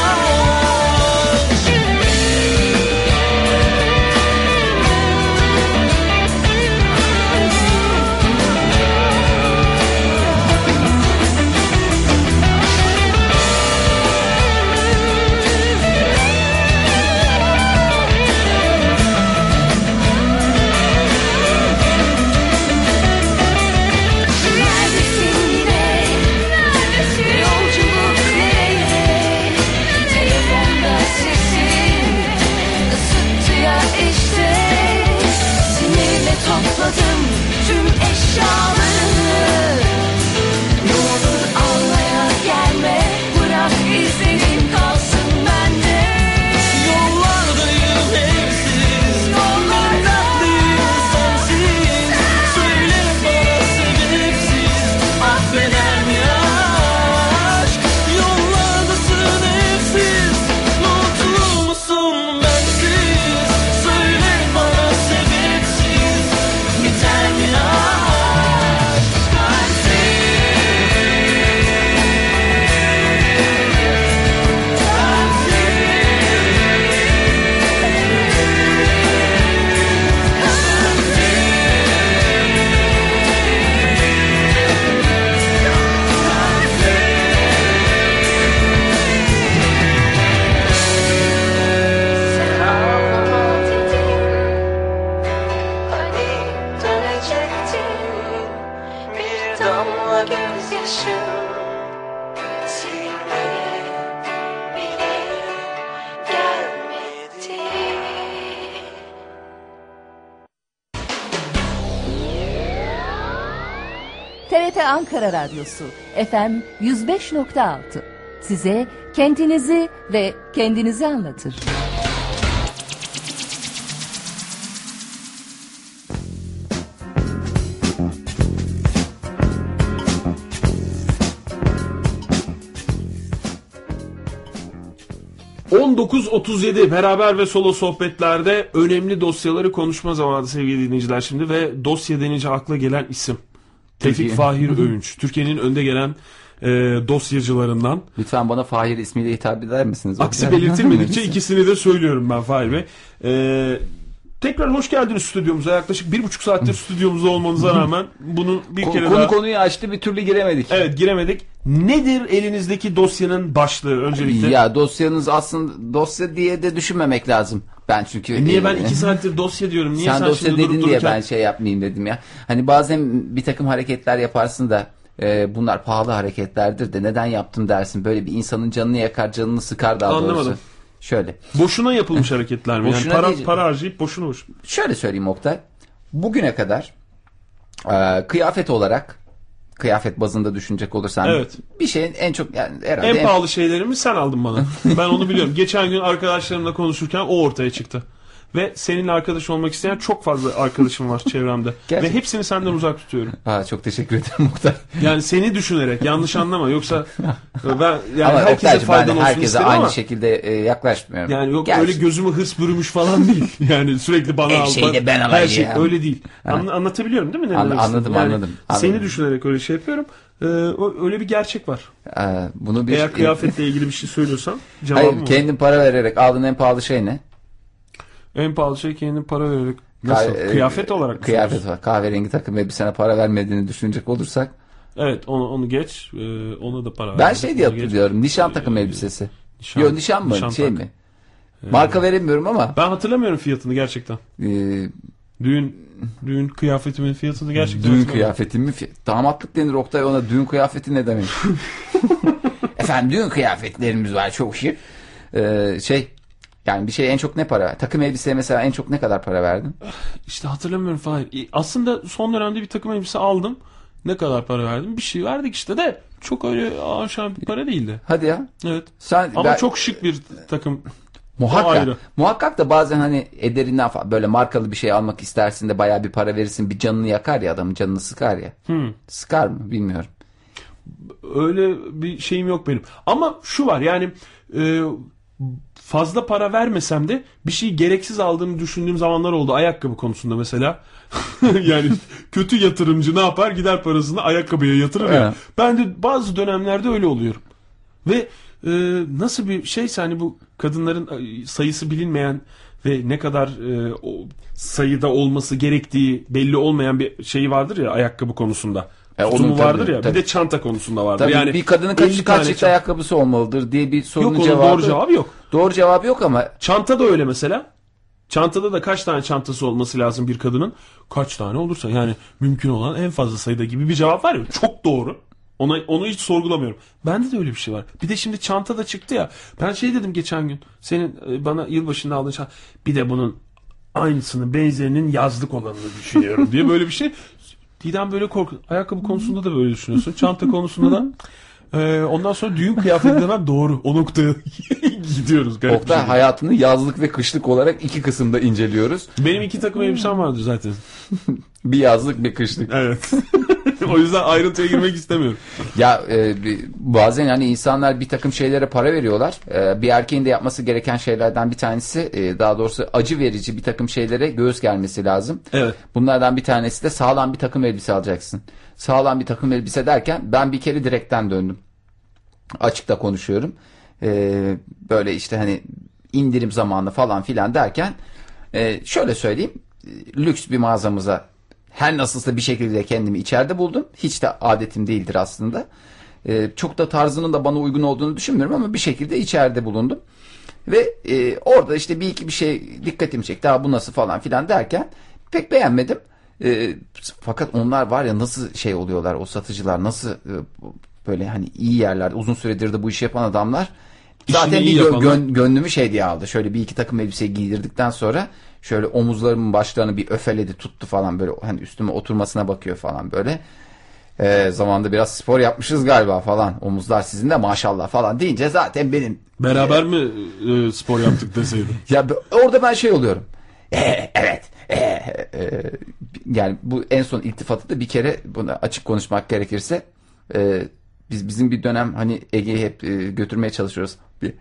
Neredesin yine? Yolculuk nereye? Telefonda sesin ısıttı ya işte. Sinirle topladım tüm eşyalarını. Ne olur almaya gelme, bırak izlenim kalsın bende. Yollardayım evsiz, dertliyim sensiz, söyle bana sebepsiz, affeder mi aşk? Yollardasın evsiz, mutlu musun bensiz, söyle bana sebepsiz, biter mi aşk? Hani dönecektin bir damla gözyaşım silmeye bile gelmedi. TRT Ankara Radyosu FM 105.6 size kendinizi ve kendinizi anlatır. ...19.37 beraber ve solo sohbetlerde önemli dosyaları konuşma zamanı sevgili dinleyiciler şimdi ve dosya denince akla gelen isim Tevfik Fahir Öğünç. Türkiye'nin önde gelen dosyacılarından. Lütfen bana Fahir ismiyle hitap eder misiniz? Aksi belirtilmedikçe ikisini de söylüyorum ben Fahir Bey. Tekrar hoş geldiniz stüdyomuza. Yaklaşık 1,5 saattir stüdyomuzda olmanıza rağmen bunun bir kere daha... Konuyu açtı, bir türlü giremedik. Evet, giremedik. Nedir elinizdeki dosyanın başlığı öncelikle? Ya dosyanız aslında dosya diye de düşünmemek lazım. Ben çünkü... Niye ben 2 saattir dosya diyorum? Niye sen dosya şimdi dedin diye ben şey yapmayayım dedim ya. Hani bazen bir takım hareketler yaparsın da bunlar pahalı hareketlerdir de neden yaptım dersin. Böyle bir insanın canını yakar, canını sıkar daha doğrusu. Anlamadım. Şöyle. Boşuna yapılmış hareketler mi? Boşuna Yani para harcayıp boşuna. Şöyle söyleyeyim Oktay. Bugüne kadar kıyafet olarak, kıyafet bazında düşünecek olursan, evet, bir şeyin en çok yani herhalde en pahalı şeylerimi sen aldın bana. Ben onu biliyorum. Geçen gün arkadaşlarımla konuşurken o ortaya çıktı. Ve seninle arkadaş olmak isteyen çok fazla arkadaşım var çevremde. Ve hepsini senden uzak tutuyorum. Çok teşekkür ederim Oktay. Yani seni düşünerek, yanlış anlama. Yoksa ben yani ama herkese faydan olsun herkese isterim aynı ama şekilde yaklaşmıyorum. Yani yok öyle gözümü hırs bürümüş falan değil. Yani sürekli bana al. Her şeyde ben alayım. Her şey öyle değil. Anlatabiliyorum değil mi? Anladım. Seni düşünerek öyle şey yapıyorum. Öyle bir gerçek var. Bunu eğer kıyafetle ilgili bir şey söylüyorsan cevabım hayır, kendin para vererek aldığın en pahalı şey ne? En pahalı şey kendin para vererek. Nasıl? Kıyafet olarak mı? Kıyafet olarak. Kahverengi takım elbisene para vermediğini düşünecek olursak. Evet, onu geç. Ona da para ver. Ben şey diye hatırlıyorum. Nişan takım elbisesi. Yok, nişan mı? Nişan şey mi? Marka veremiyorum ama. Ben hatırlamıyorum fiyatını gerçekten. Düğün kıyafetimin fiyatını gerçekten. Düğün kıyafetimin fiyatı. Damatlık denir Oktay ona. Düğün kıyafeti ne demek? Efendim düğün kıyafetlerimiz var çok şık. Yani bir şeye en çok ne para? Takım elbiseye mesela en çok ne kadar para verdin? İşte hatırlamıyorum Fahir. Aslında son dönemde bir takım elbise aldım. Ne kadar para verdim? Bir şey verdik işte de çok öyle aşağı bir para değildi. Hadi ya. Evet. Ama çok şık bir takım. Muhakkak da bazen hani ederinden falan böyle markalı bir şey almak istersin de bayağı bir para verirsin, bir canını yakar ya, adamın canını sıkar ya. Sıkar mı bilmiyorum. Öyle bir şeyim yok benim. Ama şu var yani fazla para vermesem de bir şeyi gereksiz aldığımı düşündüğüm zamanlar oldu. Ayakkabı konusunda mesela. Yani kötü yatırımcı ne yapar? Gider parasını ayakkabıya yatırır ya. Ben de bazı dönemlerde öyle oluyorum. Ve nasıl bir şeyse hani bu kadınların sayısı bilinmeyen ve ne kadar o sayıda olması gerektiği belli olmayan bir şey vardır ya ayakkabı konusunda. Tutumu vardır ya. Tabii. Bir de çanta konusunda vardır. Tabii, yani bir kadının kaç çift ayakkabısı olmalıdır diye bir sorunun yok, cevabı. Doğru cevabı yok. Doğru cevabı yok ama. Çanta da öyle mesela. Çantada da kaç tane çantası olması lazım bir kadının? Kaç tane olursa yani mümkün olan en fazla sayıda gibi bir cevap var ya. Çok doğru. Onu hiç sorgulamıyorum. Bende de öyle bir şey var. Bir de şimdi çanta da çıktı ya. Ben şey dedim geçen gün. Senin bana yılbaşında aldığın çanta. Bir de bunun aynısını, benzerinin yazlık olanını düşünüyorum diye böyle bir şey. Didem böyle korkuyor. Ayakkabı konusunda da böyle düşünüyorsun. Çanta konusunda da. Ondan sonra düğün kıyafeti demem doğru. O noktaya gidiyoruz. Oktay hayatını yazlık ve kışlık olarak iki kısımda inceliyoruz. Benim 2 takım elbisem vardı zaten. Bir yazlık bir kışlık. Evet. O yüzden ayrıntıya girmek istemiyorum. Ya bazen hani insanlar bir takım şeylere para veriyorlar. Bir erkeğin de yapması gereken şeylerden bir tanesi, daha doğrusu acı verici bir takım şeylere göğüs germesi lazım. Evet. Bunlardan bir tanesi de sağlam bir takım elbise alacaksın. Sağlam bir takım elbise derken ben bir kere direkten döndüm. Açıkta konuşuyorum. Böyle işte hani indirim zamanı falan filan derken şöyle söyleyeyim, lüks bir mağazamıza her nasılsa bir şekilde kendimi içeride buldum. Hiç de adetim değildir aslında. Çok da tarzının da bana uygun olduğunu düşünmüyorum ama bir şekilde içeride bulundum. Ve orada işte bir şey dikkatimi çekti. Bu nasıl falan filan derken pek beğenmedim. Fakat onlar var ya nasıl şey oluyorlar, o satıcılar nasıl böyle hani iyi yerlerde uzun süredir de bu işi yapan adamlar. Zaten bir gönlümü şey diye aldı. Şöyle bir iki takım elbiseyi giydirdikten sonra şöyle omuzlarımın başlarını bir öfeledi, tuttu falan, böyle hani üstüme oturmasına bakıyor falan böyle. Zamanında biraz spor yapmışız galiba falan. Omuzlar sizin de maşallah falan deyince zaten benim. Beraber mi spor yaptık deseydim? Ya orada ben şey oluyorum. Evet. Yani bu en son iltifatı da bir kere, buna açık konuşmak gerekirse, bizim bir dönem hani Ege'yi hep götürmeye çalışıyoruz.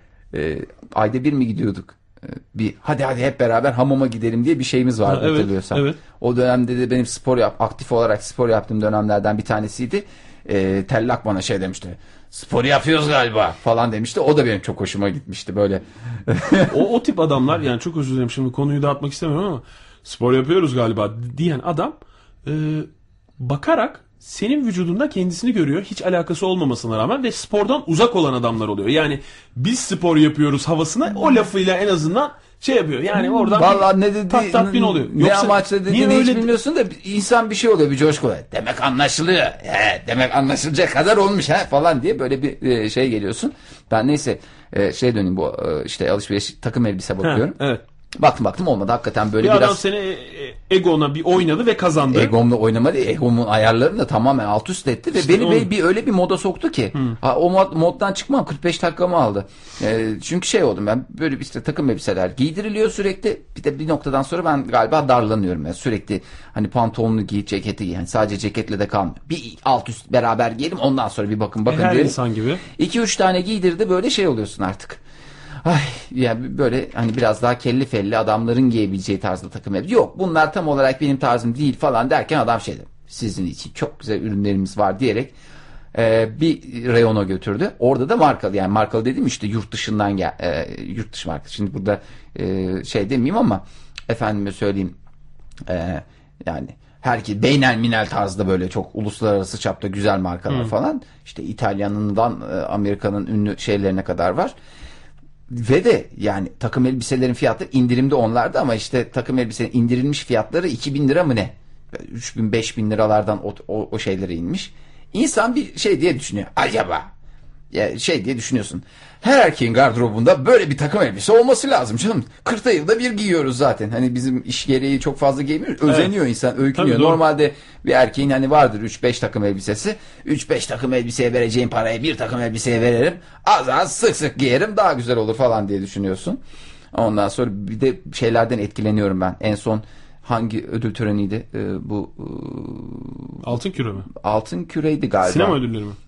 Ayda bir mi gidiyorduk? Bir hadi hep beraber hamama gidelim diye bir şeyimiz vardı, evet, hatırlıyorsan. Evet. O dönemde de benim aktif olarak spor yaptığım dönemlerden bir tanesiydi. Tellak bana şey demişti. Spor yapıyoruz galiba falan demişti. O da benim çok hoşuma gitmişti böyle. o tip adamlar, yani çok özür dilerim şimdi konuyu dağıtmak istemiyorum ama spor yapıyoruz galiba diyen adam bakarak senin vücudunda kendisini görüyor. Hiç alakası olmamasına rağmen ve spordan uzak olan adamlar oluyor. Yani biz spor yapıyoruz havasına o lafıyla en azından şey yapıyor. Yani oradan vallahi ne dedi, tatmin oluyor. Ne amaçla dediğini hiç bilmiyorsun da insan bir şey oluyor, bir coşku. Demek anlaşılıyor. Demek anlaşılacak kadar olmuş falan diye böyle bir şey geliyorsun. Ben neyse döneyim, bu işte alışveriş takım elbise bakıyorum. Evet. Baktım olmadı hakikaten, böyle bir biraz. Adam seni egona bir oynadı ve kazandı. Egomla oynamadı. Egomun ayarlarını da tamamen alt üst etti ve işte beni öyle bir moda soktu ki. O moddan çıkmam 45 dakikamı aldı. Çünkü şey oldum ben, böyle işte takım elbiseler giydiriliyor sürekli. Bir de bir noktadan sonra ben galiba darlanıyorum. Yani sürekli hani pantolonunu giy, ceketi giy. Yani sadece ceketle de kalmıyor. Bir alt üst beraber giyelim, ondan sonra bir bakın her diye. insan gibi. 2-3 tane giydirdi, böyle şey oluyorsun artık. Ay, yani böyle hani biraz daha kelli felli adamların giyebileceği tarzda takım elbise. Yok, bunlar tam olarak benim tarzım değil falan derken adam şey dedi. Sizin için çok güzel ürünlerimiz var diyerek bir reyona götürdü. Orada da markalı, yani markalı dediğim işte yurt dışından yurt dışı marka. Şimdi burada şey demeyeyim ama efendime söyleyeyim, yani herkes beynel minel tarzda böyle çok uluslararası çapta güzel markalar falan. İşte İtalyan'ından Amerika'nın ünlü şeylerine kadar var. Ve de yani takım elbiselerin fiyatı indirimde onlarda, ama işte takım elbisenin indirilmiş fiyatları 2000 lira mı ne? 3000-5000 liralardan o şeylere inmiş. İnsan bir şey diye düşünüyor. Acaba şey diye düşünüyorsun. Her erkeğin gardırobunda böyle bir takım elbise olması lazım canım. 40 yılda bir giyiyoruz zaten. Hani bizim iş gereği çok fazla giymiyoruz. Özeniyor insan, öykünüyor. Normalde bir erkeğin hani vardır 3-5 takım elbisesi. 3-5 takım elbiseye vereceğim parayı bir takım elbiseye veririm. Az az sık sık giyerim daha güzel olur falan diye düşünüyorsun. Ondan sonra bir de şeylerden etkileniyorum ben. En son hangi ödül töreniydi? Bu Altın Küre mi? Altın Küre'ydi galiba. Sinema ödülleri mi?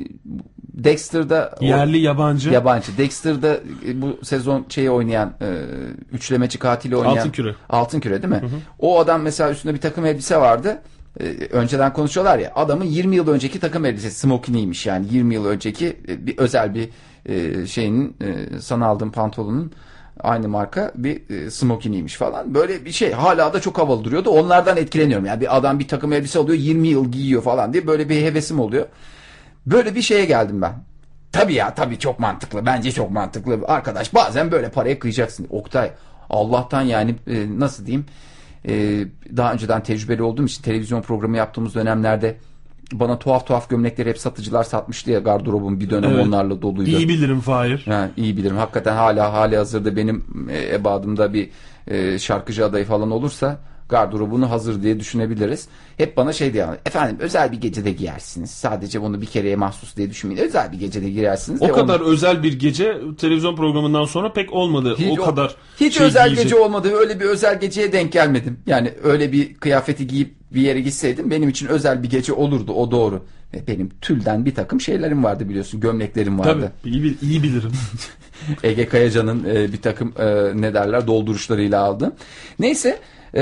Dexter'da yerli yabancı. Dexter'da bu sezon oynayan üçlemeci katili oynayan Altın Küre değil mi? Hı hı. O adam mesela üstünde bir takım elbise vardı. Önceden konuşuyorlar ya, adamın 20 yıl önceki takım elbisesi smokiniymiş yani 20 yıl önceki bir özel bir şeyin sana aldığım pantolonun aynı marka bir smokiniymiş falan. Böyle bir şey hala da çok havalı duruyordu. Onlardan etkileniyorum. Yani bir adam bir takım elbise alıyor 20 yıl giyiyor falan diye böyle bir hevesim oluyor. Böyle bir şeye geldim ben. Tabii çok mantıklı. Bence çok mantıklı. Arkadaş bazen böyle paraya kıyacaksın. Oktay Allah'tan yani nasıl diyeyim daha önceden tecrübeli olduğum için televizyon programı yaptığımız dönemlerde bana tuhaf gömlekleri hep satıcılar satmıştı ya, gardırobum bir dönem onlarla doluydu. İyi bilirim Fahir. Yani iyi bilirim. Hakikaten hali hazırda benim ebadımda bir şarkıcı adayı falan olursa gardırobunu hazır diye düşünebiliriz. Hep bana şey diyor. Efendim özel bir gecede giyersiniz. Sadece bunu bir kereye mahsus diye düşünmeyin. Özel bir gecede giyersiniz. O kadar özel bir gece televizyon programından sonra pek olmadı. Hiç özel gece olmadı. Öyle bir özel geceye denk gelmedim. Yani öyle bir kıyafeti giyip bir yere gitseydim benim için özel bir gece olurdu. O doğru. Benim tülden bir takım şeylerim vardı biliyorsun. Gömleklerim vardı. Tabii iyi bilirim. Ege Kayacan'ın bir takım dolduruşlarıyla aldım. Neyse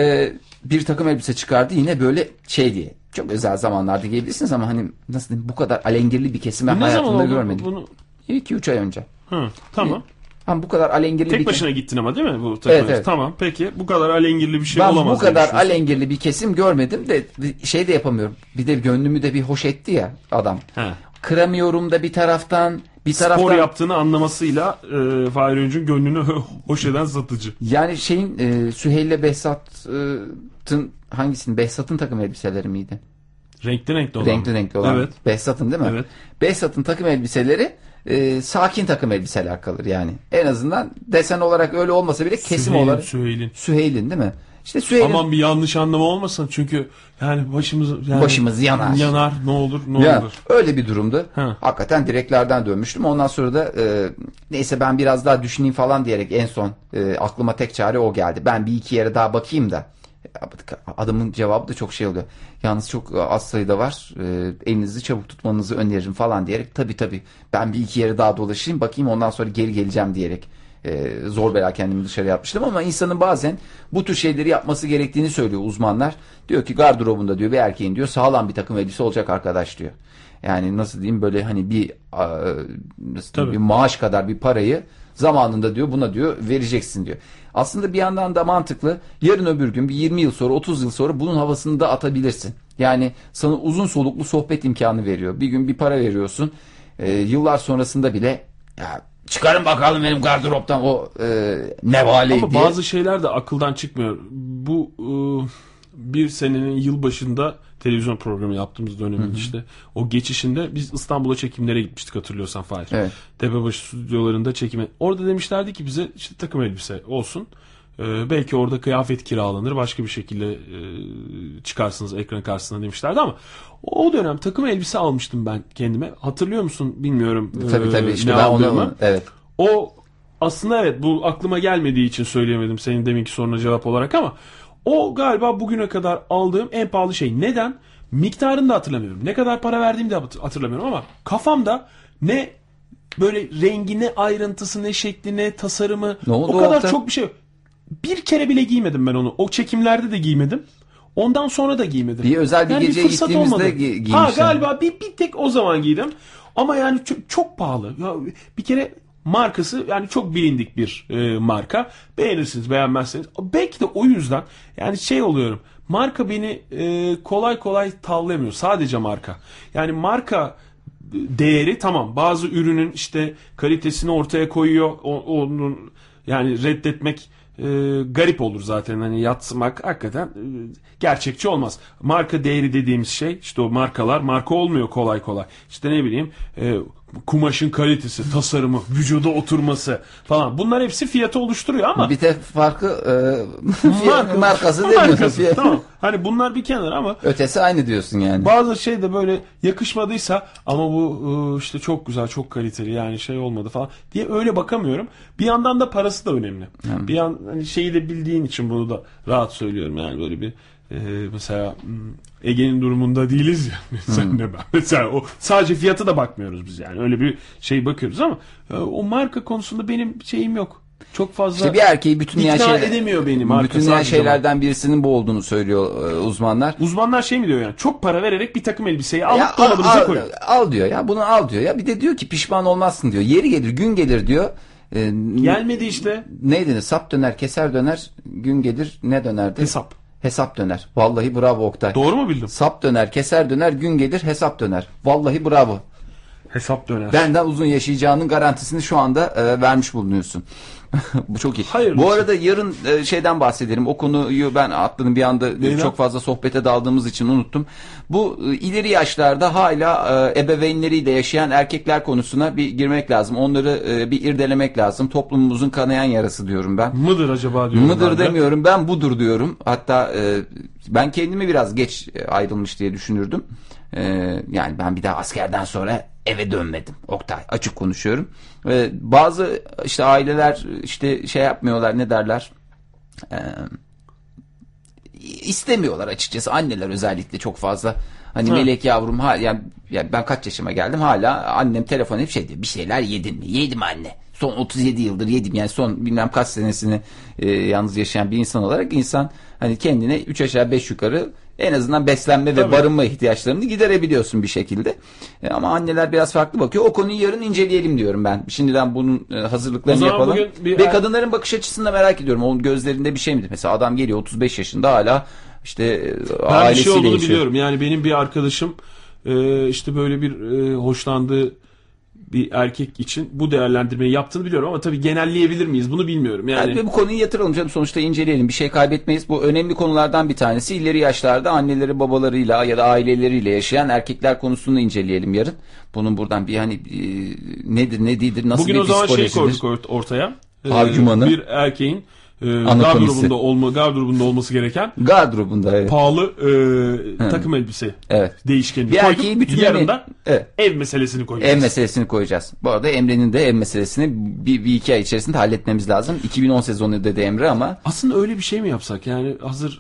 bir takım elbise çıkardı yine böyle diye. Çok özel zamanlarda giyebilirsiniz ama hani nasıl diyeyim, bu kadar alengirli bir kesim ben hayatımda görmedim. 2-3 ay önce. Tamam. Ama bu kadar alengirli tek başına gittin ama değil mi bu takım? Evet. Tamam peki bu kadar alengirli bir şey olamaz. Ben bu kadar alengirli bir kesim görmedim de de yapamıyorum. Bir de gönlümü de bir hoş etti ya adam. Kıramıyorum da bir taraftan. Spor yaptığını anlamasıyla Fahir Öğüncü'nün gönlünü hoş eden satıcı. Yani Süheyl'le Behzat'ın hangisinin? Behzat'ın takım elbiseleri miydi? Renkli olan. Renkli olan. Evet. Behzat'ın değil mi? Evet. Behzat'ın takım elbiseleri sakin takım elbiseler kalır yani. En azından desen olarak öyle olmasa bile kesim olarak. Süheyl'in değil mi? İşte aman bir yanlış anlama olmasın çünkü yani başımız yanar. Yanar ne olur. Öyle bir durumdu. Hakikaten direklerden dönmüştüm. Ondan sonra da neyse ben biraz daha düşüneyim falan diyerek en son aklıma tek çare o geldi. Ben bir iki yere daha bakayım da. Adamın cevabı da çok oluyor. Yalnız çok az sayıda var. Elinizi çabuk tutmanızı öneririm falan diyerek tabii ben bir iki yere daha dolaşayım bakayım ondan sonra geri geleceğim diyerek zor bela kendimi dışarı atmıştım ama insanın bazen bu tür şeyleri yapması gerektiğini söylüyor uzmanlar. Diyor ki gardırobunda diyor bir erkeğin diyor sağlam bir takım elbise olacak arkadaş diyor. Yani nasıl diyeyim böyle hani bir maaş kadar bir parayı zamanında diyor buna diyor vereceksin diyor. Aslında bir yandan da mantıklı. Yarın öbür gün bir 20 yıl sonra 30 yıl sonra bunun havasını da atabilirsin. Yani sana uzun soluklu sohbet imkanı veriyor. Bir gün bir para veriyorsun. Yıllar sonrasında bile ya çıkarın bakalım benim gardıroptan o nevale diye. Ama bazı şeyler de akıldan çıkmıyor. Bu bir senenin yılbaşında televizyon programı yaptığımız dönemin işte o geçişinde biz İstanbul'a çekimlere gitmiştik hatırlıyorsan Fahir. Evet. Tepebaşı stüdyolarında çekime. Orada demişlerdi ki bize işte takım elbise olsun. Belki orada kıyafet kiralanır başka bir şekilde çıkarsınız ekran karşısına demişlerdi ama o dönem takım elbise almıştım ben kendime. Hatırlıyor musun bilmiyorum. Tabii işte ben onu evet. O aslında evet bu aklıma gelmediği için söyleyemedim senin deminki soruna cevap olarak ama o galiba bugüne kadar aldığım en pahalı şey. Neden? Miktarını da hatırlamıyorum. Ne kadar para verdiğimi de hatırlamıyorum ama kafamda ne böyle rengi ne ayrıntısı ne şekli ne tasarımı o kadar çok bir şey yok. Bir kere bile giymedim ben onu. O çekimlerde de giymedim. Ondan sonra da giymedim. Bir özel bir geceye gittiğimizde giymişsin. Galiba bir tek o zaman giydim. Ama yani çok pahalı. Ya bir kere markası yani çok bilindik bir marka. Beğenirsiniz beğenmezseniz. Belki de o yüzden yani oluyorum. Marka beni kolay kolay tavlayamıyor. Sadece marka. Yani marka değeri tamam. Bazı ürünün işte kalitesini ortaya koyuyor. Onun yani reddetmek garip olur zaten. Hani yatsımak hakikaten gerçekçi olmaz. Marka değeri dediğimiz şey işte o markalar marka olmuyor kolay kolay. İşte ne bileyim kumaşın kalitesi, tasarımı, vücuda oturması falan. Bunlar hepsi fiyatı oluşturuyor ama bir de farkı markası demiyorsun. Tamam. Hani bunlar bir kenara ama ötesi aynı diyorsun yani. Bazı şey de böyle yakışmadıysa ama bu işte çok güzel, çok kaliteli yani şey olmadı falan diye öyle bakamıyorum. Bir yandan da parası da önemli. Bir yan hani şeyi de bildiğin için bunu da rahat söylüyorum yani böyle bir mesela Ege'nin durumunda değiliz ya sen de ben. Mesela o sadece fiyatı da bakmıyoruz biz yani öyle bir şey bakıyoruz ama o marka konusunda benim şeyim yok. Çok fazla işte bir erkeği bütünleyen edemiyor benim marka. Bütünleyen şeylerden birisinin bu olduğunu söylüyor uzmanlar. Uzmanlar şey mi diyor yani? Çok para vererek bir takım elbiseyi alıp dolabınıza koyun. Al diyor ya bunu al diyor ya. Bir de diyor ki pişman olmazsın diyor. Yeri gelir gün gelir diyor. Gelmedi işte. Neydi? Sap döner keser döner gün gelir ne dönerdi? Hesap döner. Vallahi bravo Oktay. Doğru mu bildim? Sap döner, keser döner, gün gelir hesap döner. Vallahi bravo. Hesap döner. Benden uzun yaşayacağının garantisini şu anda vermiş bulunuyorsun. Bu çok iyi. Hayırlısı. Bu arada yarın şeyden bahsedelim. O konuyu ben atladım bir anda çok fazla sohbete daldığımız için unuttum. Bu ileri yaşlarda hala ebeveynleriyle yaşayan erkekler konusuna bir girmek lazım. Onları bir irdelemek lazım. Toplumumuzun kanayan yarası diyorum ben. Mıdır acaba diyorum. Mıdır demiyorum ben budur diyorum. Hatta ben kendimi biraz geç ayrılmış diye düşünürdüm. Yani ben bir daha askerden sonra eve dönmedim. Oktay açık konuşuyorum. Bazı işte aileler işte şey yapmıyorlar ne derler istemiyorlar açıkçası anneler özellikle çok fazla. Hani melek yavrum yani ben kaç yaşıma geldim hala annem telefon hep şey diyor bir şeyler yedin mi? Yedim anne. Son 37 yıldır yedim yani son bilmem kaç senesini yalnız yaşayan bir insan olarak insan hani kendine 3 aşağı 5 yukarı en azından beslenme ve barınma ihtiyaçlarını giderebiliyorsun bir şekilde. Ama anneler biraz farklı bakıyor. O konuyu yarın inceleyelim diyorum ben. Şimdiden bunun hazırlıklarını yapalım. Ve kadınların bakış açısını da merak ediyorum. Onun gözlerinde bir şey midir? Mesela adam geliyor 35 yaşında hala işte ben ailesiyle bir şey olduğunu yaşıyor. Biliyorum. Yani benim bir arkadaşım işte böyle bir hoşlandığı bir erkek için bu değerlendirmeyi yaptığını biliyorum ama tabii genelleyebilir miyiz bunu bilmiyorum. Yani bu konuyu yatıralım canım sonuçta inceleyelim bir şey kaybetmeyiz. Bu önemli konulardan bir tanesi ileri yaşlarda anneleri babalarıyla ya da aileleriyle yaşayan erkekler konusunu inceleyelim yarın. Bunun buradan bir hani nedir ne değildir nasıl bugün bir o zaman psikolojisidir. şey koyduk ortaya. Argümanı. Bir erkeğin gardırobunda olması gereken gardırobunda pahalı takım elbise değişkeni bir erkeği yarın da ev meselesini koyacağız. Ev meselesini koyacağız. Bu arada Emre'nin de ev meselesini bir iki ay içerisinde halletmemiz lazım. 2010 sezonu dedi Emre ama. Aslında öyle bir şey mi yapsak? Yani hazır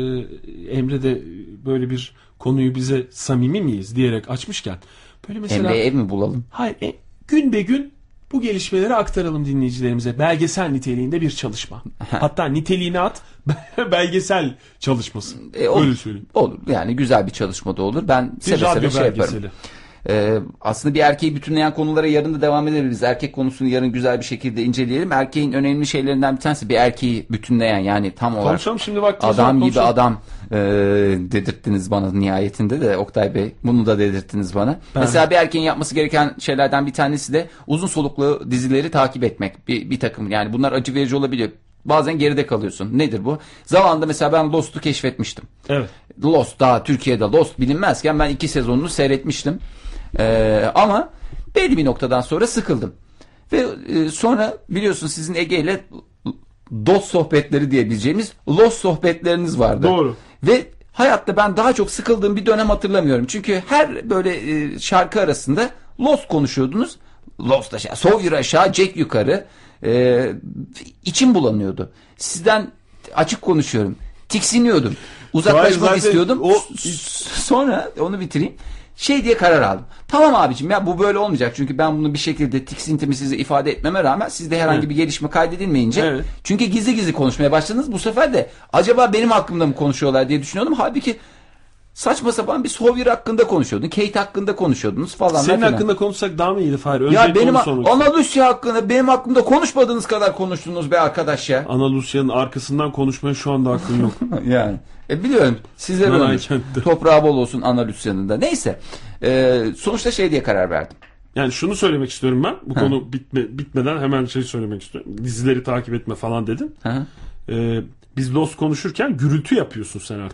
Emre de böyle bir konuyu bize samimi miyiz diyerek açmışken. Böyle mesela, Emre'ye ev mi bulalım? Hayır gün be gün bu gelişmeleri aktaralım dinleyicilerimize. Belgesel niteliğinde bir çalışma. Hatta niteliğini at belgesel çalışması. Öyle söyleyeyim. Olur. Yani güzel bir çalışma da olur. Ben seve şey yaparım. Aslında bir erkeği bütünleyen konulara yarın da devam edebiliriz. Erkek konusunu yarın güzel bir şekilde inceleyelim. Erkeğin önemli şeylerinden bir tanesi bir erkeği bütünleyen yani tam olarak şimdi adam gibi adam dedirttiniz bana nihayetinde de Oktay Bey bunu da dedirttiniz bana. Mesela bir erkeğin yapması gereken şeylerden bir tanesi de uzun soluklu dizileri takip etmek. Bir takım yani bunlar acı verici olabiliyor. Bazen geride kalıyorsun. Nedir bu? Zamanında mesela ben Lost'u keşfetmiştim. Evet. Lost daha Türkiye'de Lost bilinmezken ben 2 sezonunu seyretmiştim. Ama belli bir noktadan sonra sıkıldım. Ve sonra biliyorsun sizin Ege ile dost sohbetleri diyebileceğimiz Lost sohbetleriniz vardı. Doğru. Ve hayatta ben daha çok sıkıldığım bir dönem hatırlamıyorum. Çünkü her böyle şarkı arasında Lost konuşuyordunuz. Lost aşağı, Sawyer aşağı, Jack yukarı. İçim bulanıyordu. Sizden açık konuşuyorum. Tiksiniyordum. Uzaklaşmak istiyordum. Sonra onu bitireyim. Şey diye karar aldım. Tamam abicim ya bu böyle olmayacak. Çünkü ben bunu bir şekilde tiksintimi size ifade etmeme rağmen sizde herhangi bir gelişme kaydedilmeyince. Çünkü gizli gizli konuşmaya başladınız. Bu sefer de acaba benim hakkımda mı konuşuyorlar diye düşünüyordum. Halbuki saçma sapan bir Sawyer hakkında konuşuyordun. Kate hakkında konuşuyordunuz falan. Senin hakkında konuşsak daha mı iyiydi Fahir? Ya benim Ana Lucia hakkında benim hakkımda konuşmadığınız kadar konuştunuz be arkadaş ya. Ana Lucia'nın arkasından konuşmaya şu anda hakkın yok. Yani. Biliyorum. Sizler öyle. Toprağı bol olsun Ana Lucia'nın da. Neyse. Sonuçta şey diye karar verdim. Yani şunu söylemek istiyorum ben. Bu konu bitmeden hemen şey söylemek istiyorum. Dizileri takip etme falan dedin. Biz Lost konuşurken gürültü yapıyorsun sen artık.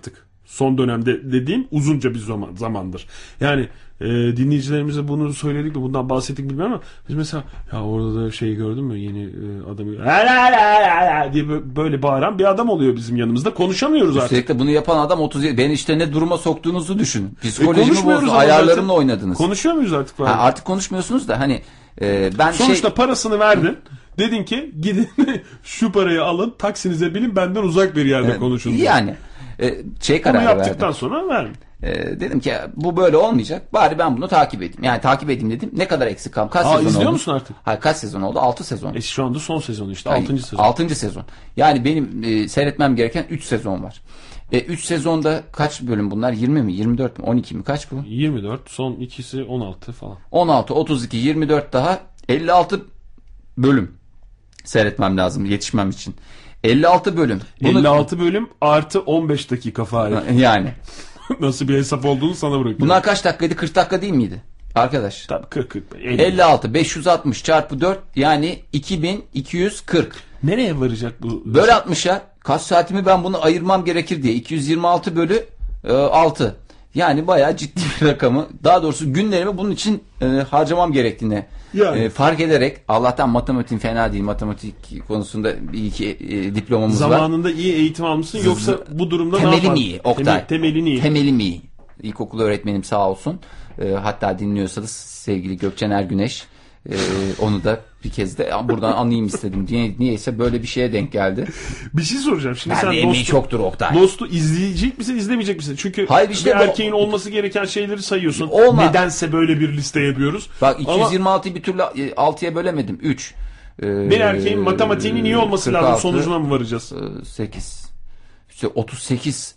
Son dönemde dediğim uzunca bir zamandır. Yani dinleyicilerimize bunu söyledik mi, bundan bahsettik bilmiyorum ama biz mesela ya orada da şey gördün mü, yeni adamı diye böyle bağıran bir adam oluyor bizim yanımızda. Konuşamıyoruz artık. Sürekli bunu yapan adam 37. Ben işte ne duruma soktuğunuzu düşün. Psikolojimi bozdu. Ayarlarımla oynadınız. Konuşuyor muyuz artık? Artık konuşmuyorsunuz da hani ben sonuçta parasını verdin. Dedin ki gidin şu parayı alın, taksinize binin, benden uzak bir yerde konuşun. Yani kararı verdim. Bunu yaptıktan sonra verdim. Dedim ki bu böyle olmayacak. Bari ben bunu takip edeyim. Yani takip edeyim dedim. Ne kadar eksik kaldım? Kaç sezon oldu? İzliyor musun artık? Hayır, kaç sezon oldu? 6 sezon. Şu anda son sezon işte. 6. sezon. 6. sezon. Yani benim seyretmem gereken 3 sezon var. 3 sezonda kaç bölüm bunlar? 20 mi? 24 mi? 12 mi? Kaç bu? 24. Son ikisi 16 falan. 16, 32, 24 daha 56 bölüm seyretmem lazım yetişmem için. 56 bölüm. 56 bölüm artı 15 dakika Fahir. Yani. Nasıl bir hesap olduğunu sana bırakıyorum. Bunlar kaç dakikaydı? 40 dakika değil miydi? Arkadaş. Tabii 40. 56, 560 çarpı 4 yani 2240. Nereye varacak bu? Böyle 60'a kaç saatimi ben bunu ayırmam gerekir diye. 226 bölü 6. Yani bayağı ciddi bir rakamı. Daha doğrusu günlerimi bunun için harcamam gerektiğini fark ederek, Allah'tan matematiğim fena değil. Matematik konusunda bir iki diplomamız var. Zamanında iyi eğitim almışsın yoksa bu durumda ne yaparsın? Temelim iyi Oktay. Temelim iyi. İlkokul öğretmenim sağ olsun. Hatta dinliyorsanız sevgili Gökçen Ergüneş. Onu da bir kez de buradan anayım istedim. Niyeyse böyle bir şeye denk geldi. Bir şey soracağım. Şimdi sen emeği çoktur Oktay. Lost'u izleyecek misin, izlemeyecek misin? Çünkü bir erkeğin olması gereken şeyleri sayıyorsun. Nedense böyle bir liste yapıyoruz. Bak 226'yı bir türlü 6'ya bölemedim. 3. Bir erkeğin matematiğinin iyi olması 46, lazım. Sonucuna mı varacağız? 8. 38.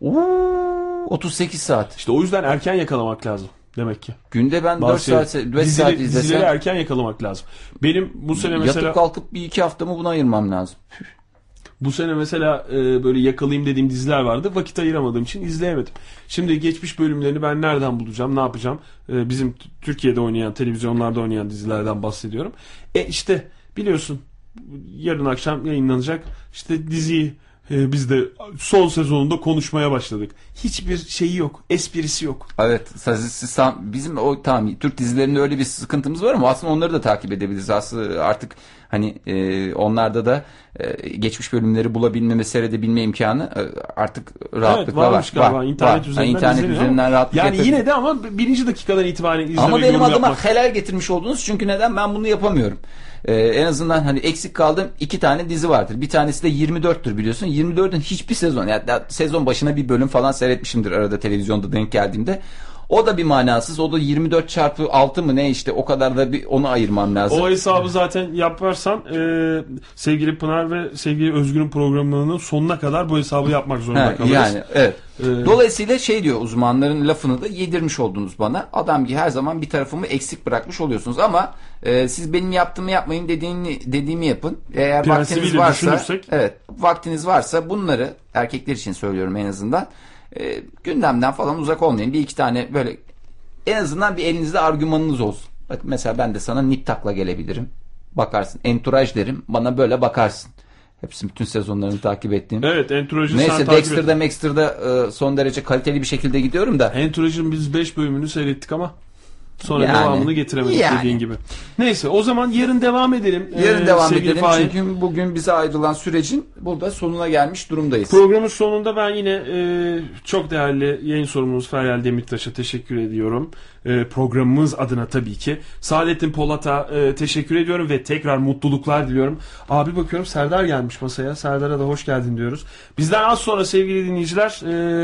38 saat. İşte o yüzden erken yakalamak lazım. Demek ki. Günde ben 4 saat izlesem. Dizileri erken yakalamak lazım. Benim bu sene mesela... Yatıp kalkıp bir iki haftamı buna ayırmam lazım. Bu sene mesela böyle yakalayayım dediğim diziler vardı. Vakit ayıramadığım için izleyemedim. Şimdi geçmiş bölümlerini ben nereden bulacağım, ne yapacağım? Bizim Türkiye'de oynayan, televizyonlarda oynayan dizilerden bahsediyorum. İşte biliyorsun yarın akşam yayınlanacak işte diziyi biz de son sezonunda konuşmaya başladık. Hiçbir şeyi yok. Esprisi yok. Evet. Bizim o Türk dizilerinde öyle bir sıkıntımız var ama aslında onları da takip edebiliriz. Aslında artık hani onlarda da geçmiş bölümleri bulabilme ve seyredebilme imkanı artık rahatlıkla var. Galiba. İnternet üzerinden rahatlık yani yine de ama birinci dakikadan itibaren izleme. Ama benim adıma helal getirmiş oldunuz. Çünkü neden? Ben bunu yapamıyorum. En azından hani eksik kaldığım 2 tane dizi vardır. Bir tanesi de 24'tür biliyorsun. 24'ün hiçbir sezon, yani sezon başına bir bölüm falan seyretmişimdir arada televizyonda denk geldiğimde. O da bir manasız. O da 24 çarpı 6 mı ne işte, o kadar da bir onu ayırmam lazım. O hesabı zaten yaparsan sevgili Pınar ve sevgili Özgür'ün programlarının sonuna kadar bu hesabı yapmak zorunda kalırız. Yani evet. Dolayısıyla diyor, uzmanların lafını da yedirmiş oldunuz bana. Adam gibi her zaman bir tarafımı eksik bırakmış oluyorsunuz ama siz benim yaptığımı yapmayın, dediğimi yapın. Eğer vaktiniz varsa, vaktiniz varsa bunları, erkekler için söylüyorum en azından, gündemden falan uzak olmayın. Bir iki tane böyle en azından bir elinizde argümanınız olsun. Bak mesela ben de sana Niptak'la gelebilirim. Bakarsın. Entourage derim. Bana böyle bakarsın. Hepsi bütün sezonlarını takip ettiğim. Evet, Entourage'ı sen takip et. Neyse Dexter'da son derece kaliteli bir şekilde gidiyorum da. Entourage'ın biz 5 bölümünü seyrettik ama sonra devamını getiremedik dediğin gibi. Neyse, o zaman yarın devam edelim. Yarın devam edelim çünkü bugün bize ayrılan sürecin burada sonuna gelmiş durumdayız. Programın sonunda ben yine çok değerli yayın sorumlumuz Feryal Demirtaş'a teşekkür ediyorum. Programımız adına tabii ki. Saadettin Polat'a teşekkür ediyorum ve tekrar mutluluklar diliyorum. Abi bakıyorum Serdar gelmiş masaya. Serdar'a da hoş geldin diyoruz. Bizden az sonra sevgili dinleyiciler,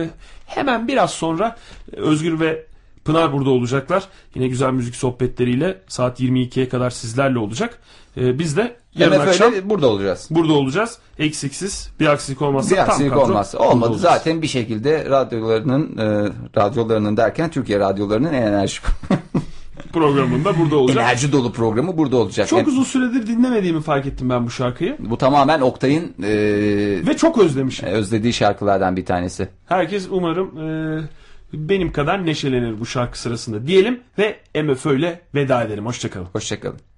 hemen biraz sonra Özgür ve Pınar burada olacaklar. Yine güzel müzik sohbetleriyle saat 22'ye kadar sizlerle olacak. Biz de yarın akşam burada olacağız. Burada olacağız. Eksiksiz. Bir aksilik olmazsa. Bir aksilik olmazsa. Olmadı zaten bir şekilde radyolarının derken Türkiye radyolarının en enerji programında burada olacak. Enerji dolu programı burada olacak. Çok uzun süredir dinlemediğimi fark ettim ben bu şarkıyı. Bu tamamen Oktay'ın ve çok özlemişim. Özlediği şarkılardan bir tanesi. Herkes umarım benim kadar neşelenir bu şarkı sırasında diyelim ve MFÖ ile veda edelim. Hoşçakalın. Hoşçakalın.